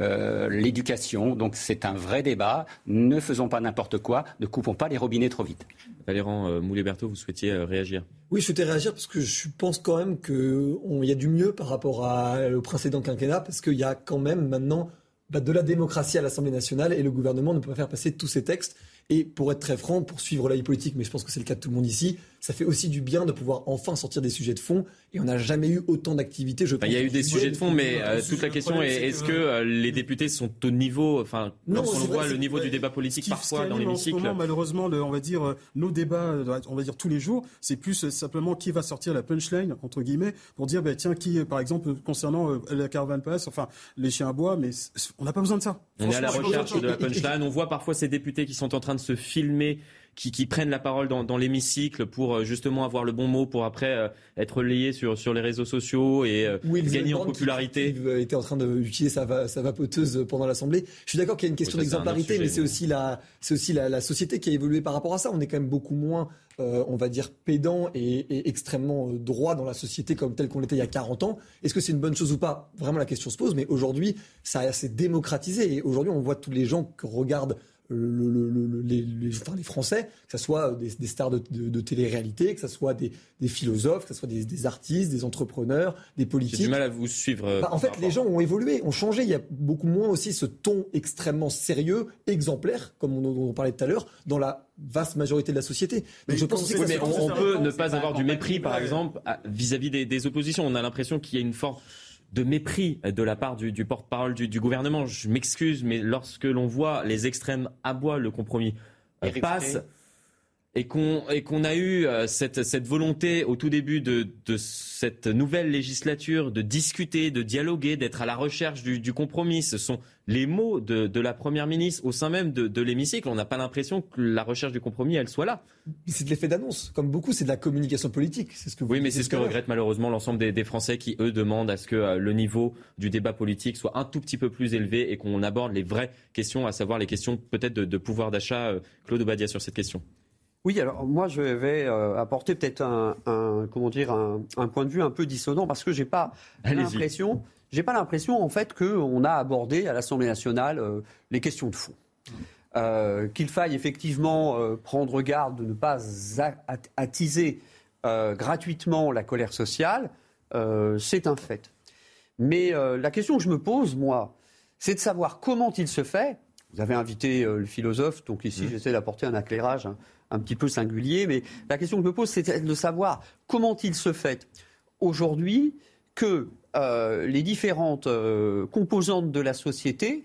l'éducation. Donc c'est un vrai débat. Ne faisons pas n'importe quoi, ne coupons pas les robinets trop vite. Valérand Moulet-Berthaud, vous souhaitiez réagir? Oui, je souhaitais réagir parce que je pense quand même qu'il y a du mieux par rapport au précédent quinquennat, parce qu'il y a quand même maintenant de la démocratie à l'Assemblée nationale et le gouvernement ne peut pas faire passer tous ces textes. Et pour être très franc, pour suivre la vie politique, mais je pense que c'est le cas de tout le monde ici, ça fait aussi du bien de pouvoir enfin sortir des sujets de fond. Et on n'a jamais eu autant d'activités. Il y a eu des sujets de fond, mais toute la question est est-ce que les députés sont au niveau, quand on voit le niveau du débat politique parfois dans l'hémicycle. En ce moment, malheureusement, on va dire nos débats, on va dire tous les jours, c'est plus simplement qui va sortir la punchline entre guillemets pour dire tiens qui, par exemple, concernant la caravane passe, enfin les chiens à bois, mais on n'a pas besoin de ça. On est à la recherche de la punchline. On voit parfois ces députés qui sont en train de se filmer, qui prennent la parole dans l'hémicycle pour justement avoir le bon mot pour après être relayé sur les réseaux sociaux et gagner en popularité. Qui était en train d'utiliser sa vapoteuse pendant l'Assemblée. Je suis d'accord qu'il y a une question d'exemplarité, mais c'est aussi la société qui a évolué par rapport à ça. On est quand même beaucoup moins, on va dire, pédant et extrêmement droit dans la société comme tel qu'on l'était il y a 40 ans. Est-ce que c'est une bonne chose ou pas? Vraiment, la question se pose, mais aujourd'hui, ça s'est démocratisé. Et aujourd'hui, on voit tous les gens que regardent les Français, que ce soit des stars de télé-réalité, que ce soit des philosophes, que ce soit des artistes, des entrepreneurs, des politiques. J'ai du mal à vous suivre. En fait, les gens ont évolué, ont changé. Il y a beaucoup moins aussi ce ton extrêmement sérieux, exemplaire, comme on parlait tout à l'heure, dans la vaste majorité de la société. Donc je pense on peut ne pas avoir du mépris, par exemple, vis-à-vis des oppositions. On a l'impression qu'il y a une forme de mépris de la part du porte-parole du gouvernement. Je m'excuse, mais lorsque l'on voit les extrêmes aboient, le compromis passe, et qu'on a eu cette volonté au tout début de cette nouvelle législature de discuter, de dialoguer, d'être à la recherche du compromis. Ce sont les mots de la Première ministre au sein même de l'hémicycle. On n'a pas l'impression que la recherche du compromis, elle soit là. C'est de l'effet d'annonce. Comme beaucoup, c'est de la communication politique. C'est ce que vous mais c'est ce que regrette malheureusement l'ensemble des Français qui, eux, demandent à ce que le niveau du débat politique soit un tout petit peu plus élevé et qu'on aborde les vraies questions, à savoir les questions peut-être de pouvoir d'achat. Claude Obadia sur cette question. Oui, alors moi je vais apporter peut-être un point de vue un peu dissonant parce que j'ai pas l'impression en fait qu'on a abordé à l'Assemblée nationale les questions de fond. Qu'il faille effectivement prendre garde de ne pas attiser gratuitement la colère sociale, c'est un fait. Mais la question que je me pose, moi, c'est de savoir comment il se fait. Vous avez invité le philosophe, donc ici j'essaie d'apporter un éclairage un petit peu singulier, mais la question que je me pose, c'est de savoir comment il se fait aujourd'hui que les différentes composantes de la société,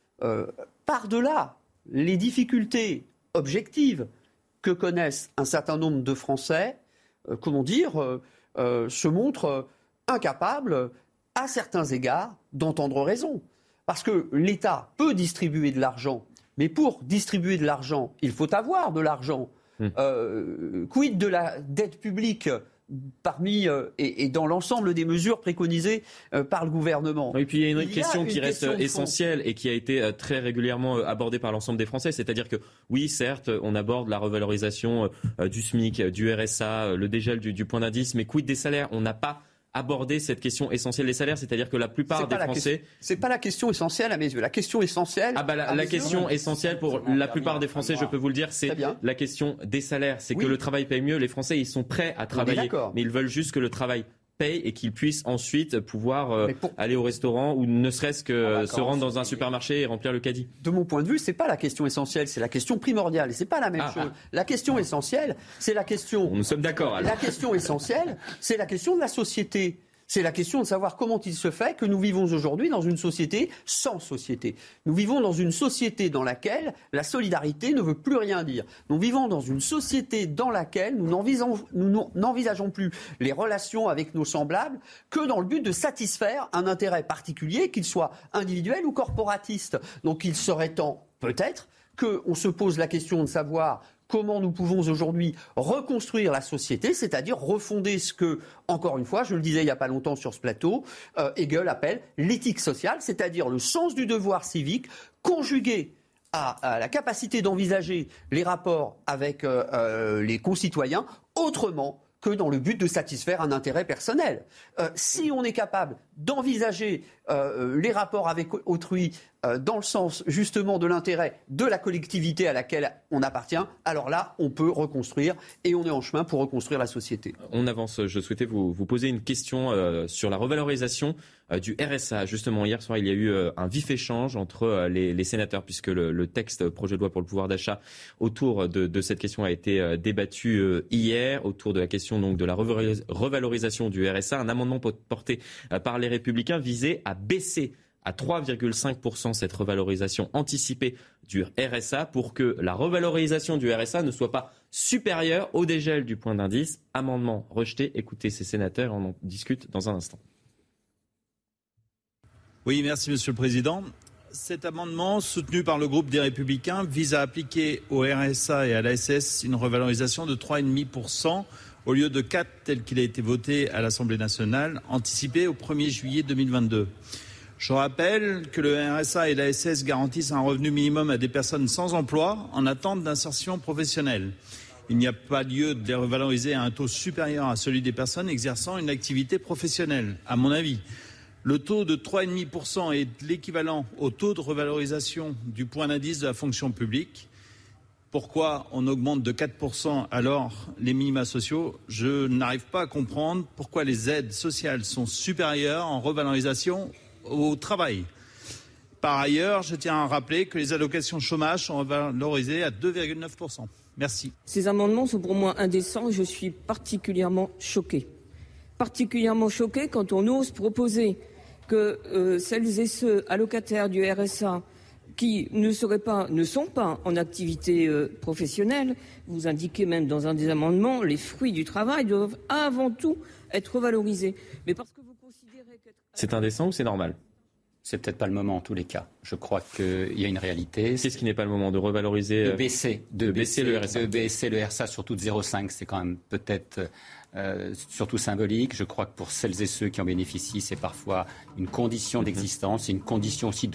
par-delà les difficultés objectives que connaissent un certain nombre de Français, se montrent incapables, à certains égards, d'entendre raison. Parce que l'État peut distribuer de l'argent Mais pour distribuer de l'argent, il faut avoir de l'argent. Quid de la dette publique parmi et dans l'ensemble des mesures préconisées par le gouvernement. Et puis il y a une autre question qui reste essentielle et qui a été très régulièrement abordée par l'ensemble des Français, c'est-à-dire que oui, certes, on aborde la revalorisation du SMIC, du RSA, le dégel du point d'indice, mais quid des salaires ? On n'a pas aborder cette question essentielle des salaires, c'est-à-dire que la plupart des Français... C'est pas la question essentielle à mes yeux. La question essentielle... la question essentielle pour la plupart des Français, je peux vous le dire, c'est la question des salaires. C'est que le travail paye mieux. Les Français, ils sont prêts à travailler, mais ils veulent juste que le travail paye et qu'ils puissent ensuite pouvoir aller au restaurant ou ne serait-ce que se rendre dans un supermarché et remplir le caddie. De mon point de vue, c'est pas la question essentielle, c'est la question primordiale et c'est pas la même chose. La question essentielle, c'est la question... Nous sommes d'accord alors. La question essentielle, c'est la question de la société. C'est la question de savoir comment il se fait que nous vivons aujourd'hui dans une société sans société. Nous vivons dans une société dans laquelle la solidarité ne veut plus rien dire. Nous vivons dans une société dans laquelle nous n'envisageons plus les relations avec nos semblables que dans le but de satisfaire un intérêt particulier, qu'il soit individuel ou corporatiste. Donc il serait temps, peut-être, qu'on se pose la question de savoir comment nous pouvons aujourd'hui reconstruire la société, c'est-à-dire refonder ce que, encore une fois, je le disais il n'y a pas longtemps sur ce plateau, Hegel appelle l'éthique sociale, c'est-à-dire le sens du devoir civique conjugué à la capacité d'envisager les rapports avec les concitoyens autrement que dans le but de satisfaire un intérêt personnel. Si on est capable d'envisager les rapports avec autrui dans le sens justement de l'intérêt de la collectivité à laquelle on appartient, alors là, on peut reconstruire et on est en chemin pour reconstruire la société. On avance. Je souhaitais vous poser une question sur la revalorisation du RSA. Justement, hier soir, il y a eu un vif échange entre les sénateurs puisque le texte projet de loi pour le pouvoir d'achat autour de cette question a été débattu hier, autour de la question donc de la revalorisation du RSA. Un amendement porté par les Républicains visait à baisser à 3,5% cette revalorisation anticipée du RSA pour que la revalorisation du RSA ne soit pas supérieure au dégel du point d'indice. Amendement rejeté. Écoutez ces sénateurs, on en discute dans un instant. Oui, merci Monsieur le Président. Cet amendement, soutenu par le groupe des Républicains, vise à appliquer au RSA et à l'ASS une revalorisation de 3,5% au lieu de 4 tel qu'il a été voté à l'Assemblée nationale, anticipé au 1er juillet 2022. Je rappelle que le RSA et l'ASS garantissent un revenu minimum à des personnes sans emploi en attente d'insertion professionnelle. Il n'y a pas lieu de les revaloriser à un taux supérieur à celui des personnes exerçant une activité professionnelle, à mon avis. Le taux de 3,5% est l'équivalent au taux de revalorisation du point d'indice de la fonction publique. Pourquoi on augmente de 4% alors les minima sociaux ? Je n'arrive pas à comprendre pourquoi les aides sociales sont supérieures en revalorisation au travail. Par ailleurs, je tiens à rappeler que les allocations chômage sont revalorisées à 2,9%. Merci. Ces amendements sont pour moi indécents et je suis particulièrement choquée. Particulièrement choquée quand on ose proposer que celles et ceux allocataires du RSA qui ne sont pas en activité professionnelle, vous indiquez même dans un des amendements, les fruits du travail doivent avant tout être valorisés. Mais parce que vous considérez que... C'est indécent ou c'est normal ? C'est peut-être pas le moment en tous les cas. Je crois qu'il y a une réalité. Qu'est-ce qui n'est pas le moment de revaloriser de baisser le RSA. De baisser le RSA surtout de 0,5, c'est quand même peut-être surtout symbolique. Je crois que pour celles et ceux qui en bénéficient, c'est parfois une condition d'existence, c'est une condition aussi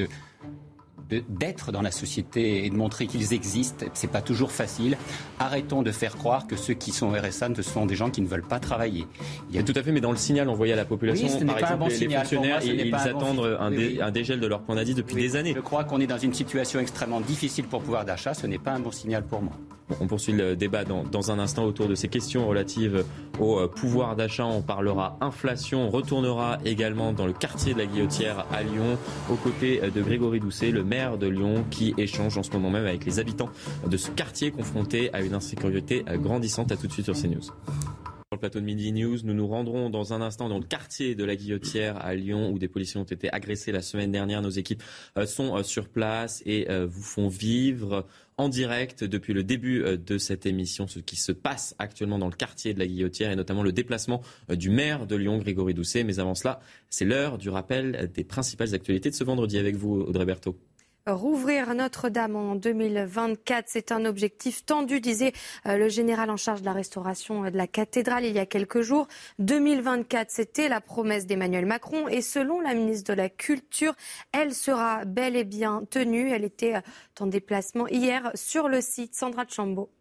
d'être dans la société et de montrer qu'ils existent. C'est pas toujours facile. Arrêtons de faire croire que ceux qui sont au RSA ne sont des gens qui ne veulent pas travailler. Tout à fait, mais dans le signal envoyé à la population, par exemple, les fonctionnaires, ils attendent un dégel de leur point d'indice depuis des années. Je crois qu'on est dans une situation extrêmement difficile pour le pouvoir d'achat. Ce n'est pas un bon signal pour moi. On poursuit le débat dans un instant autour de ces questions relatives au pouvoir d'achat. On parlera inflation. On retournera également dans le quartier de la Guillotière à Lyon, aux côtés de Grégory Doucet, le maire de Lyon, qui échange en ce moment même avec les habitants de ce quartier confronté à une insécurité grandissante. À tout de suite sur CNews. Sur le plateau de Midi News, nous nous rendrons dans un instant dans le quartier de la Guillotière à Lyon où des policiers ont été agressés la semaine dernière. Nos équipes sont sur place et vous font vivre en direct depuis le début de cette émission ce qui se passe actuellement dans le quartier de la Guillotière et notamment le déplacement du maire de Lyon, Grégory Doucet. Mais avant cela, c'est l'heure du rappel des principales actualités de ce vendredi avec vous, Audrey Berthaud. Rouvrir Notre-Dame en 2024, c'est un objectif tendu, disait le général en charge de la restauration de la cathédrale il y a quelques jours. 2024, c'était la promesse d'Emmanuel Macron et selon la ministre de la Culture, elle sera bel et bien tenue. Elle était en déplacement hier sur le site. Sandra Chambaud.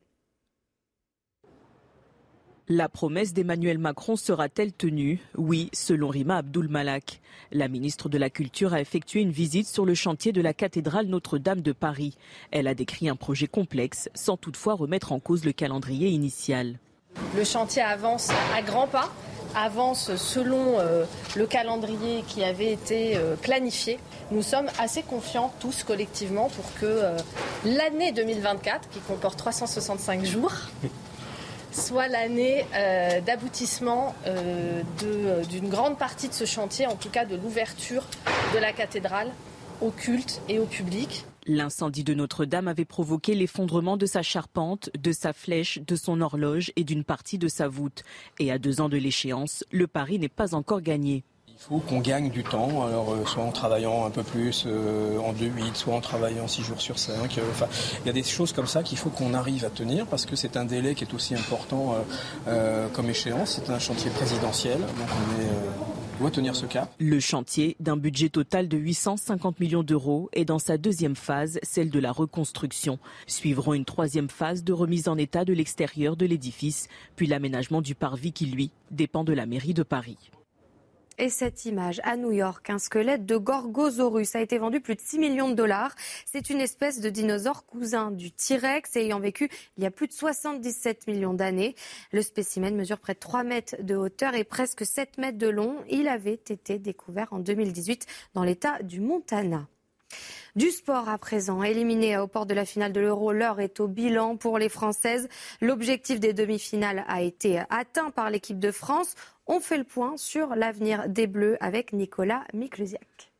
La promesse d'Emmanuel Macron sera-t-elle tenue ? Oui, selon Rima Abdul-Malak. La ministre de la Culture a effectué une visite sur le chantier de la cathédrale Notre-Dame de Paris. Elle a décrit un projet complexe, sans toutefois remettre en cause le calendrier initial. Le chantier avance à grands pas, avance selon le calendrier qui avait été planifié. Nous sommes assez confiants tous collectivement pour que l'année 2024, qui comporte 365 jours, soit l'année d'aboutissement d'une grande partie de ce chantier, en tout cas de l'ouverture de la cathédrale au culte et au public. L'incendie de Notre-Dame avait provoqué l'effondrement de sa charpente, de sa flèche, de son horloge et d'une partie de sa voûte. Et à 2 ans de l'échéance, le pari n'est pas encore gagné. Il faut qu'on gagne du temps, alors soit en travaillant un peu plus en 2-8, soit en travaillant 6 jours sur 5. Il y a des choses comme ça qu'il faut qu'on arrive à tenir parce que c'est un délai qui est aussi important comme échéance. C'est un chantier présidentiel, donc on doit tenir ce cap. Le chantier, d'un budget total de 850 millions d'euros, est dans sa 2e phase, celle de la reconstruction. Suivront une 3e phase de remise en état de l'extérieur de l'édifice, puis l'aménagement du parvis qui, lui, dépend de la mairie de Paris. Et cette image à New York, un squelette de Gorgosaurus a été vendu plus de 6 millions de dollars. C'est une espèce de dinosaure cousin du T-Rex et ayant vécu il y a plus de 77 millions d'années. Le spécimen mesure près de 3 mètres de hauteur et presque 7 mètres de long. Il avait été découvert en 2018 dans l'État du Montana. Du sport à présent, éliminé aux portes de la finale de l'Euro, l'heure est au bilan pour les Françaises. L'objectif des demi-finales a été atteint par l'équipe de France. On fait le point sur l'avenir des Bleus avec Nicolas Miklusiak.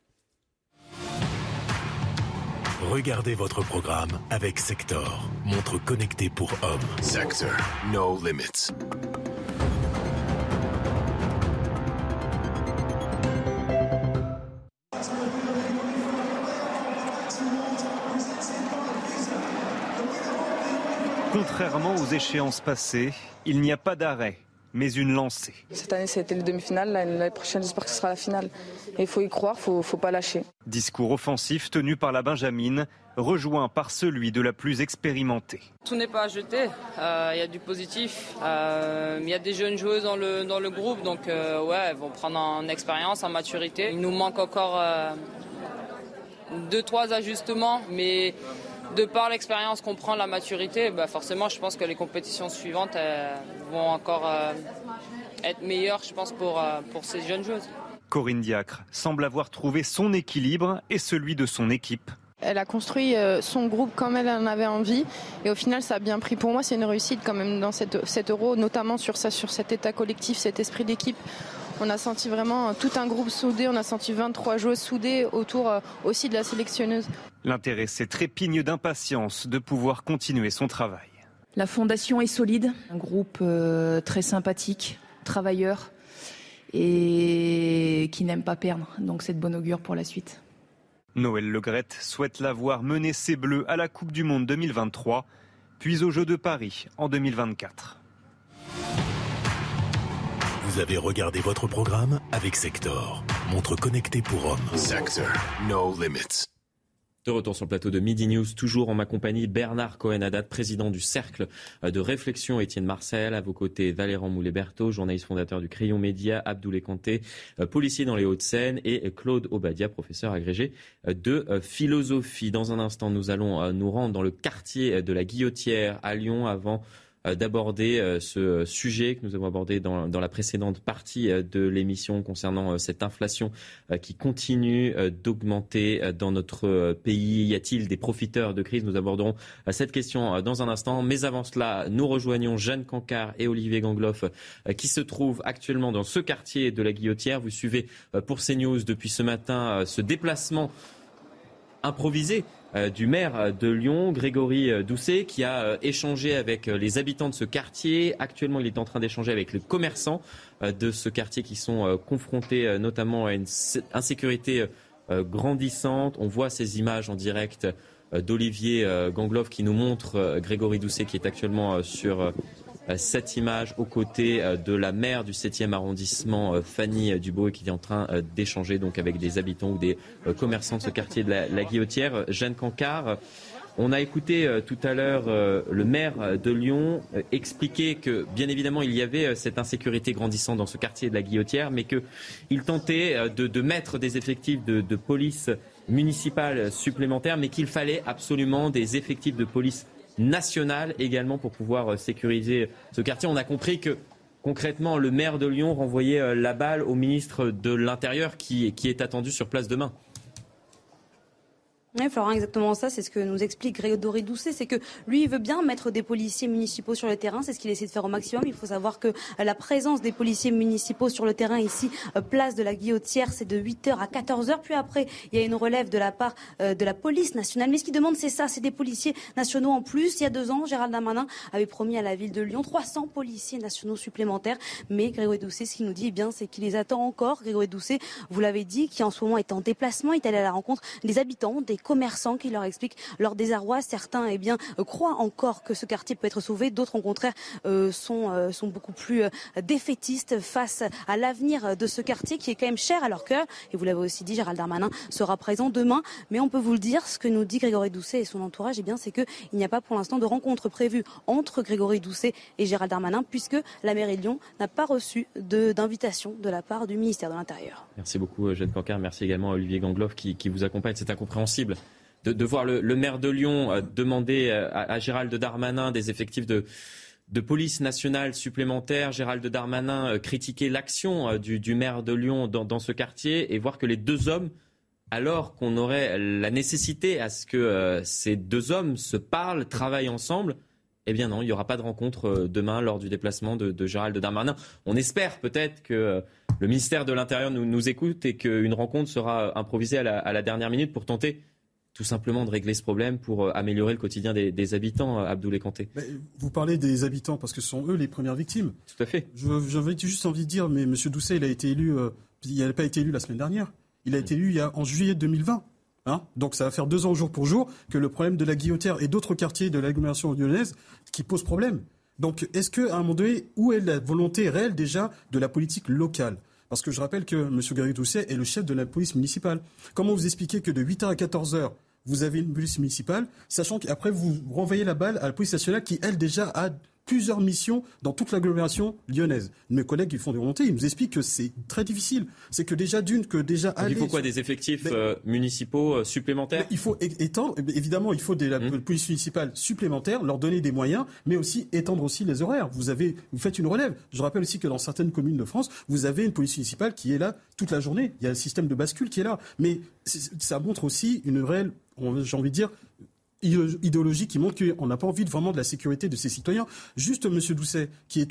Regardez votre programme avec Sector, montre connectée pour hommes. Sector, no limits. Contrairement aux échéances passées, il n'y a pas d'arrêt, mais une lancée. Cette année, c'était le demi-finale. L'année prochaine, j'espère que ce sera la finale. Et il faut y croire, il ne faut pas lâcher. Discours offensif tenu par la Benjamine, rejoint par celui de la plus expérimentée. Tout n'est pas à jeter. Il y a du positif. Il y a des jeunes joueuses dans le groupe. Donc, elles vont prendre en expérience, en maturité. Il nous manque encore 2-3 ajustements, mais de par l'expérience qu'on prend, la maturité, forcément, je pense que les compétitions suivantes vont encore être meilleures, je pense, pour ces jeunes joueuses. Corinne Diacre semble avoir trouvé son équilibre et celui de son équipe. Elle a construit son groupe comme elle en avait envie. Et au final, ça a bien pris. Pour moi, c'est une réussite quand même dans cet Euro, notamment sur cet état collectif, cet esprit d'équipe. On a senti vraiment tout un groupe soudé, on a senti 23 joueuses soudées autour aussi de la sélectionneuse. L'intéressé trépigne d'impatience de pouvoir continuer son travail. La fondation est solide, un groupe très sympathique, travailleur et qui n'aime pas perdre. Donc c'est de bon augure pour la suite. Noël Le Graët souhaite la voir mener ses Bleus à la Coupe du Monde 2023, puis aux Jeux de Paris en 2024. Vous avez regardé votre programme avec Sector, montre connectée pour hommes. Sector, no limits. De retour sur le plateau de Midi News, toujours en ma compagnie, Bernard Cohen-Haddad, président du Cercle de réflexion Étienne Marcel. À vos côtés, Valéran Moulet-Berthaud, journaliste fondateur du Crayon Média, Abdoulaye Kanté, policier dans les Hauts-de-Seine, et Claude Obadia, professeur agrégé de philosophie. Dans un instant, nous allons nous rendre dans le quartier de la Guillotière à Lyon avant d'aborder ce sujet que nous avons abordé dans la précédente partie de l'émission concernant cette inflation qui continue d'augmenter dans notre pays. Y a-t-il des profiteurs de crise ? Nous aborderons cette question dans un instant. Mais avant cela, nous rejoignons Jeanne Cancard et Olivier Gangloff qui se trouvent actuellement dans ce quartier de la Guillotière. Vous suivez pour CNews depuis ce matin ce déplacement improvisé du maire de Lyon, Grégory Doucet, qui a échangé avec les habitants de ce quartier. Actuellement, il est en train d'échanger avec les commerçants de ce quartier qui sont confrontés notamment à une insécurité grandissante. On voit ces images en direct d'Olivier Gangloff qui nous montre Grégory Doucet qui est actuellement sur cette image aux côtés de la maire du 7e arrondissement, Fanny Dubois, qui est en train d'échanger donc avec des habitants ou des commerçants de ce quartier de la Guillotière. Jeanne Cancard, on a écouté tout à l'heure le maire de Lyon expliquer que, bien évidemment, il y avait cette insécurité grandissante dans ce quartier de la Guillotière, mais qu'il tentait de mettre des effectifs de police municipale supplémentaires, mais qu'il fallait absolument des effectifs de police nationale également pour pouvoir sécuriser ce quartier. On a compris que concrètement le maire de Lyon renvoyait la balle au ministre de l'Intérieur qui est attendu sur place demain. Oui, Florent, exactement ça, c'est ce que nous explique Grégory Doucet, c'est que lui, il veut bien mettre des policiers municipaux sur le terrain, c'est ce qu'il essaie de faire au maximum. Il faut savoir que la présence des policiers municipaux sur le terrain ici, place de la Guillotière, c'est de 8h à 14h, puis après, il y a une relève de la part de la police nationale. Mais ce qu'il demande, c'est ça, c'est des policiers nationaux en plus. Il y a 2 ans, Gérald Darmanin avait promis à la ville de Lyon 300 policiers nationaux supplémentaires, mais Grégory Doucet, ce qu'il nous dit, eh bien, c'est qu'il les attend encore. Grégory Doucet, vous l'avez dit, qui en ce moment est en déplacement, il est allé à la rencontre des habitants, des commerçants qui leur expliquent leur désarroi. Certains croient encore que ce quartier peut être sauvé, d'autres au contraire sont beaucoup plus défaitistes face à l'avenir de ce quartier qui est quand même cher à leur cœur. Et vous l'avez aussi dit, Gérald Darmanin sera présent demain, mais on peut vous le dire, ce que nous dit Grégory Doucet et son entourage, c'est qu'il n'y a pas pour l'instant de rencontre prévue entre Grégory Doucet et Gérald Darmanin, puisque la mairie de Lyon n'a pas reçu d'invitation de la part du ministère de l'Intérieur. Merci beaucoup Jeanne Cancard, merci également à Olivier Gangloff qui vous accompagne. C'est incompréhensible de voir le maire de Lyon demander à Gérald Darmanin des effectifs de police nationale supplémentaires. Gérald Darmanin critiquer l'action du maire de Lyon dans ce quartier et voir que les 2 hommes, alors qu'on aurait la nécessité à ce que ces 2 hommes se parlent, travaillent ensemble, eh bien non, il n'y aura pas de rencontre demain lors du déplacement de Gérald Darmanin. On espère peut-être que le ministère de l'Intérieur nous écoute et qu'une rencontre sera improvisée à la dernière minute pour tenter tout simplement de régler ce problème pour améliorer le quotidien des habitants, Abdoulaye Kanté. Vous parlez des habitants parce que ce sont eux les premières victimes. Tout à fait. J'avais juste envie de dire, mais M. Doucet, il n'a pas été élu la semaine dernière. Il a été élu en juillet 2020. Donc ça va faire 2 ans jour pour jour que le problème de la Guillotière et d'autres quartiers de l'agglomération lyonnaise qui pose problème. Donc est-ce qu'à un moment donné, où est la volonté réelle déjà de la politique locale ? Parce que je rappelle que M. Grégory Doucet est le chef de la police municipale. Comment vous expliquez que de 8h à 14h, vous avez une police municipale, sachant qu'après vous renvoyez la balle à la police nationale qui, elle, déjà a plusieurs missions dans toute l'agglomération lyonnaise. Mes collègues, ils font des remontées, ils nous expliquent que c'est très difficile. C'est que déjà il faut quoi, des effectifs municipaux supplémentaires ? Il faut étendre, évidemment, il faut la police municipale supplémentaire, leur donner des moyens, mais aussi étendre aussi les horaires. Vous faites une relève. Je rappelle aussi que dans certaines communes de France, vous avez une police municipale qui est là toute la journée. Il y a un système de bascule qui est là. Mais ça montre aussi une réelle, j'ai envie de dire, idéologie qui montre qu'on n'a pas envie vraiment de la sécurité de ses citoyens. Juste M. Doucet,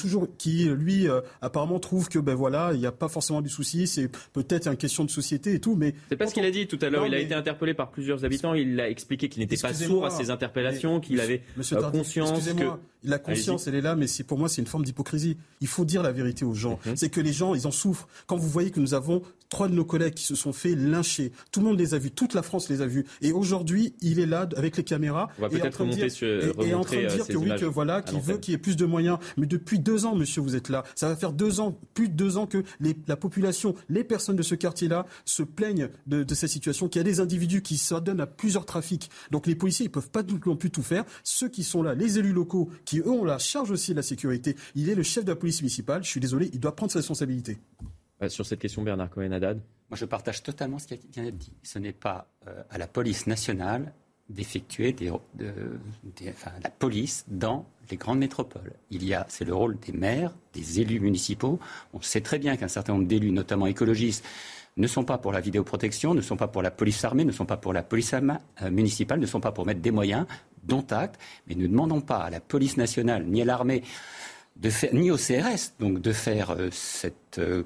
qui lui apparemment trouve que il n'y a pas forcément du souci, c'est peut-être une question de société et tout, mais c'est pas ce qu'il a dit tout à l'heure. Il a été interpellé par plusieurs habitants. Il a expliqué qu'il n'était pas sourd à ces interpellations, qu'il avait conscience. Excusez-moi, la conscience, elle est là, mais pour moi, c'est une forme d'hypocrisie. Il faut dire la vérité aux gens. C'est que les gens, ils en souffrent. Quand vous voyez que nous avons 3 de nos collègues qui se sont fait lyncher, tout le monde les a vus, toute la France les a vus, et aujourd'hui, il est là avec les caméras. On va peut-être remontrer en train de dire qu'il veut qu'il y ait plus de moyens. Mais depuis 2 ans, monsieur, vous êtes là. Ça va faire 2 ans, plus de 2 ans que la population, les personnes de ce quartier-là se plaignent de cette situation, qu'il y a des individus qui s'adonnent à plusieurs trafics. Donc les policiers, ils peuvent pas non plus tout faire. Ceux qui sont là, les élus locaux, qui eux ont la charge aussi de la sécurité. Il est le chef de la police municipale. Je suis désolé, il doit prendre ses responsabilités. Sur cette question, Bernard Cohen-Haddad. Moi, je partage totalement ce qui vient d'être dit. Ce n'est pas à la police nationale d'effectuer la police dans les grandes métropoles. C'est le rôle des maires, des élus municipaux. On sait très bien qu'un certain nombre d'élus, notamment écologistes, ne sont pas pour la vidéoprotection, ne sont pas pour la police armée, ne sont pas pour la police municipale, ne sont pas pour mettre des moyens, dont acte. Mais ne demandons pas à la police nationale ni à l'armée, ni au CRS, donc de faire cette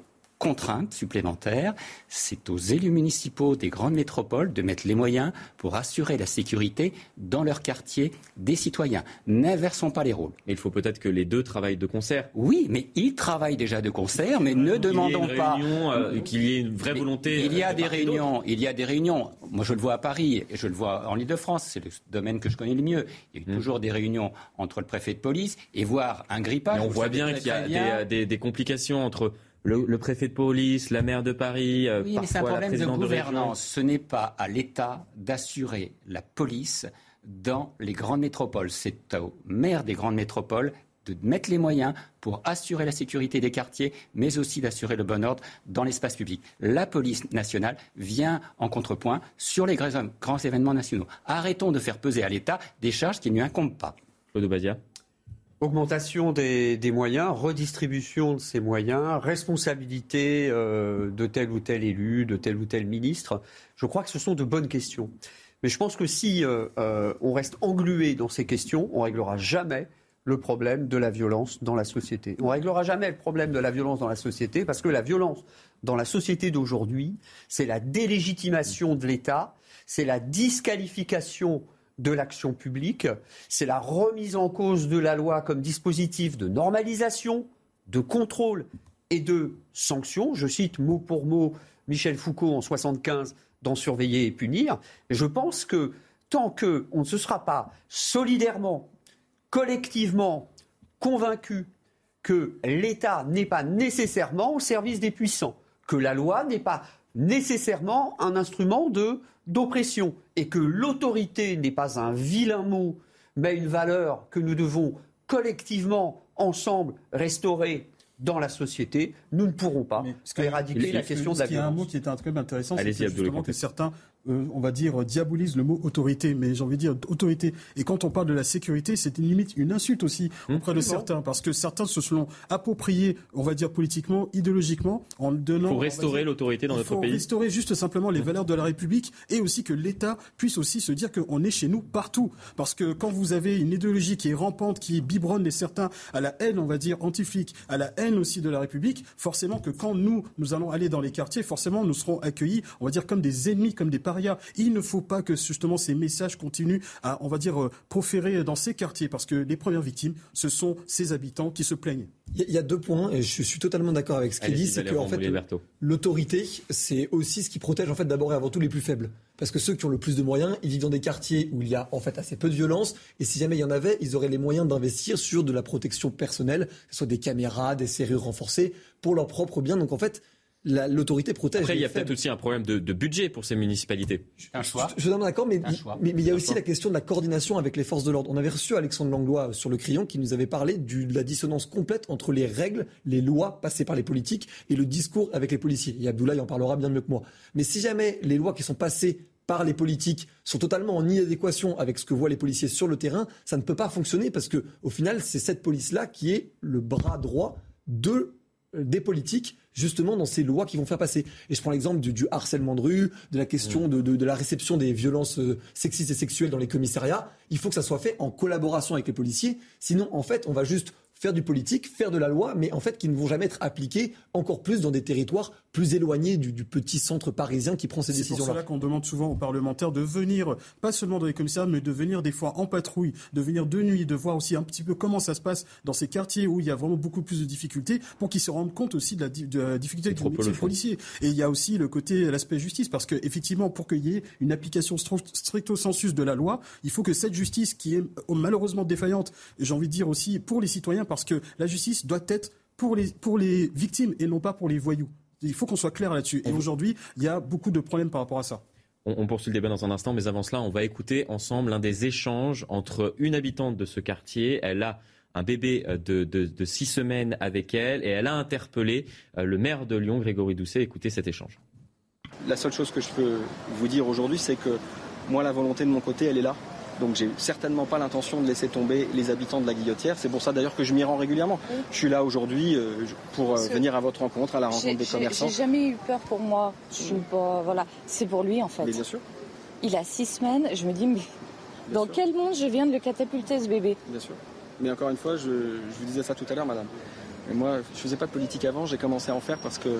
contrainte supplémentaire. C'est aux élus municipaux des grandes métropoles de mettre les moyens pour assurer la sécurité dans leur quartier des citoyens. N'inversons pas les rôles. Mais il faut peut-être que les deux travaillent de concert. Oui, mais ils travaillent déjà de concert, mais ne demandons pas qu'il y ait une vraie volonté. Il y a des réunions. Moi, je le vois à Paris et je le vois en Île-de-France. C'est le domaine que je connais le mieux. Il y a toujours des réunions entre le préfet de police et voir un grippage. Mais on voit bien qu'il y a des complications entre le préfet de police, la maire de Paris, oui, mais c'est un problème de gouvernance. Ce n'est pas à l'État d'assurer la police dans les grandes métropoles. C'est au maire des grandes métropoles de mettre les moyens pour assurer la sécurité des quartiers, mais aussi d'assurer le bon ordre dans l'espace public. La police nationale vient en contrepoint sur les grands événements nationaux. Arrêtons de faire peser à l'État des charges qui ne lui incombent pas. Claude Obadia. Augmentation des moyens, redistribution de ces moyens, responsabilité de tel ou tel élu, de tel ou tel ministre. Je crois que ce sont de bonnes questions. Mais je pense que si on reste englué dans ces questions, on ne réglera jamais le problème de la violence dans la société. On ne réglera jamais le problème de la violence dans la société parce que la violence dans la société d'aujourd'hui, c'est la délégitimation de l'État, c'est la disqualification de l'action publique, c'est la remise en cause de la loi comme dispositif de normalisation, de contrôle et de sanction. Je cite mot pour mot Michel Foucault en 1975 dans Surveiller et punir. Et je pense que tant qu'on ne se sera pas solidairement, collectivement convaincu que l'État n'est pas nécessairement au service des puissants, que la loi n'est pas nécessairement un instrument d'oppression et que l'autorité n'est pas un vilain mot, mais une valeur que nous devons collectivement, ensemble, restaurer dans la société, nous ne pourrons pas éradiquer la question de la violence. Il y a un mot qui est très intéressant, c'est justement que certains, on va dire, diabolisent le mot autorité, mais j'ai envie de dire autorité. Et quand on parle de la sécurité, c'est limite une insulte aussi auprès de certains, parce que certains se sont appropriés, on va dire politiquement, idéologiquement, en donnant... Il faut restaurer l'autorité dans notre pays. Il faut restaurer juste simplement les valeurs de la République et aussi que l'État puisse aussi se dire qu'on est chez nous partout. Parce que quand vous avez une idéologie qui est rampante, qui biberonne les certains à la haine, on va dire, anti-flic, à la haine aussi de la République, forcément que quand nous allons aller dans les quartiers, forcément nous serons accueillis, on va dire, comme des ennemis, comme des parias. Il ne faut pas que justement ces messages continuent à, on va dire, proférer dans ces quartiers, parce que les premières victimes, ce sont ces habitants qui se plaignent. Il y a 2 points, et je suis totalement d'accord avec ce qu'il dit, c'est que en fait, l'autorité, c'est aussi ce qui protège en fait d'abord et avant tout les plus faibles. Parce que ceux qui ont le plus de moyens, ils vivent dans des quartiers où il y a en fait assez peu de violence, et si jamais il y en avait, ils auraient les moyens d'investir sur de la protection personnelle, que ce soit des caméras, des serrures renforcées, pour leur propre bien. Donc en fait, l'autorité protège. Après, il y a faibles. peut-être aussi un problème de budget pour ces municipalités. Un choix. Je suis d'accord, mais il y a aussi la question de la coordination avec les forces de l'ordre. On avait reçu Alexandre Langlois sur Le Crayon qui nous avait parlé de la dissonance complète entre les règles, les lois passées par les politiques et le discours avec les policiers. Et Abdoulaye en parlera bien mieux que moi. Mais si jamais les lois qui sont passées par les politiques sont totalement en inadéquation avec ce que voient les policiers sur le terrain, ça ne peut pas fonctionner parce que au final, c'est cette police-là qui est le bras droit des politiques, justement dans ces lois qui vont faire passer. Et je prends l'exemple du harcèlement de rue, de la question de la réception des violences sexistes et sexuelles dans les commissariats. Il faut que ça soit fait en collaboration avec les policiers. Sinon, en fait, on va juste faire du politique, faire de la loi, mais en fait qui ne vont jamais être appliquées encore plus dans des territoires plus éloignés du petit centre parisien qui prend ces décisions-là. C'est pour cela qu'on demande souvent aux parlementaires de venir, pas seulement dans les commissariats, mais de venir des fois en patrouille, de venir de nuit, de voir aussi un petit peu comment ça se passe dans ces quartiers où il y a vraiment beaucoup plus de difficultés, pour qu'ils se rendent compte aussi de la difficulté du métier policier. Et il y a aussi l'aspect justice, parce que effectivement, pour qu'il y ait une application stricto sensu de la loi, il faut que cette justice qui est malheureusement défaillante, et j'ai envie de dire aussi pour les citoyens, parce que la justice doit être pour les victimes et non pas pour les voyous. Il faut qu'on soit clair là-dessus. Et aujourd'hui, il y a beaucoup de problèmes par rapport à ça. On poursuit le débat dans un instant, mais avant cela, on va écouter ensemble l'un des échanges entre une habitante de ce quartier. Elle a un bébé de 6 semaines avec elle et elle a interpellé le maire de Lyon, Grégory Doucet. Écoutez cet échange. La seule chose que je peux vous dire aujourd'hui, c'est que moi, la volonté de mon côté, elle est là. Donc j'ai certainement pas l'intention de laisser tomber les habitants de la Guillotière. C'est pour ça d'ailleurs que je m'y rends régulièrement. Je suis là aujourd'hui pour venir à votre rencontre, à la rencontre des commerçants. J'ai jamais eu peur pour moi. Je suis pas, voilà. C'est pour lui en fait. Mais bien sûr. Il a 6 semaines. Je me dis mais dans quel monde je viens de le catapulter ce bébé? Bien sûr. Mais encore une fois, je vous disais ça tout à l'heure, madame. Et moi, je faisais pas de politique avant. J'ai commencé à en faire parce que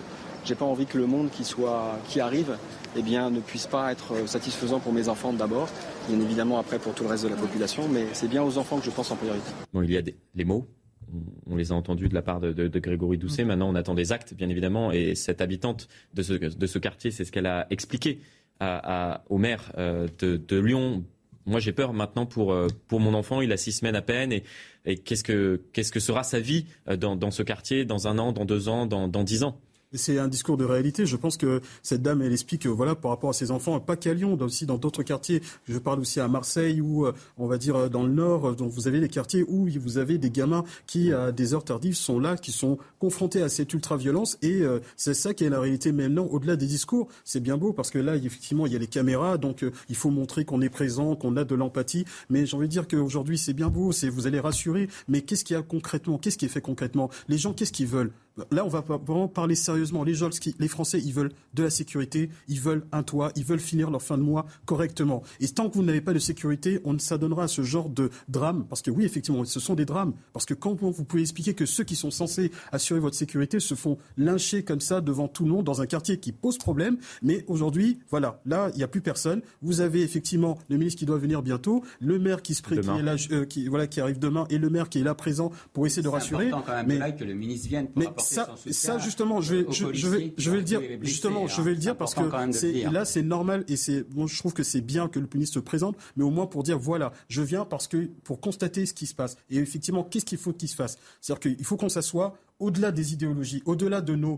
J'ai pas envie que le monde qui arrive ne puisse pas être satisfaisant pour mes enfants d'abord, bien évidemment après pour tout le reste de la population, mais c'est bien aux enfants que je pense en priorité. Bon, il y a les mots. On les a entendus de la part de Grégory Doucet. Maintenant, on attend des actes, bien évidemment. Et cette habitante de ce quartier, c'est ce qu'elle a expliqué au maire de Lyon. Moi, j'ai peur maintenant pour mon enfant. Il a 6 semaines à peine. Et qu'est-ce que sera sa vie dans ce quartier dans 1 an, dans 2 ans, dans 10 ans? C'est un discours de réalité. Je pense que cette dame, elle explique, par rapport à ses enfants, pas qu'à Lyon, aussi dans d'autres quartiers. Je parle aussi à Marseille ou, on va dire, dans le Nord. Donc, vous avez des quartiers où vous avez des gamins qui, à des heures tardives, sont là, qui sont confrontés à cette ultra-violence. Et c'est ça qui est la réalité. Mais maintenant, au-delà des discours, c'est bien beau parce que là, effectivement, il y a les caméras. Donc, il faut montrer qu'on est présent, qu'on a de l'empathie. Mais j'ai envie de dire qu'aujourd'hui, c'est bien beau. Vous allez rassurer. Mais qu'est-ce qu'il y a concrètement? Qu'est-ce qui est fait concrètement? Les gens, qu'est-ce qu'ils veulent? Là, on va vraiment parler sérieusement. Les Français, ils veulent de la sécurité, ils veulent un toit, ils veulent finir leur fin de mois correctement. Et tant que vous n'avez pas de sécurité, on s'adonnera à ce genre de drame. Parce que oui, effectivement, ce sont des drames. Parce que quand vous pouvez expliquer que ceux qui sont censés assurer votre sécurité se font lyncher comme ça devant tout le monde dans un quartier qui pose problème. Mais aujourd'hui, voilà, là, il n'y a plus personne. Vous avez effectivement le ministre qui doit venir bientôt, le maire qui qui arrive demain et le maire qui est là présent pour essayer de rassurer. C'est important quand même que le ministre vienne pour apporter son soutien. Ça justement, je vais le dire. Justement, je vais le dire parce que c'est normal et je trouve que c'est bien que le ministre se présente, mais au moins pour dire voilà, je viens pour constater ce qui se passe. Et effectivement, qu'est-ce qu'il faut qu'il se fasse? C'est-à-dire qu'il faut qu'on s'assoie au-delà des idéologies, au-delà de nos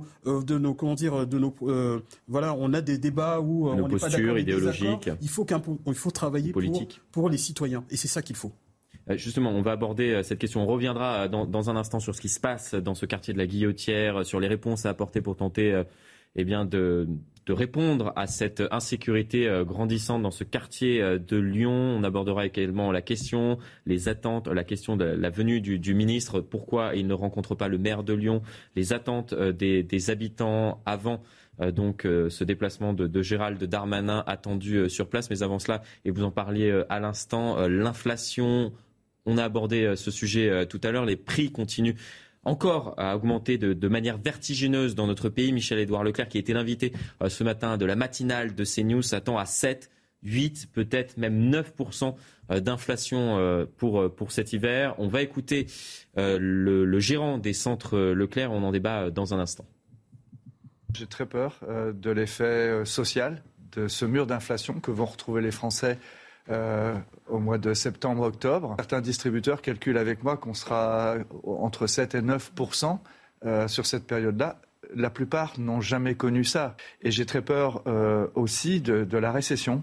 on a des débats où on n'est pas d'accord idéologiques. Il faut travailler pour les citoyens et c'est ça qu'il faut. Justement, on va aborder cette question. On reviendra dans un instant sur ce qui se passe dans ce quartier de la Guillotière, sur les réponses à apporter pour tenter de répondre à cette insécurité grandissante dans ce quartier de Lyon. On abordera également la question, les attentes, la question de la venue du ministre. Pourquoi il ne rencontre pas le maire de Lyon? Les attentes des habitants avant ce déplacement de Gérald Darmanin attendu sur place. Mais avant cela, et vous en parliez à l'instant, l'inflation. On a abordé ce sujet tout à l'heure. Les prix continuent encore à augmenter de manière vertigineuse dans notre pays. Michel-Édouard Leclerc, qui était l'invité ce matin de la matinale de CNews, s'attend à 7, 8, peut-être même 9% d'inflation pour cet hiver. On va écouter le gérant des centres Leclerc. On en débat dans un instant. J'ai très peur de l'effet social, de ce mur d'inflation que vont retrouver les Français au mois de septembre-octobre. Certains distributeurs calculent avec moi qu'on sera entre 7 et 9% sur cette période-là. La plupart n'ont jamais connu ça. Et j'ai très peur aussi de la récession.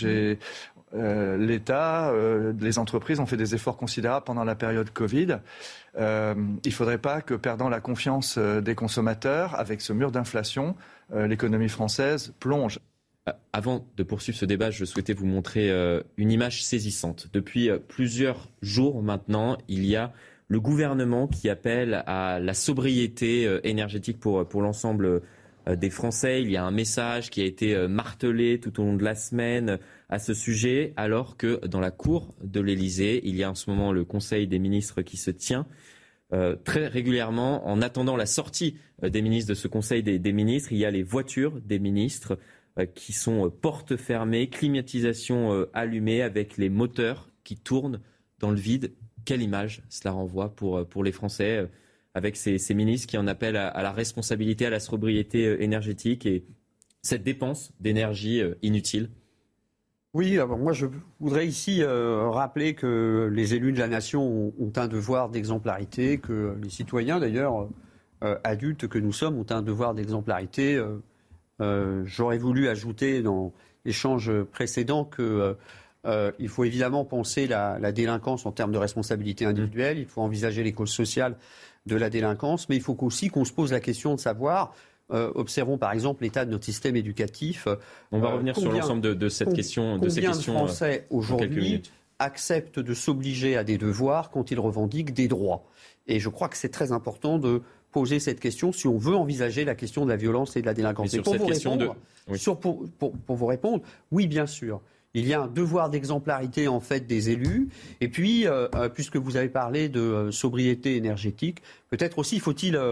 L'État, les entreprises ont fait des efforts considérables pendant la période Covid. Il ne faudrait pas que, perdant la confiance des consommateurs, avec ce mur d'inflation, l'économie française plonge. Avant de poursuivre ce débat, je souhaitais vous montrer une image saisissante. Depuis plusieurs jours maintenant, il y a le gouvernement qui appelle à la sobriété énergétique pour l'ensemble des Français. Il y a un message qui a été martelé tout au long de la semaine à ce sujet, alors que dans la cour de l'Élysée, il y a en ce moment le Conseil des ministres qui se tient. Très régulièrement, en attendant la sortie des ministres de ce Conseil des ministres, il y a les voitures des ministres qui sont portes fermées, climatisation allumée, avec les moteurs qui tournent dans le vide. Quelle image cela renvoie pour les Français, avec ces ministres qui en appellent à la responsabilité, à la sobriété énergétique et cette dépense d'énergie inutile. Oui, alors moi je voudrais ici rappeler que les élus de la nation ont un devoir d'exemplarité, que les citoyens d'ailleurs, adultes que nous sommes, ont un devoir d'exemplarité. J'aurais voulu ajouter dans l'échange précédent qu'il faut évidemment penser la délinquance en termes de responsabilité individuelle, il faut envisager les causes sociales de la délinquance, mais il faut aussi qu'on se pose la question de savoir, observons par exemple l'état de notre système éducatif. On va revenir sur l'ensemble de cette question. Combien de Français aujourd'hui acceptent de s'obliger à des devoirs quand ils revendiquent des droits? Et je crois que c'est très important de poser cette question si on veut envisager la question de la violence et de la délinquance. Et pour vous répondre, oui, bien sûr. Il y a un devoir d'exemplarité en fait des élus. Et puis, puisque vous avez parlé de sobriété énergétique, peut-être aussi faut-il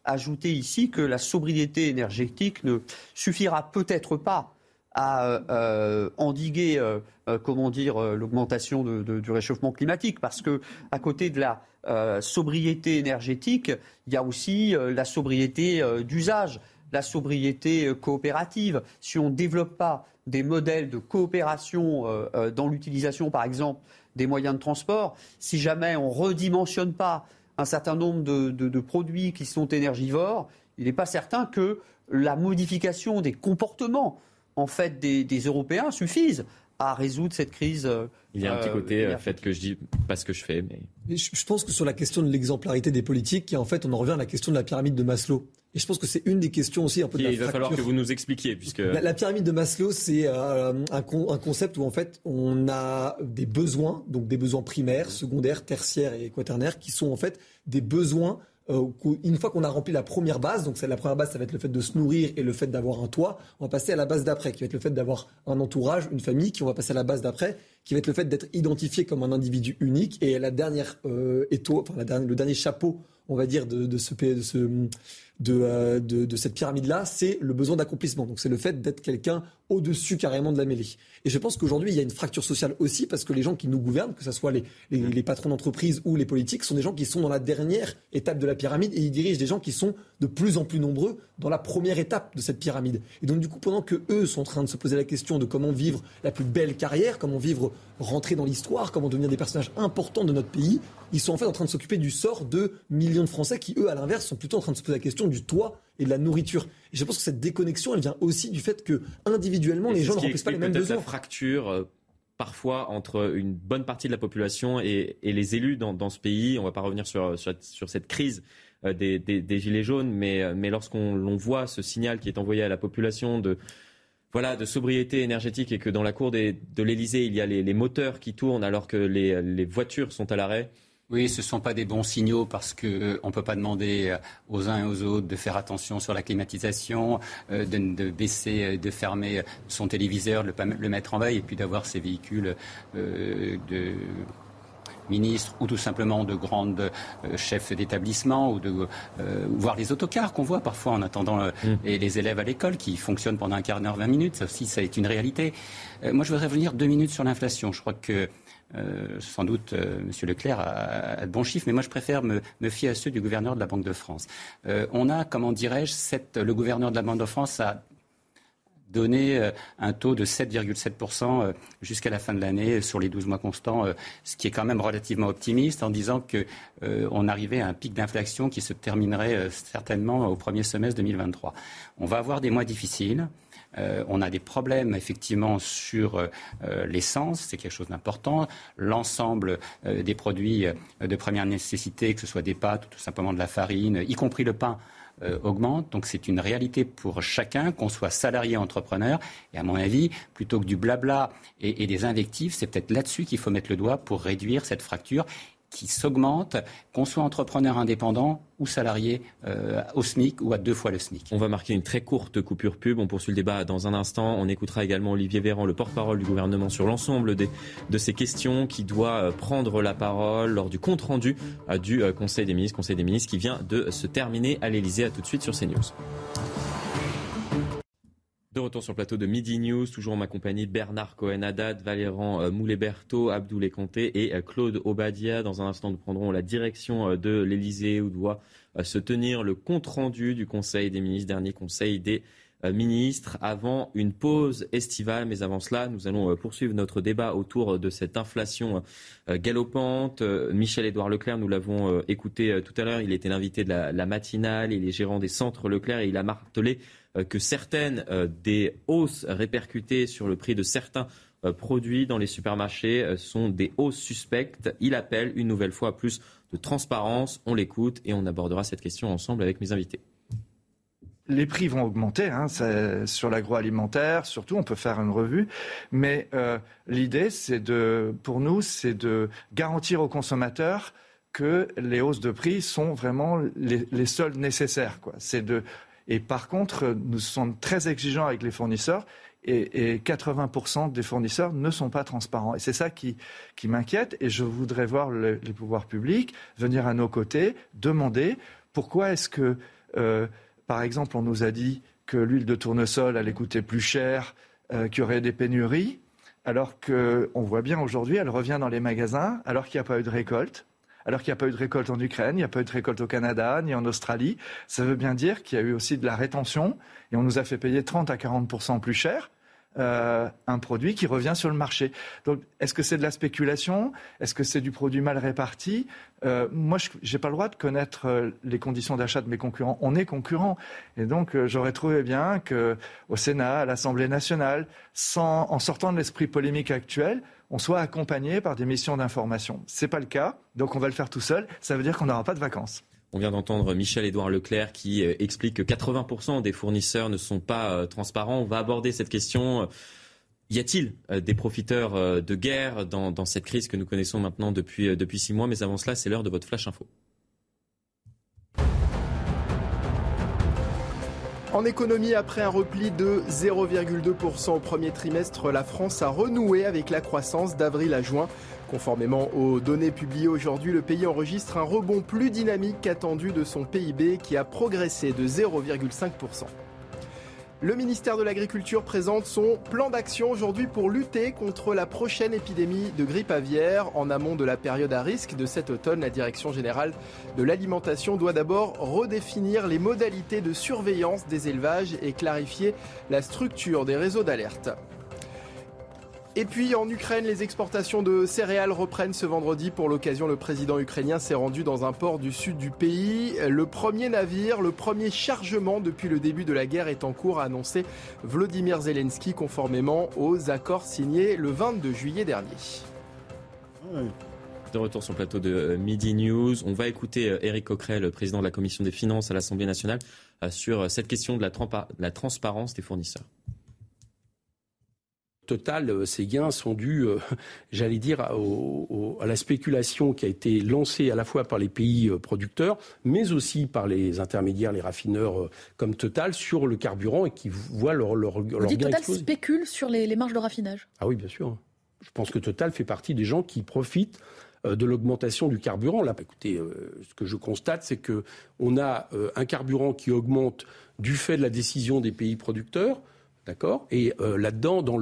ajouter ici que la sobriété énergétique ne suffira peut-être pas à endiguer l'augmentation du réchauffement climatique, parce que à côté de la sobriété énergétique, il y a aussi la sobriété d'usage, la sobriété coopérative. Si on ne développe pas des modèles de coopération dans l'utilisation, par exemple, des moyens de transport, si jamais on ne redimensionne pas un certain nombre de produits qui sont énergivores, il n'est pas certain que la modification des comportements en fait, des Européens suffise à résoudre cette crise. Il y a un petit côté fait que je dis pas ce que je fais. Mais je pense que sur la question de l'exemplarité des politiques, en fait, on en revient à la question de la pyramide de Maslow. Et je pense que c'est une des questions aussi un peu de la fracture. Il va falloir que vous nous expliquiez. Puisque... La pyramide de Maslow, c'est un concept où en fait on a des besoins, donc des besoins primaires, secondaires, tertiaires et quaternaires, qui sont en fait des besoins. Une fois qu'on a rempli la première base, donc la première base, ça va être le fait de se nourrir et le fait d'avoir un toit, on va passer à la base d'après, qui va être le fait d'avoir un entourage, une famille, qui on va passer à la base d'après, qui va être le fait d'être identifié comme un individu unique. Et la dernière le dernier chapeau, on va dire, de cette pyramide-là, c'est le besoin d'accomplissement. Donc c'est le fait d'être quelqu'un au-dessus carrément de la mêlée. Et je pense qu'aujourd'hui, il y a une fracture sociale aussi, parce que les gens qui nous gouvernent, que ce soit les patrons d'entreprise ou les politiques, sont des gens qui sont dans la dernière étape de la pyramide, et ils dirigent des gens qui sont de plus en plus nombreux dans la première étape de cette pyramide. Et donc du coup, pendant que eux sont en train de se poser la question de comment vivre la plus belle carrière, comment rentrer dans l'histoire, comment devenir des personnages importants de notre pays, ils sont en fait en train de s'occuper du sort de millions de Français qui, eux, à l'inverse, sont plutôt en train de se poser la question du toit et de la nourriture. Et je pense que cette déconnexion, elle vient aussi du fait que, individuellement, les gens ne remplissent pas les mêmes besoins. La fracture, parfois, entre une bonne partie de la population et les élus dans ce pays. On ne va pas revenir sur cette crise des Gilets jaunes, mais lorsqu'on voit ce signal qui est envoyé à la population de sobriété énergétique, et que dans la cour de l'Élysée, il y a les moteurs qui tournent alors que les voitures sont à l'arrêt. Oui, ce ne sont pas des bons signaux, parce qu'on ne peut pas demander aux uns et aux autres de faire attention sur la climatisation, de baisser, de fermer son téléviseur, de le mettre en veille, et puis d'avoir ces véhicules de ministres ou tout simplement de grandes chefs d'établissement, ou voire les autocars qu'on voit parfois en attendant les élèves à l'école, qui fonctionnent pendant un quart d'heure, 20 minutes. Ça aussi, ça est une réalité. Moi, je voudrais revenir 2 minutes sur l'inflation. Je crois que sans doute, M. Leclerc a de bons chiffres, mais moi je préfère me fier à ceux du gouverneur de la Banque de France. On a, comment dirais-je, le gouverneur de la Banque de France a donné un taux de 7,7% jusqu'à la fin de l'année sur les 12 mois constants, ce qui est quand même relativement optimiste, en disant qu'on arrivait à un pic d'inflation qui se terminerait certainement au premier semestre 2023. On va avoir des mois difficiles. On a des problèmes effectivement sur l'essence, c'est quelque chose d'important. L'ensemble des produits de première nécessité, que ce soit des pâtes ou tout simplement de la farine, y compris le pain, augmente. Donc c'est une réalité pour chacun, qu'on soit salarié, entrepreneur. Et à mon avis, plutôt que du blabla et des invectives, c'est peut-être là-dessus qu'il faut mettre le doigt pour réduire cette fracture qui s'augmente, qu'on soit entrepreneur indépendant ou salarié au SMIC ou à 2 fois le SMIC. On va marquer une très courte coupure pub. On poursuit le débat dans un instant. On écoutera également Olivier Véran, le porte-parole du gouvernement, sur l'ensemble de ces questions, qui doit prendre la parole lors du compte-rendu du Conseil des ministres qui vient de se terminer à l'Elysée. À tout de suite sur CNews. De retour sur le plateau de Midi News, toujours en ma compagnie, Bernard Cohen-Haddad, Valéran Moulet-Berthaud, Abdoulaye Conté et Claude Obadia. Dans un instant, nous prendrons la direction de l'Elysée, où doit se tenir le compte-rendu du Conseil des ministres, dernier Conseil des ministres, avant une pause estivale. Mais avant cela, nous allons poursuivre notre débat autour de cette inflation galopante. Michel-Édouard Leclerc, nous l'avons écouté tout à l'heure, il était l'invité de la matinale, il est gérant des centres Leclerc, et il a martelé que certaines des hausses répercutées sur le prix de certains produits dans les supermarchés sont des hausses suspectes. Il appelle une nouvelle fois à plus de transparence. On l'écoute et on abordera cette question ensemble avec mes invités. Les prix vont augmenter sur l'agroalimentaire, surtout, on peut faire une revue. Mais l'idée, pour nous, c'est de garantir aux consommateurs que les hausses de prix sont vraiment les seules nécessaires, quoi. Et par contre, nous sommes très exigeants avec les fournisseurs, et 80% des fournisseurs ne sont pas transparents. Et c'est ça qui m'inquiète, et je voudrais voir les pouvoirs publics venir à nos côtés, demander pourquoi est-ce que Par exemple, on nous a dit que l'huile de tournesol allait coûter plus cher, qu'il y aurait des pénuries, alors qu'on voit bien aujourd'hui, elle revient dans les magasins, alors qu'il n'y a pas eu de récolte. Alors qu'il n'y a pas eu de récolte en Ukraine, il n'y a pas eu de récolte au Canada, ni en Australie. Ça veut bien dire qu'il y a eu aussi de la rétention et on nous a fait payer 30 à 40% plus cher un produit qui revient sur le marché. Donc, est-ce que c'est de la spéculation ? Est-ce que c'est du produit mal réparti ? Moi, je n'ai pas le droit de connaître les conditions d'achat de mes concurrents. On est concurrents. Et donc, j'aurais trouvé bien qu'au Sénat, à l'Assemblée nationale, en sortant de l'esprit polémique actuel, on soit accompagné par des missions d'information. Ce n'est pas le cas, donc on va le faire tout seul. Ça veut dire qu'on n'aura pas de vacances. On vient d'entendre Michel-Édouard Leclerc qui explique que 80% des fournisseurs ne sont pas transparents. On va aborder cette question. Y a-t-il des profiteurs de guerre dans cette crise que nous connaissons maintenant depuis 6 mois ? Mais avant cela, c'est l'heure de votre Flash Info. En économie, après un repli de 0,2% au premier trimestre, la France a renoué avec la croissance d'avril à juin. Conformément aux données publiées aujourd'hui, le pays enregistre un rebond plus dynamique qu'attendu de son PIB qui a progressé de 0,5%. Le ministère de l'Agriculture présente son plan d'action aujourd'hui pour lutter contre la prochaine épidémie de grippe aviaire. En amont de la période à risque de cet automne, la Direction générale de l'alimentation doit d'abord redéfinir les modalités de surveillance des élevages et clarifier la structure des réseaux d'alerte. Et puis en Ukraine, les exportations de céréales reprennent ce vendredi. Pour l'occasion, le président ukrainien s'est rendu dans un port du sud du pays. Le premier navire, le premier chargement depuis le début de la guerre est en cours, a annoncé Volodymyr Zelensky, conformément aux accords signés le 22 juillet dernier. De retour sur le plateau de Midi News, on va écouter Éric Coquerel, le président de la Commission des finances à l'Assemblée nationale, sur cette question de la transparence des fournisseurs. Total, ces gains sont dus, j'allais dire, à la spéculation qui a été lancée à la fois par les pays producteurs, mais aussi par les intermédiaires, les raffineurs comme Total, sur le carburant et qui voient leur gain exploser. Total spécule sur les marges de raffinage. Ah oui, bien sûr. Je pense que Total fait partie des gens qui profitent de l'augmentation du carburant. Là, écoutez, ce que je constate, c'est qu'on a un carburant qui augmente du fait de la décision des pays producteurs. D'accord ? Et là-dedans, dans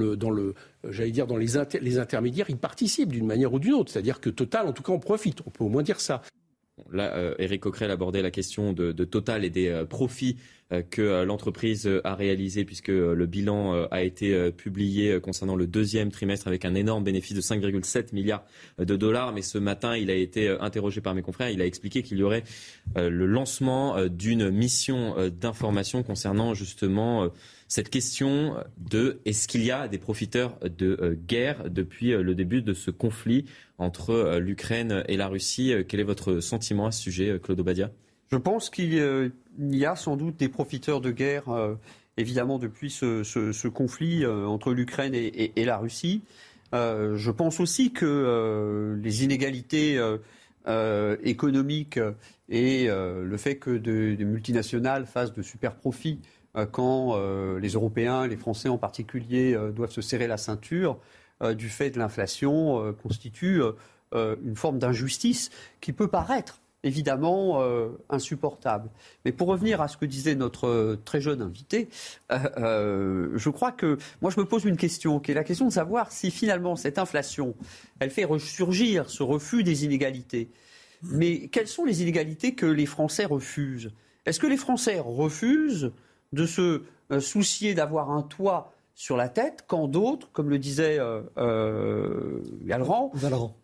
les intermédiaires, ils participent d'une manière ou d'une autre. C'est-à-dire que Total, en tout cas, on profite. On peut au moins dire ça. Là, Éric Coquerel abordait la question de Total et des profits que l'entreprise a réalisés, puisque le bilan a été publié concernant le deuxième trimestre avec un énorme bénéfice de 5,7 milliards de dollars. Mais ce matin, il a été interrogé par mes confrères. Il a expliqué qu'il y aurait le lancement d'une mission d'information concernant justement cette question de est-ce qu'il y a des profiteurs de guerre depuis le début de ce conflit entre l'Ukraine et la Russie. Quel est votre sentiment à ce sujet, Claude Obadia ? Je pense qu'il y a sans doute des profiteurs de guerre, évidemment, depuis ce conflit entre l'Ukraine et la Russie. Je pense aussi que les inégalités économiques et le fait que des multinationales fassent de super profits quand les Européens, les Français en particulier, doivent se serrer la ceinture du fait de l'inflation, constitue une forme d'injustice qui peut paraître évidemment insupportable. Mais pour revenir à ce que disait notre très jeune invité, je crois que moi je me pose une question, qui est la question de savoir si finalement cette inflation, elle fait ressurgir ce refus des inégalités. Mais quelles sont les inégalités que les Français refusent ? Est-ce que les Français refusent de se soucier d'avoir un toit sur la tête, quand d'autres, comme le disait Valran,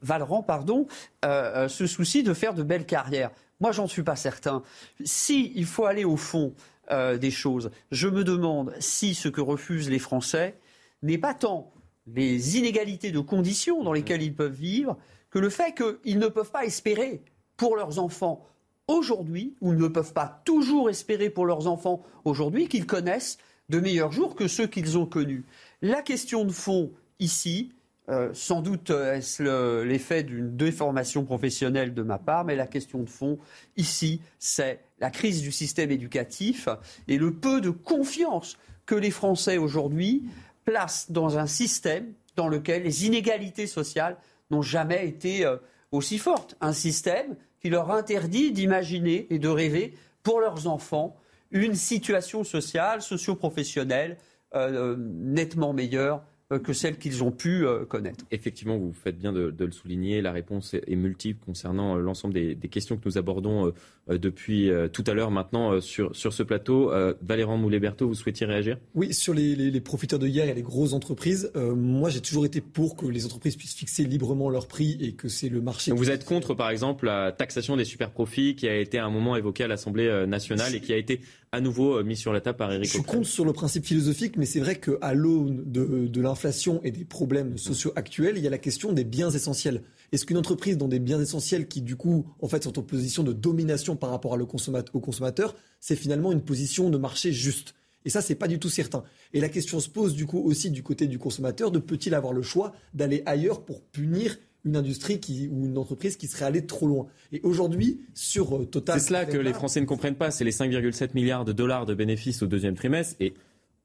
se soucient de faire de belles carrières. Moi, j'en suis pas certain. S'il faut aller au fond des choses, je me demande si ce que refusent les Français n'est pas tant les inégalités de conditions dans lesquelles ils peuvent vivre que le fait qu'ils ne peuvent pas espérer pour leurs enfants aujourd'hui, ou ne peuvent pas toujours espérer pour leurs enfants aujourd'hui, qu'ils connaissent de meilleurs jours que ceux qu'ils ont connus. La question de fond, ici, sans doute est-ce l'effet d'une déformation professionnelle de ma part, mais la question de fond, ici, c'est la crise du système éducatif et le peu de confiance que les Français aujourd'hui placent dans un système dans lequel les inégalités sociales n'ont jamais été aussi fortes. Un système qui leur interdit d'imaginer et de rêver pour leurs enfants une situation sociale, socio-professionnelle nettement meilleure que celle qu'ils ont pu connaître. Effectivement, vous faites bien de le souligner. La réponse est multiple concernant l'ensemble des questions que nous abordons depuis tout à l'heure maintenant sur ce plateau. Valéran Moulet-Berthaud, vous souhaitiez réagir ? Oui, sur les profiteurs de hier et les grosses entreprises, moi j'ai toujours été pour que les entreprises puissent fixer librement leur prix et que c'est le marché... Donc vous êtes contre, par exemple, la taxation des super-profits qui a été à un moment évoquée à l'Assemblée nationale et qui a été à nouveau mis sur la table par Éric Coquerel. Je suis contre sur le principe philosophique, mais c'est vrai qu'à l'aune de l'inflation et des problèmes sociaux actuels, il y a la question des biens essentiels. Est-ce qu'une entreprise dans des biens essentiels qui, du coup, en fait, sont en position de domination par rapport au consommateur, c'est finalement une position de marché juste ? Et ça, c'est pas du tout certain. Et la question se pose, du coup, aussi du côté du consommateur, peut-il avoir le choix d'aller ailleurs pour punir une industrie ou une entreprise qui serait allée trop loin. Et aujourd'hui, sur Total... C'est cela que les Français ne comprennent pas, c'est les 5,7 milliards de dollars de bénéfices au deuxième trimestre. Et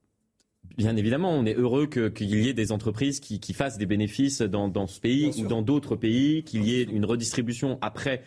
bien évidemment, on est heureux qu'il y ait des entreprises qui fassent des bénéfices dans ce pays ou dans d'autres pays, qu'il y ait une redistribution après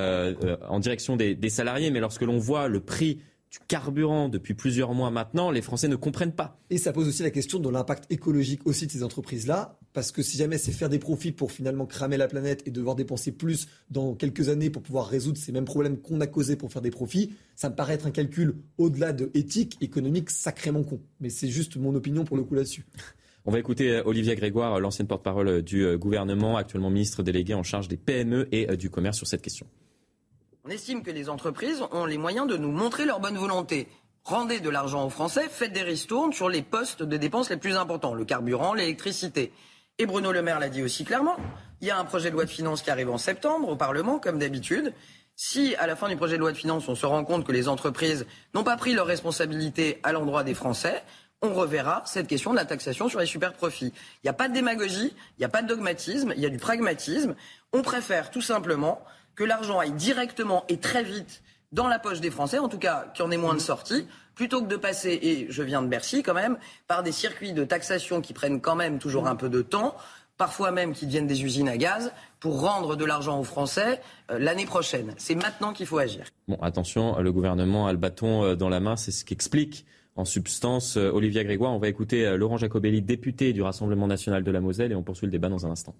en direction des salariés. Mais lorsque l'on voit le prix du carburant depuis plusieurs mois maintenant, les Français ne comprennent pas. Et ça pose aussi la question de l'impact écologique aussi de ces entreprises-là, parce que si jamais c'est faire des profits pour finalement cramer la planète et devoir dépenser plus dans quelques années pour pouvoir résoudre ces mêmes problèmes qu'on a causés pour faire des profits, ça me paraît être un calcul au-delà de éthique, économique, sacrément con. Mais c'est juste mon opinion pour le coup là-dessus. On va écouter Olivia Grégoire, l'ancienne porte-parole du gouvernement, actuellement ministre délégué en charge des PME et du commerce sur cette question. On estime que les entreprises ont les moyens de nous montrer leur bonne volonté. Rendez de l'argent aux Français, faites des ristournes sur les postes de dépenses les plus importants, le carburant, l'électricité. Et Bruno Le Maire l'a dit aussi clairement, il y a un projet de loi de finances qui arrive en septembre au Parlement, comme d'habitude. Si, à la fin du projet de loi de finances, on se rend compte que les entreprises n'ont pas pris leurs responsabilités à l'endroit des Français, on reverra cette question de la taxation sur les super-profits. Il n'y a pas de démagogie, il n'y a pas de dogmatisme, il y a du pragmatisme. On préfère tout simplement que l'argent aille directement et très vite dans la poche des Français, en tout cas qu'il y en ait moins de sorties, plutôt que de passer, et je viens de Bercy quand même, par des circuits de taxation qui prennent quand même toujours un peu de temps, parfois même qui deviennent des usines à gaz, pour rendre de l'argent aux Français l'année prochaine. C'est maintenant qu'il faut agir. Bon, attention, le gouvernement a le bâton dans la main, c'est ce qu'explique en substance Olivia Grégoire. On va écouter Laurent Jacobelli, député du Rassemblement national de la Moselle, et on poursuit le débat dans un instant.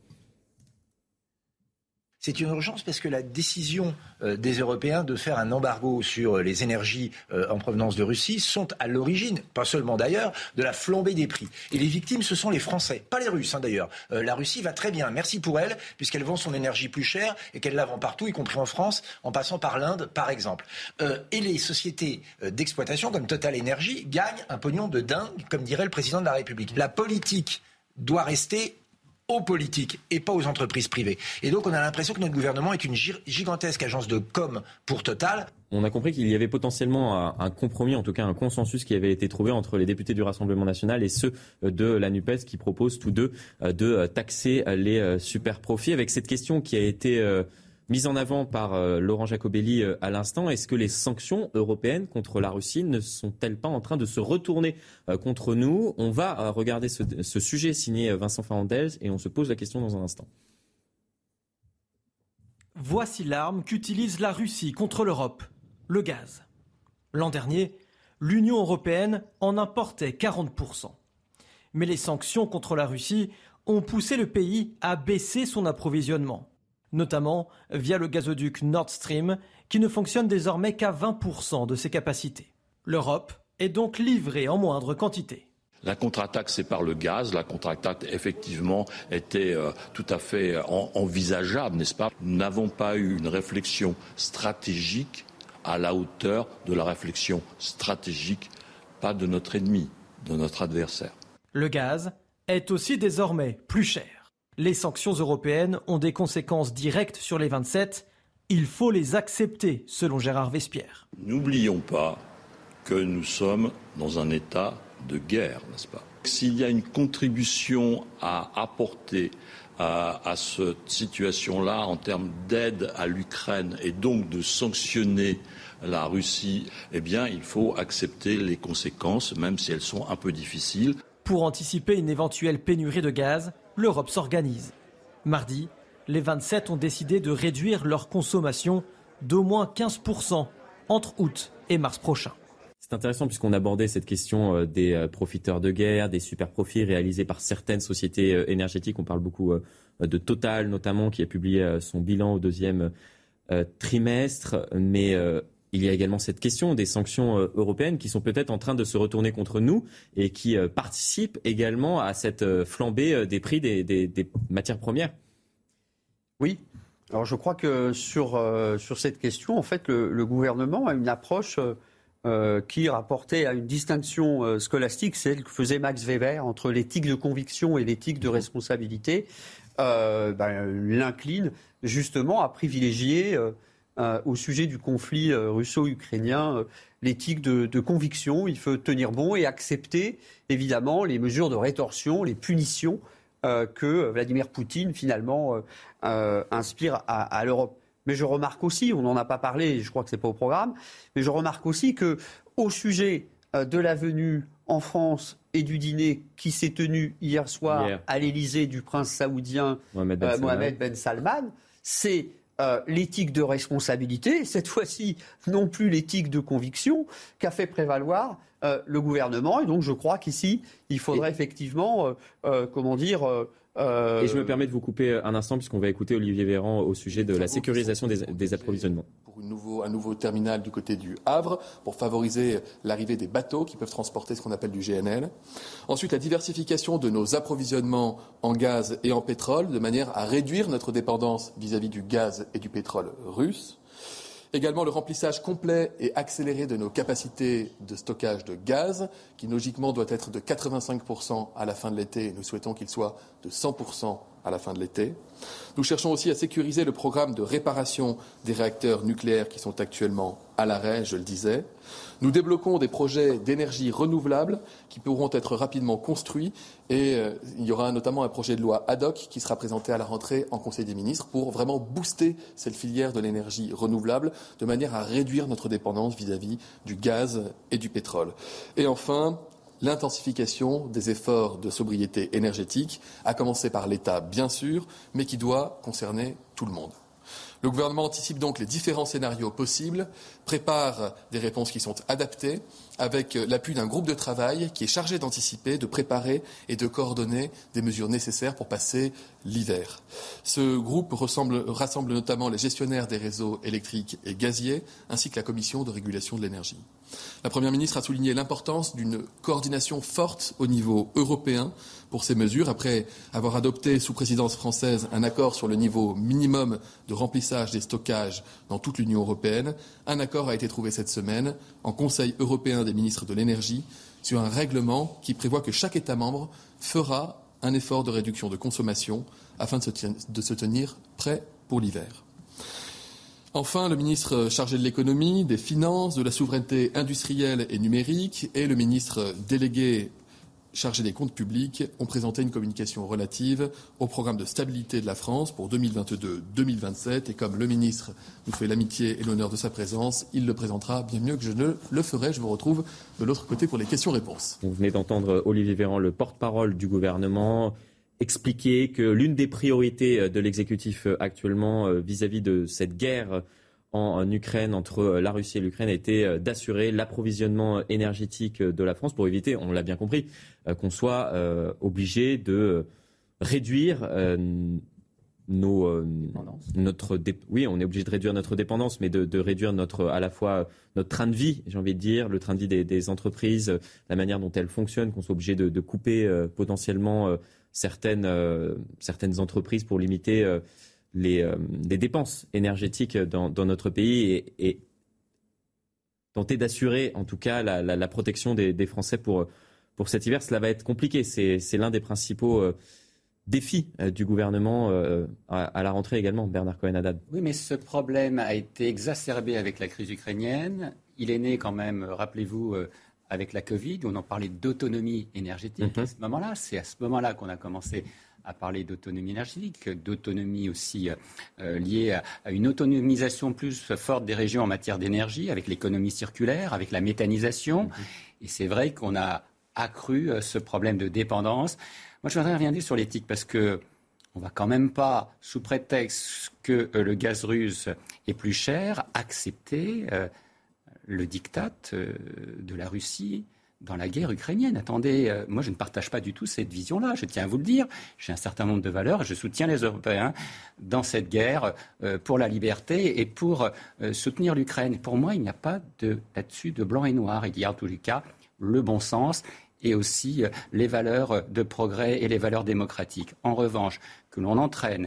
C'est une urgence parce que la décision des Européens de faire un embargo sur les énergies en provenance de Russie sont à l'origine, pas seulement d'ailleurs, de la flambée des prix. Et les victimes, ce sont les Français, pas les Russes d'ailleurs. La Russie va très bien, merci pour elle, puisqu'elle vend son énergie plus chère et qu'elle la vend partout, y compris en France, en passant par l'Inde par exemple. Et les sociétés d'exploitation comme Total Energy gagnent un pognon de dingue, comme dirait le président de la République. La politique doit rester aux politiques et pas aux entreprises privées. Et donc on a l'impression que notre gouvernement est une gigantesque agence de com pour Total. On a compris qu'il y avait potentiellement un compromis, en tout cas un consensus qui avait été trouvé entre les députés du Rassemblement national et ceux de la NUPES qui proposent tous deux de taxer les super-profits. Avec cette question qui a été mise en avant par Laurent Jacobelli à l'instant, est-ce que les sanctions européennes contre la Russie ne sont-elles pas en train de se retourner contre nous ? On va regarder ce sujet signé Vincent Farandez et on se pose la question dans un instant. Voici l'arme qu'utilise la Russie contre l'Europe, le gaz. L'an dernier, l'Union européenne en importait 40%. Mais les sanctions contre la Russie ont poussé le pays à baisser son approvisionnement, notamment via le gazoduc Nord Stream, qui ne fonctionne désormais qu'à 20% de ses capacités. L'Europe est donc livrée en moindre quantité. La contre-attaque, c'est par le gaz. La contre-attaque, effectivement, était tout à fait envisageable, n'est-ce pas ? Nous n'avons pas eu une réflexion stratégique à la hauteur de la réflexion stratégique, pas de notre ennemi, de notre adversaire. Le gaz est aussi désormais plus cher. Les sanctions européennes ont des conséquences directes sur les 27. Il faut les accepter, selon Gérard Vespierre. N'oublions pas que nous sommes dans un état de guerre, n'est-ce pas ? S'il y a une contribution à apporter à cette situation-là en termes d'aide à l'Ukraine et donc de sanctionner la Russie, eh bien, il faut accepter les conséquences, même si elles sont un peu difficiles. Pour anticiper une éventuelle pénurie de gaz, l'Europe s'organise. Mardi, les 27 ont décidé de réduire leur consommation d'au moins 15% entre août et mars prochain. C'est intéressant puisqu'on abordait cette question des profiteurs de guerre, des super profits réalisés par certaines sociétés énergétiques. On parle beaucoup de Total notamment, qui a publié son bilan au deuxième trimestre. Mais il y a également cette question des sanctions européennes qui sont peut-être en train de se retourner contre nous et qui participent également à cette flambée des prix des matières premières. Oui. Alors je crois que sur cette question, en fait, le gouvernement a une approche qui rapportait à une distinction scolastique, celle que faisait Max Weber entre l'éthique de conviction et l'éthique de responsabilité, l'incline justement à privilégier au sujet du conflit russo-ukrainien l'éthique de conviction. Il faut tenir bon et accepter évidemment les mesures de rétorsion, les punitions que Vladimir Poutine finalement inspire à l'Europe. Mais je remarque aussi, on n'en a pas parlé, je crois que ce n'est pas au programme, mais je remarque aussi qu'au sujet de la venue en France et du dîner qui s'est tenu hier soir à l'Élysée du prince saoudien Mohammed Ben Salman, c'est l'éthique de responsabilité, cette fois-ci non plus l'éthique de conviction, qu'a fait prévaloir le gouvernement. Et donc je crois qu'ici, il faudrait effectivement, Et je me permets de vous couper un instant puisqu'on va écouter Olivier Véran au sujet de la sécurisation des approvisionnements. Pour un nouveau terminal du côté du Havre pour favoriser l'arrivée des bateaux qui peuvent transporter ce qu'on appelle du GNL. Ensuite, la diversification de nos approvisionnements en gaz et en pétrole de manière à réduire notre dépendance vis-à-vis du gaz et du pétrole russe. Également le remplissage complet et accéléré de nos capacités de stockage de gaz, qui logiquement doit être de 85% à la fin de l'été, et nous souhaitons qu'il soit de 100% à la fin de l'été. Nous cherchons aussi à sécuriser le programme de réparation des réacteurs nucléaires qui sont actuellement à l'arrêt, je le disais. Nous débloquons des projets d'énergie renouvelable qui pourront être rapidement construits et il y aura notamment un projet de loi ad hoc qui sera présenté à la rentrée en Conseil des ministres pour vraiment booster cette filière de l'énergie renouvelable de manière à réduire notre dépendance vis-à-vis du gaz et du pétrole. Et enfin, l'intensification des efforts de sobriété énergétique, à commencer par l'État bien sûr, mais qui doit concerner tout le monde. Le gouvernement anticipe donc les différents scénarios possibles, prépare des réponses qui sont adaptées, avec l'appui d'un groupe de travail qui est chargé d'anticiper, de préparer et de coordonner des mesures nécessaires pour passer l'hiver. Ce groupe rassemble notamment les gestionnaires des réseaux électriques et gaziers, ainsi que la Commission de régulation de l'énergie. La Première ministre a souligné l'importance d'une coordination forte au niveau européen pour ces mesures, après avoir adopté sous présidence française un accord sur le niveau minimum de remplissage des stockages dans toute l'Union européenne. Un accord a été trouvé cette semaine en Conseil européen des ministres de l'énergie sur un règlement qui prévoit que chaque État membre fera un effort de réduction de consommation afin de se tenir prêt pour l'hiver. Enfin, le ministre chargé de l'économie, des finances, de la souveraineté industrielle et numérique et le ministre délégué chargé des comptes publics ont présenté une communication relative au programme de stabilité de la France pour 2022-2027. Et comme le ministre nous fait l'amitié et l'honneur de sa présence, il le présentera bien mieux que je ne le ferai. Je vous retrouve de l'autre côté pour les questions-réponses. Vous venez d'entendre Olivier Véran, le porte-parole du gouvernement, expliquer que l'une des priorités de l'exécutif actuellement vis-à-vis de cette guerre en Ukraine, entre la Russie et l'Ukraine, a été d'assurer l'approvisionnement énergétique de la France pour éviter, on l'a bien compris, qu'on soit obligé de réduire oui, on est obligé de réduire notre dépendance, mais de réduire à la fois notre train de vie, j'ai envie de dire, le train de vie des entreprises, la manière dont elles fonctionnent, qu'on soit obligé de couper potentiellement certaines entreprises pour limiter les dépenses énergétiques dans notre pays et tenter d'assurer en tout cas la protection des Français pour cet hiver. Cela va être compliqué. C'est l'un des principaux défis du gouvernement à la rentrée également, Bernard Cohen-Haddad. Oui, mais ce problème a été exacerbé avec la crise ukrainienne. Il est né quand même, rappelez-vous, avec la Covid, où on en parlait d'autonomie énergétique. C'est à ce moment-là qu'on a commencé à parler d'autonomie énergétique, d'autonomie aussi liée à une autonomisation plus forte des régions en matière d'énergie, avec l'économie circulaire, avec la méthanisation. Et c'est vrai qu'on a accru ce problème de dépendance. Moi, je voudrais revenir sur l'éthique parce que on va quand même pas, sous prétexte que le gaz russe est plus cher, accepter le diktat de la Russie dans la guerre ukrainienne. Attendez, moi je ne partage pas du tout cette vision-là, je tiens à vous le dire. J'ai un certain nombre de valeurs et je soutiens les Européens dans cette guerre pour la liberté et pour soutenir l'Ukraine. Pour moi, il n'y a pas là-dessus de blanc et noir. Il y a en tous les cas le bon sens et aussi les valeurs de progrès et les valeurs démocratiques. En revanche, que l'on entraîne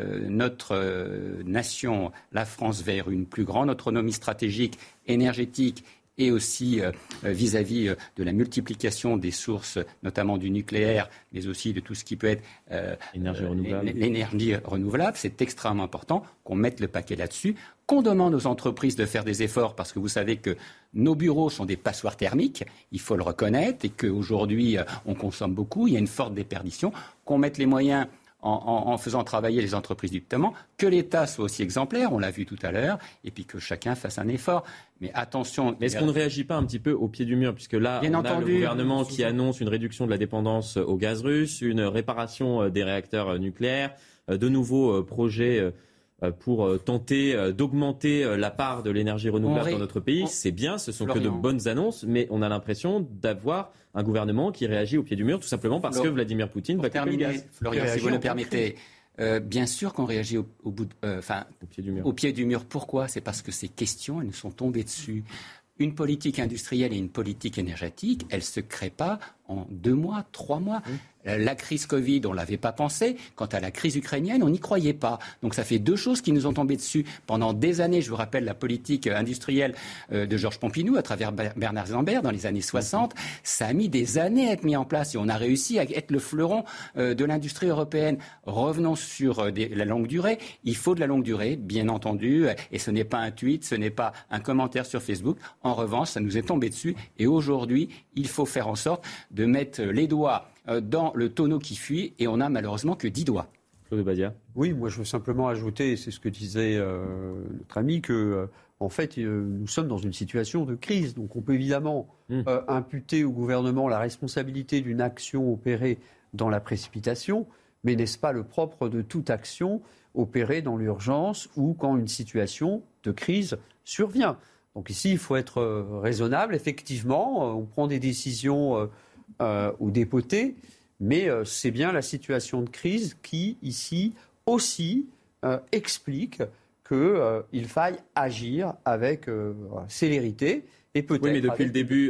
notre nation, la France, vers une plus grande autonomie stratégique, énergétique et aussi vis-à-vis de la multiplication des sources, notamment du nucléaire, mais aussi de tout ce qui peut être l'énergie renouvelable. C'est extrêmement important qu'on mette le paquet là-dessus, qu'on demande aux entreprises de faire des efforts, parce que vous savez que nos bureaux sont des passoires thermiques, il faut le reconnaître, et qu'aujourd'hui, on consomme beaucoup, il y a une forte déperdition, qu'on mette les moyens en faisant travailler les entreprises directement, que l'État soit aussi exemplaire, on l'a vu tout à l'heure, et puis que chacun fasse un effort. Mais attention... Mais est-ce qu'on ne réagit pas un petit peu au pied du mur? Puisque là, on a le gouvernement qui annonce une réduction de la dépendance au gaz russe, une réparation des réacteurs nucléaires, de nouveaux projets pour tenter d'augmenter la part de l'énergie renouvelable dans notre pays. C'est bien, ce sont que de bonnes annonces, mais on a l'impression d'avoir un gouvernement qui réagit au pied du mur, tout simplement parce que Vladimir Poutine va couper le gaz. Florian, si vous le permettez, bien sûr qu'on réagit au pied du mur. Pourquoi? C'est parce que ces questions, elles nous sont tombées dessus. Une politique industrielle et une politique énergétique, elles ne se créent pas en 2 mois, 3 mois. La crise Covid, on ne l'avait pas pensé. Quant à la crise ukrainienne, on n'y croyait pas. Donc ça fait 2 choses qui nous ont tombé dessus. Pendant des années, je vous rappelle la politique industrielle de Georges Pompidou à travers Bernard Zambert dans les années 60. Ça a mis des années à être mis en place et on a réussi à être le fleuron de l'industrie européenne. Revenons sur la longue durée. Il faut de la longue durée, bien entendu. Et ce n'est pas un tweet, ce n'est pas un commentaire sur Facebook. En revanche, ça nous est tombé dessus. Et aujourd'hui, il faut faire en sorte de mettre les doigts dans le tonneau qui fuit, et on n'a malheureusement que 10 doigts. Claude Badia. Oui, moi je veux simplement ajouter, c'est ce que disait notre ami, que en fait nous sommes dans une situation de crise. Donc on peut évidemment imputer au gouvernement la responsabilité d'une action opérée dans la précipitation, mais n'est-ce pas le propre de toute action opérée dans l'urgence ou quand une situation de crise survient? Donc ici, il faut être raisonnable. Effectivement, on prend des décisions ou dépotées, mais c'est bien la situation de crise qui, ici, aussi explique qu'il faille agir avec célérité et peut-être... Oui, mais depuis le début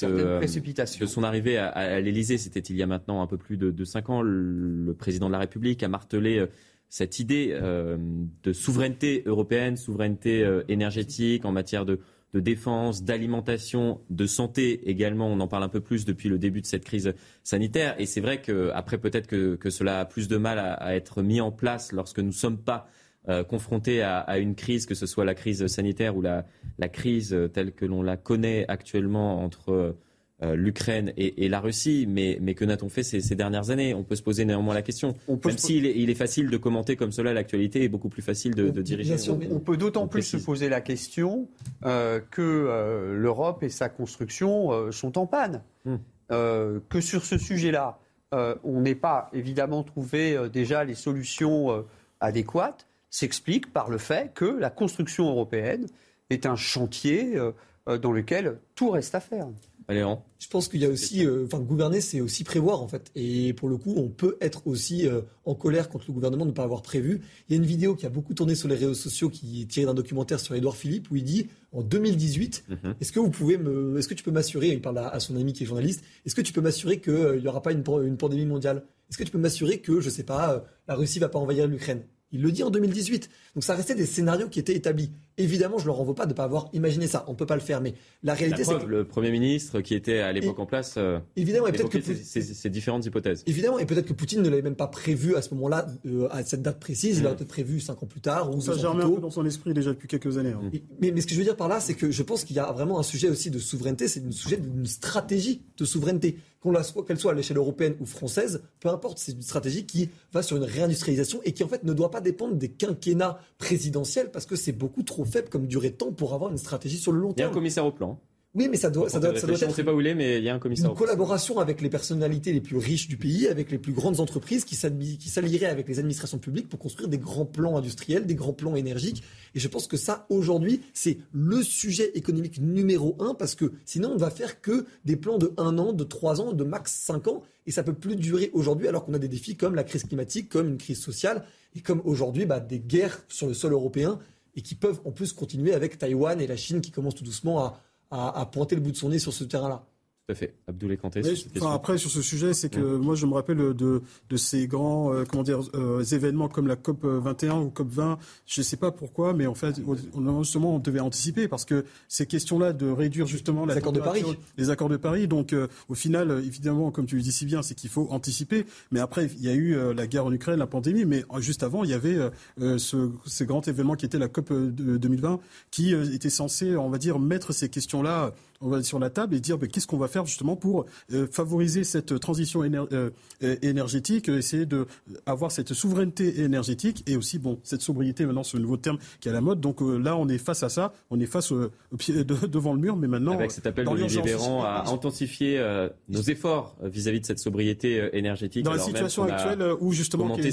de son arrivée à l'Élysée, c'était il y a maintenant un peu plus de 5 ans, le président de la République a martelé cette idée de souveraineté européenne, souveraineté énergétique en matière de défense, d'alimentation, de santé également. On en parle un peu plus depuis le début de cette crise sanitaire. Et c'est vrai qu'après, peut-être que cela a plus de mal à être mis en place lorsque nous ne sommes pas confrontés à une crise, que ce soit la crise sanitaire ou la crise telle que l'on la connaît actuellement entre l'Ukraine et la Russie, mais que n'a-t-on fait ces dernières années? On peut se poser néanmoins la question. Même s'il est facile de commenter comme cela, l'actualité est beaucoup plus facile de diriger. On peut d'autant plus se poser la question que l'Europe et sa construction sont en panne. Que sur ce sujet-là, on n'ait pas évidemment trouvé déjà les solutions adéquates, s'explique par le fait que la construction européenne est un chantier dans lequel tout reste à faire. Léon. Je pense qu'il y a aussi, gouverner, c'est aussi prévoir en fait. Et pour le coup, on peut être aussi en colère contre le gouvernement de ne pas avoir prévu. Il y a une vidéo qui a beaucoup tourné sur les réseaux sociaux, qui est tirée d'un documentaire sur Édouard Philippe, où il dit en 2018, est-ce que tu peux m'assurer, il parle à son ami qui est journaliste, est-ce que tu peux m'assurer qu'il n'y aura pas une pandémie mondiale? Est-ce que tu peux m'assurer que, je sais pas, la Russie va pas envahir l'Ukraine? Il le dit en 2018. Donc ça restait des scénarios qui étaient établis. Évidemment, je ne leur en veux pas de ne pas avoir imaginé ça. On ne peut pas le faire. Mais la réalité, c'est que... Le Premier ministre qui était à l'époque en place évidemment, et peut-être que ces différentes hypothèses. Évidemment, et peut-être que Poutine ne l'avait même pas prévu à ce moment-là, à cette date précise. Il l'aurait peut-être prévu 5 ans plus tard. Ou ça germait un peu dans son esprit déjà depuis quelques années. Hein. Mais ce que je veux dire par là, c'est que je pense qu'il y a vraiment un sujet aussi de souveraineté. C'est un sujet d'une stratégie de souveraineté. Qu'elle soit à l'échelle européenne ou française, peu importe, c'est une stratégie qui va sur une réindustrialisation et qui en fait ne doit pas dépendre des quinquennats présidentiels parce que c'est beaucoup trop faible comme durée de temps pour avoir une stratégie sur le long terme. Il y a un commissaire au plan. Oui, mais ça doit être. On ne sait pas où il est, mais il y a un commissaire. Une collaboration avec les personnalités les plus riches du pays, avec les plus grandes entreprises qui s'allieraient avec les administrations publiques pour construire des grands plans industriels, des grands plans énergiques. Et je pense que ça, aujourd'hui, c'est le sujet économique numéro 1, parce que sinon, on ne va faire que des plans de 1 an, de 3 ans, de max 5 ans. Et ça ne peut plus durer aujourd'hui, alors qu'on a des défis comme la crise climatique, comme une crise sociale, et comme aujourd'hui des guerres sur le sol européen, et qui peuvent en plus continuer avec Taïwan et la Chine qui commencent tout doucement à pointer le bout de son nez sur ce terrain-là. Tout à fait. Abdoulaye Kanté. Après, sur ce sujet, c'est que moi, je me rappelle de ces grands événements comme la COP 21 ou COP 20. Je ne sais pas pourquoi, mais en fait, justement, on devait anticiper parce que ces questions-là de réduire justement les accords de Paris. Donc, au final, évidemment, comme tu le dis si bien, c'est qu'il faut anticiper. Mais après, il y a eu la guerre en Ukraine, la pandémie. Mais juste avant, il y avait ce grand événement qui était la COP 2020, qui était censé, on va dire, mettre ces questions-là sur la table et dire qu'est-ce qu'on va faire justement pour favoriser cette transition énergétique, essayer d'avoir cette souveraineté énergétique et aussi cette sobriété, maintenant ce nouveau terme qui est à la mode. Donc là on est face à ça, on est face au pied devant le mur, mais maintenant avec cet appel d'Olivier Véran à intensifier nos efforts vis-à-vis de cette sobriété énergétique. Dans la situation actuelle où justement il y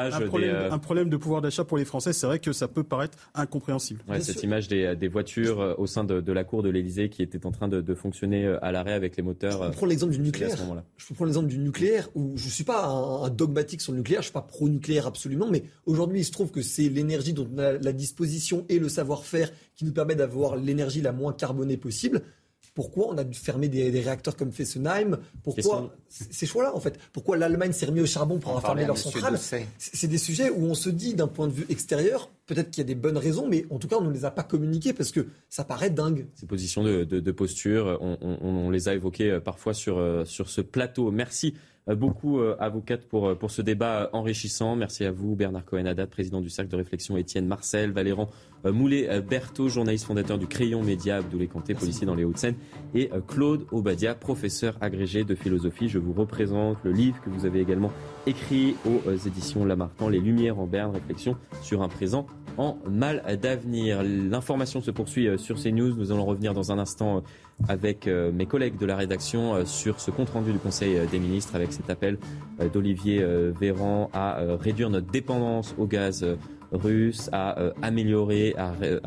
a un problème de pouvoir d'achat pour les Français, c'est vrai que ça peut paraître incompréhensible. Ouais, cette image des voitures au sein de la cour de l'Élysée qui était en train de fonctionner à l'arrêt avec les moteurs. Je prends l'exemple du nucléaire. Je prends l'exemple du nucléaire où je suis pas un dogmatique sur le nucléaire, je suis pas pro-nucléaire absolument, mais aujourd'hui il se trouve que c'est l'énergie dont on a la disposition et le savoir-faire qui nous permet d'avoir l'énergie la moins carbonée possible. Pourquoi on a dû fermer des réacteurs comme Fessenheim ? Pourquoi ces choix-là, en fait ? Pourquoi l'Allemagne s'est remise au charbon pour avoir fermé leurs centrales ? C'est des sujets où on se dit, d'un point de vue extérieur, peut-être qu'il y a des bonnes raisons, mais en tout cas, on ne les a pas communiquées parce que ça paraît dingue. Ces positions de posture, on les a évoquées parfois sur ce plateau. Merci beaucoup, avocate, pour ce débat enrichissant. Merci à vous, Bernard Cohen-Haddad, président du Cercle de réflexion Étienne Marcel, Valéran Moulet-Berthaud, journaliste fondateur du Crayon Média, Abdoulaye Kanté, policier dans les Hauts-de-Seine, et Claude Obadia, professeur agrégé de philosophie. Je vous représente le livre que vous avez également écrit aux éditions Lamartine, Les Lumières en Berne, réflexion sur un présent en mal d'avenir. L'information se poursuit sur CNews. Nous allons revenir dans un instant avec mes collègues de la rédaction sur ce compte-rendu du Conseil des ministres avec cet appel d'Olivier Véran à réduire notre dépendance au gaz russe, à améliorer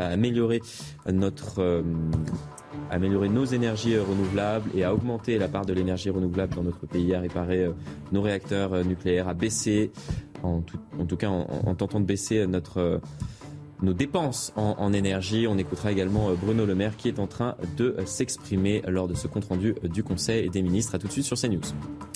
nos énergies renouvelables et à augmenter la part de l'énergie renouvelable dans notre pays, à réparer nos réacteurs nucléaires, à baisser, en tout cas en tentant de baisser nos dépenses en énergie. On écoutera également Bruno Le Maire qui est en train de s'exprimer lors de ce compte-rendu du Conseil des ministres. À tout de suite sur CNews.